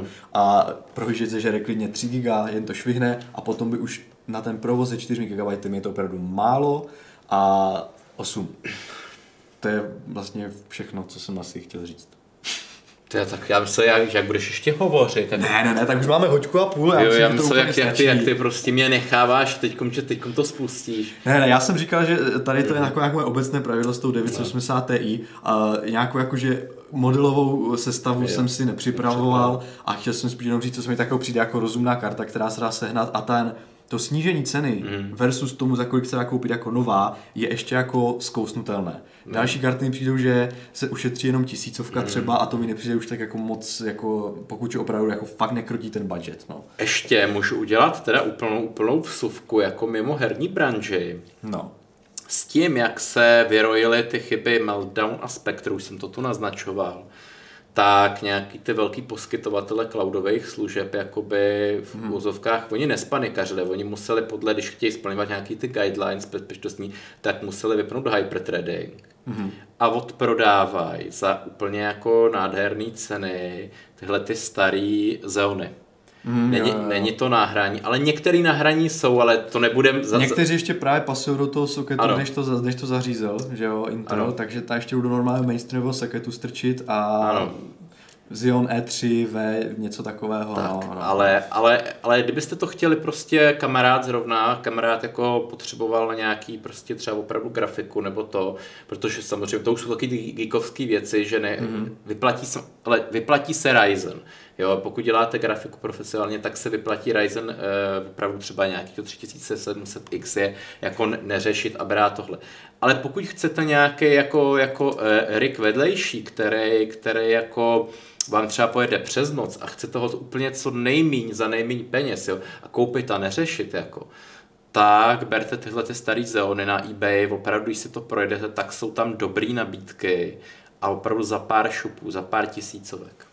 Speaker 1: a prohlížeč žere klidně tři giga, jen to švihne a potom by už na ten provoz se čtyřmi gigabajty je to opravdu málo a osm. To je vlastně všechno, co jsem asi chtěl říct.
Speaker 2: To je tak, já myslím, jak, jak budeš ještě hovořit. Tak...
Speaker 1: Ne, ne, ne, tak už máme hoďku a půl. Já
Speaker 2: jo,
Speaker 1: myslím,
Speaker 2: já myslím, jak, jak, ty, jak ty prostě mě necháváš, teďkom, že teďkom to spustíš.
Speaker 1: Ne, ne, já jsem říkal, že tady to je jako nějaké obecné pravidlo s tou devět set osmdesát Ti a nějakou jakože modelovou sestavu je. jsem si nepřipravoval a chtěl jsem spíš jenom říct, co se mi takovou přijde jako rozumná karta, která se dá sehnat a ten to snížení ceny mm. versus tomu, za kolik se dá koupit jako nová, je ještě jako zkousnutelné. Mm. Další karty mi přijdou, že se ušetří jenom tisícovka mm. třeba a to mi nepřijde už tak jako moc, jako, pokud je opravdu jako fakt nekrotí ten budget. No.
Speaker 2: Ještě můžu udělat teda úplnou, úplnou vsuvku jako mimo herní branži.
Speaker 1: No.
Speaker 2: S tím, jak se vyrojily ty chyby Meltdown a Spectre, už jsem to tu naznačoval, tak nějaký ty velký poskytovatele cloudových služeb jakoby v hmm. úzovkách, oni nespanikařili, oni museli podle, když chtějí splňovat nějaký ty guidelines bezpečnostní, tak museli vypnout hyperthreading hmm. a odprodávají za úplně jako nádherný ceny tyhle ty starý Xeony. Mm, není, jo, jo. není to náhraní, ale některé náhraní jsou, ale to nebudem...
Speaker 1: Za... Někteří ještě právě pasují do toho socketu, než to, než to zařízel, že jo, Intel, ano. takže ta ještě budou normálně mainstreamového socketu strčit a ano. Xeon E tři V, něco takového.
Speaker 2: Tak,
Speaker 1: no, no.
Speaker 2: Ale, ale, ale kdybyste to chtěli prostě kamarád zrovna, kamarád jako potřeboval na nějaký prostě třeba opravdu grafiku nebo to, protože samozřejmě to už jsou taky geekovské věci, že ne, mm-hmm. vyplatí se, ale vyplatí se Ryzen. Jo, pokud děláte grafiku profesionálně, tak se vyplatí Ryzen eh, opravdu třeba nějaký tři tisíce sedm set X je jako neřešit a brát tohle. Ale pokud chcete nějaký jako, jako Rick vedlejší, který, který jako vám třeba pojede přes noc a chce toho úplně co nejmíň za nejmíň peněz, jo, a koupit a neřešit, jako, tak berte tyhle ty starý Xeony na eBay, opravdu, když si to projdete, tak jsou tam dobrý nabídky a opravdu za pár šupů, za pár tisícovek.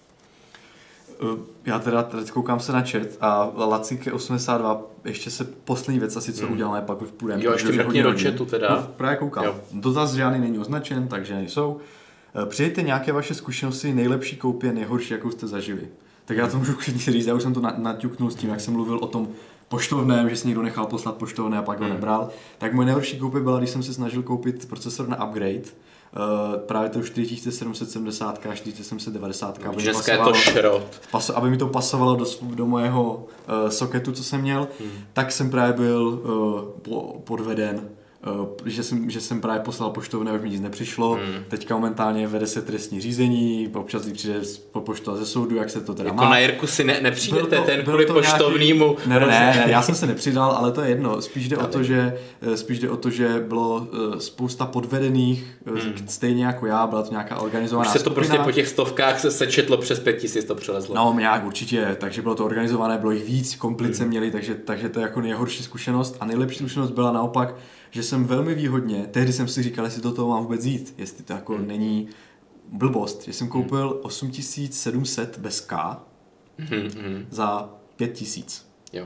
Speaker 1: Já teda teď koukám se na chat a Lacik je osmdesát dva, ještě se poslední věc asi, co mm. uděláme, pak už půjdeme.
Speaker 2: Jo, ještě mrkně do chatu teda.
Speaker 1: No, právě koukám. Jo. Dotaz žádný není označen, takže nejsou. Přijďte nějaké vaše zkušenosti, nejlepší koupě, nejhorší, jakou jste zažili. Tak já to můžu klidně říct, já už jsem to naťuknul s tím, jak jsem mluvil o tom poštovném, že si někdo nechal poslat poštovné a pak ho nebral. Tak moje nejhorší koupě byla, když jsem se snažil koupit procesor na upgrade. Uh, právě to čtyři tisíce sedm set sedmdesát a čtyři tisíce sedm set devadesát. Aby,
Speaker 2: Dneska je to šrot.
Speaker 1: Paso, aby mi to pasovalo do, do mojeho uh, soketu, co jsem měl, hmm. tak jsem právě byl uh, po, podveden. Uh, že, jsem, že jsem právě poslal poštovné, už mi nic nepřišlo. Hmm. Teďka momentálně vede se trestní řízení, občas přijde po pošta ze soudu, jak se to teda
Speaker 2: jako
Speaker 1: má.
Speaker 2: Na Jirku si ne, nepřijdete, to, ten kvůli poštovnímu.
Speaker 1: Nějaký... Ne, ne, ne, já jsem se nepřidal, ale to je jedno. Spíš jde, o to, že, spíš jde o to, že bylo spousta podvedených, hmm. stejně jako já, byla to nějaká organizovaná
Speaker 2: skupina. Už se to
Speaker 1: skupina.
Speaker 2: prostě po těch stovkách se sečetlo, přes pět tisíc to přelezlo.
Speaker 1: No, nějak určitě, takže bylo to organizované, bylo jich víc, komplice hmm. měli, takže, takže to je jako nejhorší zkušenost. A nejlepší zkušenost byla naopak, že jsem velmi výhodně, tehdy jsem si říkal, jestli do toho mám vůbec jít, jestli to jako hmm. není blbost, že jsem koupil osm tisíc sedm set bez K hmm. za pět tisíc.
Speaker 2: Jo.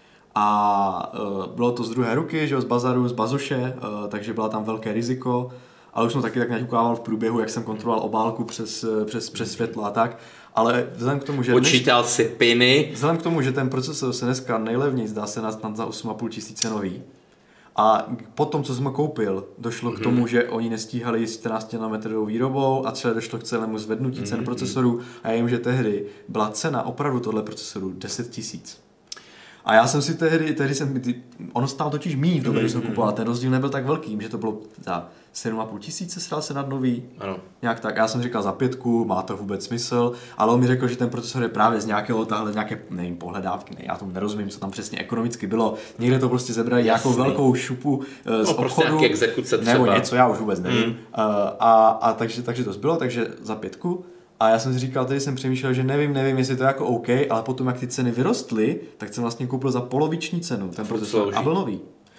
Speaker 1: A uh, bylo to z druhé ruky, že jo, z bazaru, z bazoše, uh, takže byla tam velké riziko, ale už jsem taky tak naťukával v průběhu, jak jsem kontroloval obálku přes, přes, přes světlo a tak. Ale vzhledem k tomu, že...
Speaker 2: Počítal si piny.
Speaker 1: Vzhledem k tomu, že ten procesor se dneska nejlevněji zdá se nás za osm a půl tisíce nový. A potom, co jsem koupil, došlo mm-hmm. k tomu, že oni nestíhali s čtrnácti nanometrovou výrobou a třeba došlo k celému zvednutí mm-hmm. cen procesorů a já jim, že tehdy byla cena opravdu tohle procesoru deset tisíc. A já jsem si tehdy, tehdy jsem, ono stál totiž míň v době, když jsem kupoval, ten rozdíl nebyl tak velký, že to bylo za sedm a půl tisíce stál se nad nový,
Speaker 2: ano.
Speaker 1: Nějak tak, já jsem říkal za pětku, má to vůbec smysl, ale on mi řekl, že ten procesor je právě z nějakého tahle nějaké, nevím, pohledávky, ne, já tomu nerozumím, co tam přesně ekonomicky bylo, někde to prostě zebrali nějakou velkou šupu uh, z
Speaker 2: no,
Speaker 1: obchodu,
Speaker 2: prostě exekuce třeba.
Speaker 1: Nebo něco, já už vůbec nevím, hmm. uh, a, a takže, takže to zbylo, takže za pětku. A já jsem si říkal, tady jsem přemýšlel, že nevím, nevím, jestli to je jako OK, ale potom, jak ty ceny vyrostly, tak jsem vlastně koupil za poloviční cenu ten procesor a byl nový.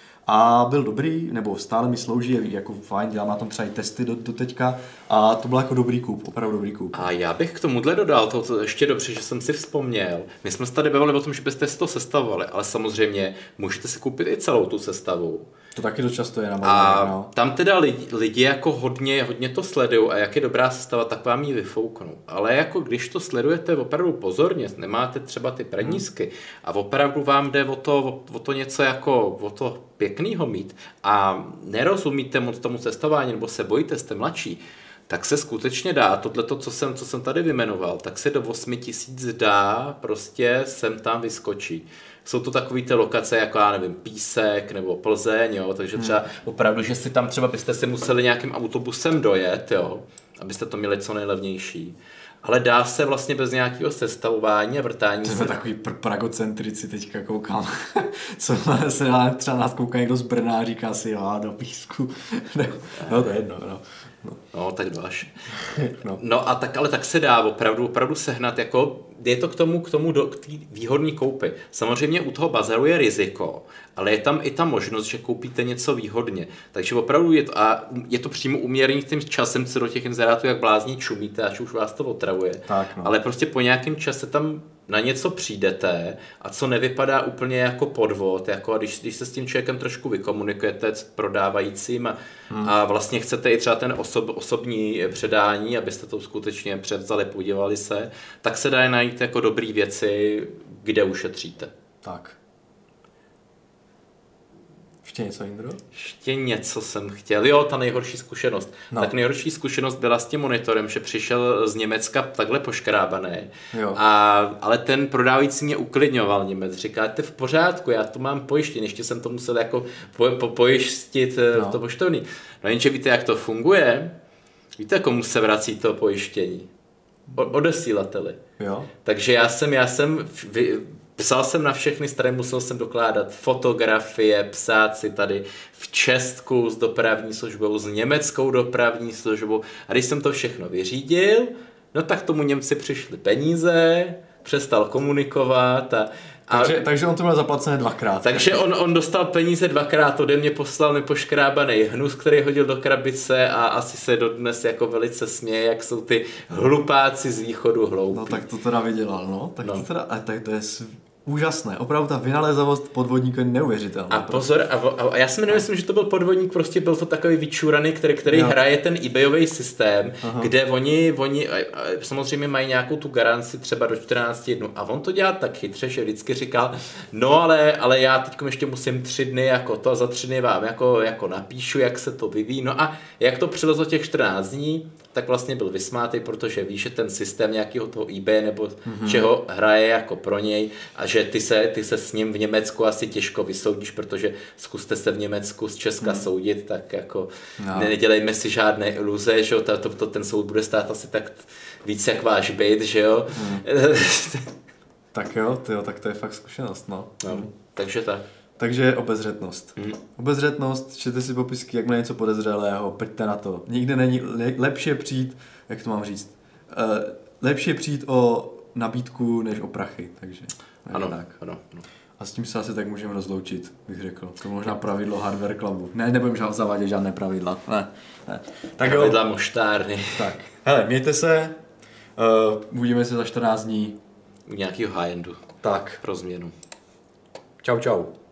Speaker 1: A byl dobrý, nebo stále mi slouží, jako fajn, dělám na tom třeba i testy do, do teďka a to byl jako dobrý kup, opravdu dobrý kup.
Speaker 2: A já bych k tomuhle dodal, to, to ještě dobře, že jsem si vzpomněl. My jsme se tady bavili o tom, že byste si to sestavovali, ale samozřejmě můžete si koupit i celou tu sestavu.
Speaker 1: To taky dost často je na
Speaker 2: možná, a no. Tam teda lidi, lidi jako hodně, hodně to sledují a jak je dobrá sestava, tak vám ji vyfouknou. Ale jako když to sledujete opravdu pozorně, nemáte třeba ty prednízky hmm. a opravdu vám jde o to, o, o to něco jako, o to pěknýho mít a nerozumíte moc tomu cestování nebo se bojíte, jste mladší, tak se skutečně dá, tohleto, co jsem, co jsem tady vymenoval, tak se do osmi tisíc dá, prostě sem tam vyskočí. Jsou to takové ty lokace, jako já nevím, Písek nebo Plzeň, jo, takže třeba hmm. opravdu, že si tam třeba byste si museli nějakým autobusem dojet, jo, abyste to měli co nejlevnější. Ale dá se vlastně bez nějakého sestavování a vrtání.
Speaker 1: To jsme takový pr- pragocentrici teďka koukám. Co se třeba nás kouká někdo z Brna a říká si, jo, do Písku. No to je jedno, no.
Speaker 2: No, no tak dváš. No. no a tak, ale tak se dá opravdu, opravdu sehnat, jako je to k tomu, k tomu do, k té výhodné koupy. Samozřejmě u toho bazaru je riziko, ale je tam i ta možnost, že koupíte něco výhodně. Takže opravdu je to, a je to přímo uměrný tím časem, co do těch inzerátů jak blázní čumíte, až už vás to otravuje.
Speaker 1: Tak, no.
Speaker 2: Ale prostě po nějakém čase tam na něco přijdete a co nevypadá úplně jako podvod, jako když, když se s tím člověkem trošku vykomunikujete s prodávajícím a, hmm. a vlastně chcete i třeba ten osob, osobní předání, abyste to skutečně převzali, podívali se, tak se dá najít jako dobrý věci, kde ušetříte.
Speaker 1: Tak. Ještě něco, Indro?
Speaker 2: Ještě něco jsem chtěl. Jo, ta nejhorší zkušenost. No. Tak nejhorší zkušenost byla s tím monitorem, že přišel z Německa takhle poškrábaný.
Speaker 1: Jo.
Speaker 2: A, ale ten prodávající mě uklidňoval Němec. Říká, to je v pořádku, já to mám pojištěn, ještě jsem to musel jako po, po, pojistit no. to poštovní. No jenže víte, jak to funguje? Víte, komu se vrací to pojištění? O, odesílateli.
Speaker 1: Jo.
Speaker 2: Takže já jsem, já jsem vy, Psal jsem na všechny strany, musel jsem dokládat fotografie, psát si tady v Česku s dopravní službou, s německou dopravní službou. A když jsem to všechno vyřídil, no tak tomu Němci přišli peníze, přestal komunikovat a A,
Speaker 1: takže, takže on to měl zaplacené dvakrát.
Speaker 2: Takže on, on dostal peníze dvakrát, ode mě poslal mi poškrábaný hnus, který hodil do krabice a asi se dodnes jako velice směje, jak jsou ty hlupáci z východu hloupí.
Speaker 1: No tak to teda vydělal, no. Tak
Speaker 2: no.
Speaker 1: to teda, a tak to je úžasné. Opravdu ta vynalézavost podvodníka je neuvěřitelná.
Speaker 2: A pozor, a, a já si nemyslím, že to byl podvodník, prostě byl to takový vyčúraný, který, který hraje ten eBayový systém, aha, kde oni, oni samozřejmě mají nějakou tu garanci třeba do čtrnácti dnů a on to dělá tak chytře, že vždycky říkal, no ale, ale já teď ještě musím tři dny jako to, za tři dny vám jako, jako napíšu, jak se to vyvíjí, no a jak to přilezlo těch čtrnáct dní, tak vlastně byl vysmátý, protože ví, že ten systém nějakého toho eBay nebo mm-hmm. čeho hraje jako pro něj a že ty se, ty se s ním v Německu asi těžko vysoudíš, protože zkuste se v Německu z Česka mm. soudit, tak jako no. nedělejme si žádné iluze, že jo, to, to, to, ten soud bude stát asi tak víc jak váš byt, že jo. Mm.
Speaker 1: Tak jo, tyjo, tak to je fakt zkušenost, no.
Speaker 2: no mm. Takže tak.
Speaker 1: Takže obezřetnost. Mm. Obezřetnost, čtěte si popisky, jak má něco podezřelého, pojďte na to. Nikde není lepší přijít, jak to mám říct, uh, lepší přijít o nabídku, než o prachy, takže.
Speaker 2: Ano,
Speaker 1: tak.
Speaker 2: ano, ano.
Speaker 1: A s tím se asi tak můžeme rozloučit, bych řekl. To je možná pravidlo Hardware Clubu. Ne, nebudem zavádět žádné pravidla. Ne, ne.
Speaker 2: Tak pravidla moštárny.
Speaker 1: Tak, hele, mějte se, uh, uvidíme se za čtrnáct dní.
Speaker 2: U nějakého high-endu.
Speaker 1: Tak.
Speaker 2: Pro změnu.
Speaker 1: Čau, čau.